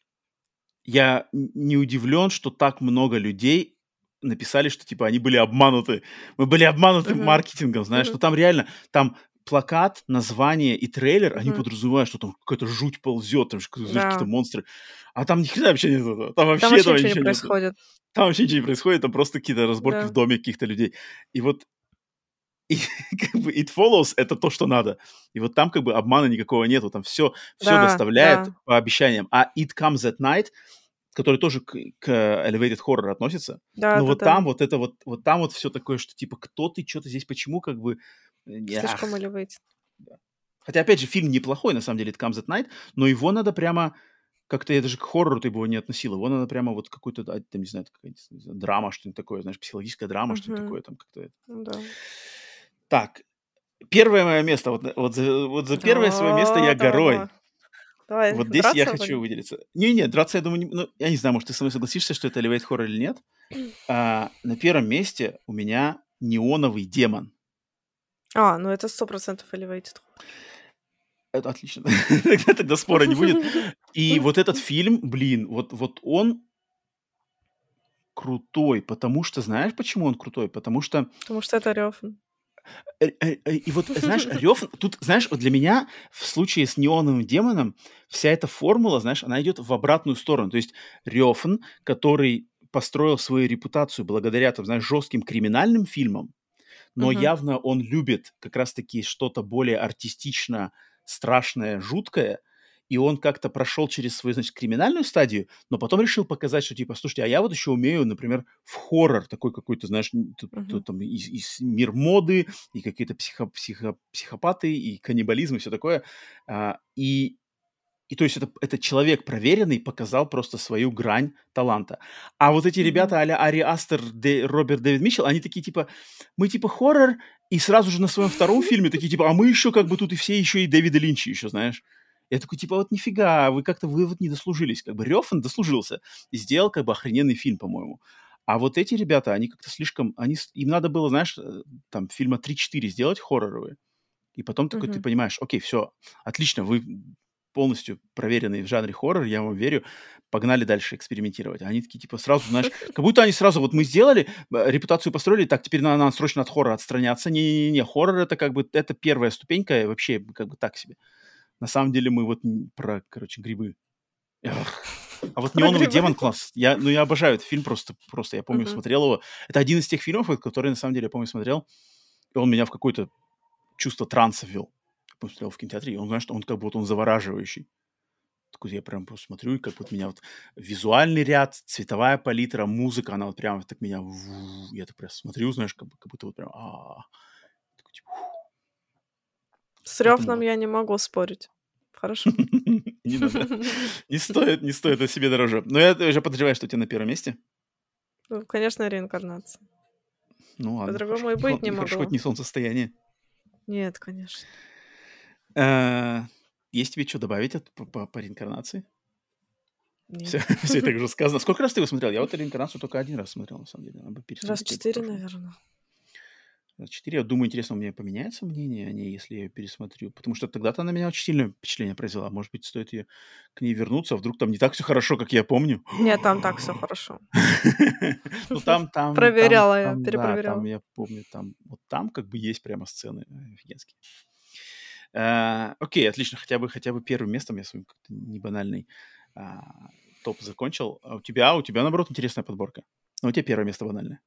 я не удивлен, что так много людей написали, что типа они были обмануты. Мы были обмануты Мгм. маркетингом, знаешь, Мгм. что там реально, там плакат, название и трейлер, они Мгм. подразумевают, что там какая-то жуть ползет, там же, знаешь, какие-то Да. монстры. А там ни хрена вообще нет этого. Там Там вообще вообще этого ничего не ничего нету. происходит. Там вообще ничего не происходит, там просто какие-то разборки в Да. доме каких-то людей. И вот и как бы It Follows — это то, что надо. И вот там как бы обмана никакого нету, там все Да, доставляет да. по обещаниям. А It Comes at Night, который тоже к elevated horror относится, но вот Да-да-да. там вот там вот все такое, что типа кто ты, что ты здесь, почему, как бы, Слишком elevated. да. Хотя, опять же, фильм неплохой, на самом деле, It Comes at Night, но его надо прямо как-то, я даже к хоррору ты бы его не относил, его надо прямо вот какой-то, там, не знаю, какая-нибудь, не знаю, драма, что-нибудь такое, знаешь, психологическая драма, что-нибудь Мгм. такое там как-то. Ну да. Так, первое мое место, вот за первое свое место О, я давай, горой. давай. Давай Вот здесь я драться хочу будем? выделиться. Не-не, драться, я думаю, ну, я не знаю, может, ты со мной согласишься, что это элевейт хоррор или нет. На первом месте у меня неоновый демон. Ну это 100% elevated. Это отлично. Тогда спора не будет. И вот этот фильм, блин, вот он крутой, потому что, знаешь, почему он крутой? Потому что Потому что это Рёфн. И вот, знаешь, рев тут, знаешь, вот для меня в случае с неоновым демоном вся эта формула, знаешь, она идет в обратную сторону. То есть Рёфн, который построил свою репутацию благодаря, там, знаешь, жестким криминальным фильмам, но Мгм. явно он любит как раз-таки что-то более артистично, страшное, жуткое, и он как-то прошел через свою, значит, криминальную стадию, но потом решил показать, что типа, слушайте, а я вот еще умею, например, в хоррор такой какой-то, знаешь, Мгм. там мир моды, и какие-то психопаты, и каннибализм, и все такое. И то есть это человек проверенный показал просто свою грань таланта. А вот эти Мгм. ребята а-ля Ари Астер, Роберт Дэвид Митчелл, они такие типа, мы типа хоррор, и сразу же на своем втором фильме такие типа, а мы еще как бы тут и все еще и Дэвида Линча еще, знаешь. Я такой, типа, вот нифига, вы вот не дослужились. Как бы Рёфан дослужился и сделал как бы охрененный фильм, по-моему. А вот эти ребята, они как-то слишком, им надо было, знаешь, там фильма 3-4 сделать хорроровые. И потом такой ты Мгм. понимаешь, окей, все, отлично, вы полностью проверенные в жанре хоррор, я вам верю, погнали дальше экспериментировать. А они такие, типа, сразу, знаешь, как будто они сразу, вот мы сделали, репутацию построили, так, теперь надо срочно от хоррора отстраняться. Не-не-не, хоррор это как бы, это первая ступенька, и вообще как бы так себе. На самом деле мы вот про, короче, грибы. Эх. А вот Про «Неоновый грибы. демон» класс. Я обожаю этот фильм просто. Я помню, Мгм. смотрел его. Это один из тех фильмов, вот, которые, на самом деле, я помню, смотрел, и он меня в какое-то чувство транса ввел. Я посмотрел в кинотеатре, и он, знаешь, он как будто он завораживающий. Такой я прям просто смотрю, и как вот меня вот визуальный ряд, цветовая палитра, музыка, она вот прям так меня... Я так прям смотрю, знаешь, как будто вот прям... Такой, типа, С поэтому Рёфном вот. я не могу спорить. Хорошо. Не надо. Не стоит о себе дороже. Но я уже подозреваю, что у тебя на первом месте. Ну, конечно, реинкарнация. Ну ладно, хорошо, По-другому и быть не хорошо, хоть могло. не солнцестояние. Нет, конечно. Есть тебе что добавить по реинкарнации? Все, Нет. все и так уже сказано. Сколько раз ты его смотрел? Я вот реинкарнацию только один раз смотрел, на самом деле. Надо бы Раз пересмотреть, 4, прошлый. наверное. Раз 4. Я думаю, интересно, у меня поменяется мнение о ней, если я ее пересмотрю. Потому что тогда-то она меня очень сильное впечатление произвела. Может быть, стоит ее к ней вернуться, а вдруг там не так все хорошо, как я помню. Нет, там так все хорошо. Ну, там, Проверяла я, да, там, перепроверяла. я помню, вот там как бы есть прямо сцены офигенские. Окей, отлично, хотя бы первым местом я своим как-то не банальный топ закончил. А у тебя, наоборот, интересная подборка. Но у тебя первое место банальное.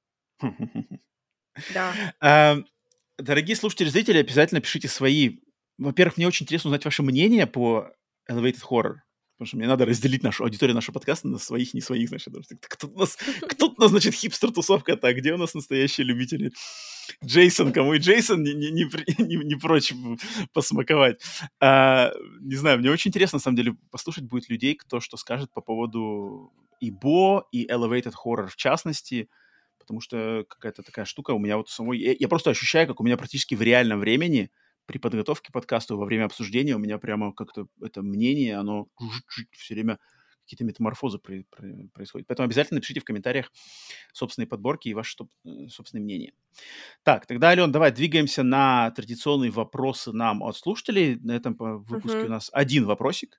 Да. Дорогие слушатели, зрители, обязательно пишите свои. Во-первых, мне очень интересно узнать ваше мнение по Elevated Horror. Потому что мне надо разделить нашу аудиторию нашего подкаста на своих и не своих, значит. Кто у нас, значит, хипстер-тусовка, так, где у нас настоящие любители? Джейсон, кому и Джейсон не прочь посмаковать. Не знаю, мне очень интересно, на самом деле, послушать будет людей, кто что скажет по поводу и Бо, и Elevated Horror в частности, потому что какая-то такая штука у меня вот самой... Я просто ощущаю, как у меня практически в реальном времени при подготовке к подкасту, во время обсуждения у меня прямо как-то это мнение, оно все время какие-то метаморфозы происходят. Поэтому обязательно напишите в комментариях собственные подборки и ваши собственные мнения. Так, тогда, Ален, давай двигаемся на традиционные вопросы нам от слушателей. На этом выпуске у нас один вопросик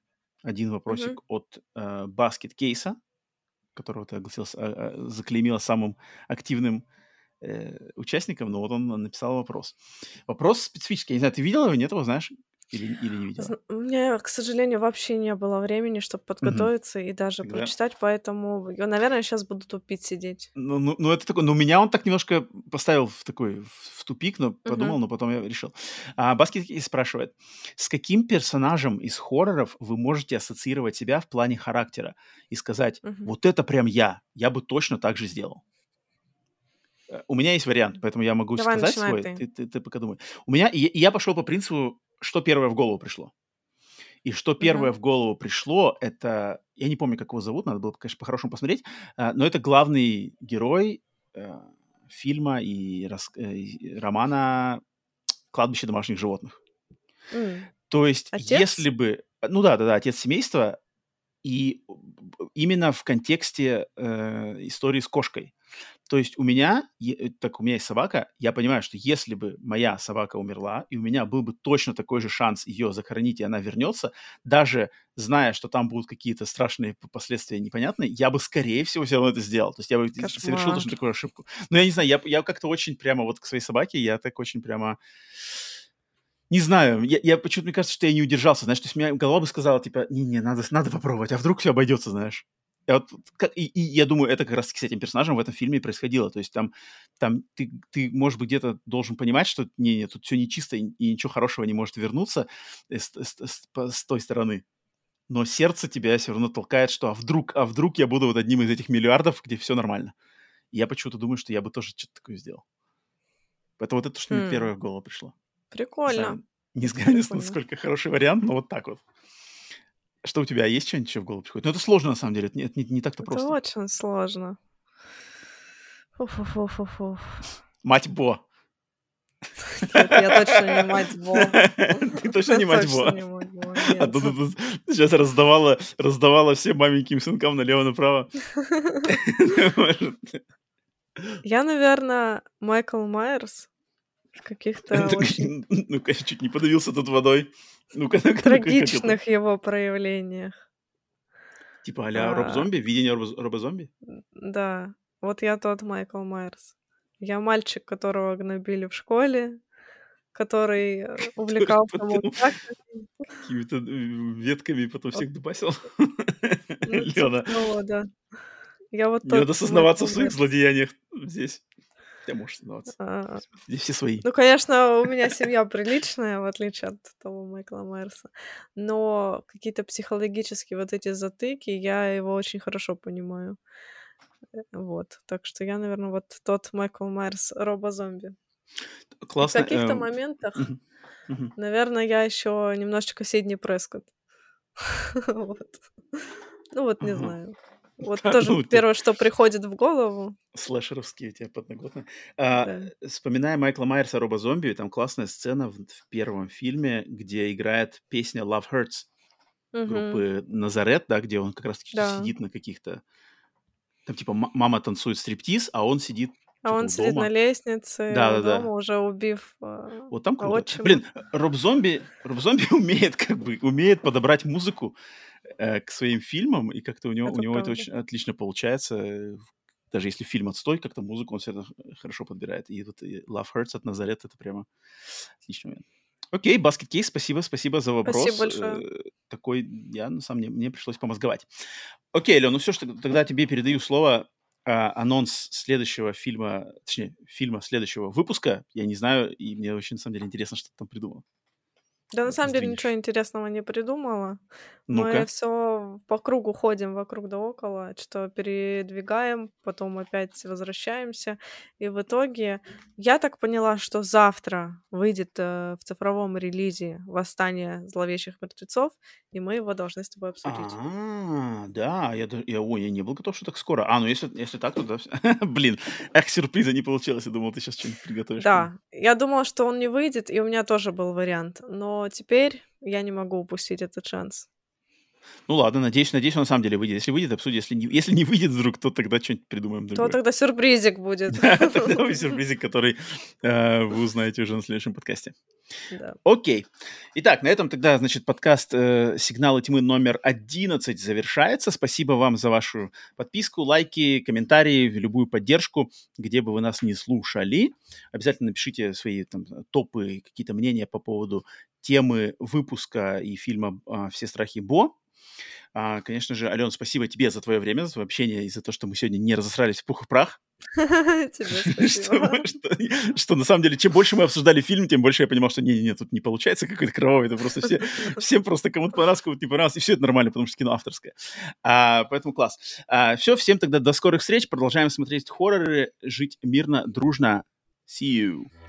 от Basket Case, которого ты заклеймила самым активным участником, но вот он написал вопрос. Вопрос специфический. Я не знаю, ты видел его, нет его, знаешь, или не видела? У меня, к сожалению, вообще не было времени, чтобы подготовиться и даже Тогда, прочитать, поэтому я, наверное, сейчас буду тупить сидеть. это такой, меня он так немножко поставил в тупик, но подумал, но потом я решил. Баскет спрашивает, с каким персонажем из хорроров вы можете ассоциировать себя в плане характера и сказать, вот это прям я бы точно так же сделал? У меня есть вариант, поэтому я могу Давай, сказать начинай свой. ты. Ты пока думай. У меня, я пошел по принципу, что первое в голову пришло. И что первое в голову пришло, это... Я не помню, как его зовут, надо было, конечно, по-хорошему посмотреть, но это главный герой фильма и романа «Кладбище домашних животных». То есть, Отец? если бы... Ну да, отец семейства, и именно в контексте истории с кошкой. То есть у меня есть собака, я понимаю, что если бы моя собака умерла, и у меня был бы точно такой же шанс ее захоронить, и она вернется, даже зная, что там будут какие-то страшные последствия непонятные, я бы, скорее всего, все равно это сделал. То есть я бы совершил точно такую ошибку. Но я не знаю, я как-то очень прямо вот к своей собаке, я так очень прямо... Не знаю, я почему-то, мне кажется, что я не удержался, знаешь, то есть у меня голова бы сказала, типа, не, надо попробовать, а вдруг все обойдется, знаешь. И я думаю, это как раз с этим персонажем в этом фильме и происходило. То есть там ты, может быть, где-то должен понимать, что не, тут все нечисто, и ничего хорошего не может вернуться с той стороны. Но сердце тебя все равно толкает, что а вдруг я буду вот одним из этих миллиардов, где все нормально. И я почему-то думаю, что я бы тоже что-то такое сделал. Поэтому вот это, что мне первое в голову пришло. Прикольно. Не знаю, насколько хороший вариант, но вот так вот. Что у тебя? Есть что-нибудь еще в голову приходит? Ну, это сложно, на самом деле. Это не так-то просто. Это очень сложно. Фу-фу-фу-фу-фу. Мать Бо. Нет, я точно не мать Бо. Ты точно не мать Бо? Точно не мать Бо, нет. Ты сейчас раздавала всем маменьким сынкам налево-направо. Я, наверное, Майкл Майерс в каких-то очень Ну-ка, чуть не подавился тут водой. Ну-ка, трагичных его проявлениях. Типа а-ля Роб-зомби? Видение Роба-зомби? Да, вот я тот Майкл Майерс. Я мальчик, которого гнобили в школе, который увлекался мультяшками. Какими-то ветками потом всех дубасил. Ну, типа Лена, того, да. Я вот не тот надо сознаваться Майкл в своих Майерс. злодеяниях здесь. Ты можешь сознаваться. А, Здесь все свои. Ну, конечно, у меня семья приличная, в отличие от того Майкла Майерса. Но какие-то психологические вот эти затыки, я его очень хорошо понимаю. Вот. Так что я, наверное, вот тот Майкл Майерс робо-зомби. И в Классно. каких-то моментах, наверное, я еще немножечко Сидни Прескотт. Вот. Ну вот, не Ага. знаю. Вот Да, тоже ну, это первое, что приходит в голову. слэшеровские у тебя подноготные. Да. Вспоминая Майкла Майерса «Роба зомби», там классная сцена в первом фильме, где играет песня «Love Hurts» Мгм. группы «Назарет», да, где он как раз-таки Да. сидит на каких-то... Там типа мама танцует стриптиз, а он сидит А что-то он у сидит на дома. лестнице у дома, Да-да-да. уже убив, Вот там круто. отчима. Блин, Роб Зомби умеет как бы, умеет подобрать музыку к своим фильмам, и как-то у Это него это правда. очень отлично получается. Даже если фильм отстой, как-то музыку он все равно хорошо подбирает. И вот и Love Hurts от Назарет это прямо отличный момент. Окей, Basket Case, спасибо за Спасибо вопрос. большое. Такой, я на самом деле, мне пришлось помозговать. Окей, Лен, ну все, что тогда тебе передаю слово. Анонс следующего фильма, точнее, фильма следующего выпуска. Я не знаю, и мне очень, на самом деле, интересно, что ты там придумал. Да, на самом деле ничего Сдвинешь. интересного не придумала. Мы Ну-ка. все по кругу ходим вокруг да около, что передвигаем, потом опять возвращаемся. И в итоге я так поняла, что завтра выйдет в цифровом релизе «Восстание зловещих мертвецов», и мы его должны с тобой обсудить. Да, я не был готов, что так скоро. Ну если так, то да. Блин, сюрприза не получилось. Я думал, ты сейчас что-нибудь приготовишь ко мне. Да, я думала, что он не выйдет, и у меня тоже был вариант, но теперь я не могу упустить этот шанс. Ну ладно, надеюсь, он на самом деле выйдет. Если выйдет, обсудим. Если не выйдет вдруг, то тогда что-нибудь придумаем То другое. тогда сюрпризик будет. Да, тогда будет сюрпризик, который вы узнаете уже на следующем подкасте. Да. Окей. Итак, на этом тогда, значит, подкаст «Сигналы тьмы» номер 11 завершается. Спасибо вам за вашу подписку, лайки, комментарии, любую поддержку, где бы вы нас не слушали. Обязательно напишите свои там топы, какие-то мнения по поводу темы выпуска и фильма «Все страхи Бо». Конечно же, Ален, спасибо тебе за твое время, за твое общение и за то, что мы сегодня не разосрались в пух и прах. Тебе Что, спасибо. мы- что на самом деле, чем больше мы обсуждали фильм, тем больше я понимал, что не, тут не получается какой-то кровавый, это просто всем просто кому-то понравилось, кому-то не понравилось, и все это нормально, потому что кино авторское. Поэтому класс. Все, всем тогда до скорых встреч, продолжаем смотреть хорроры, жить мирно, дружно. See you.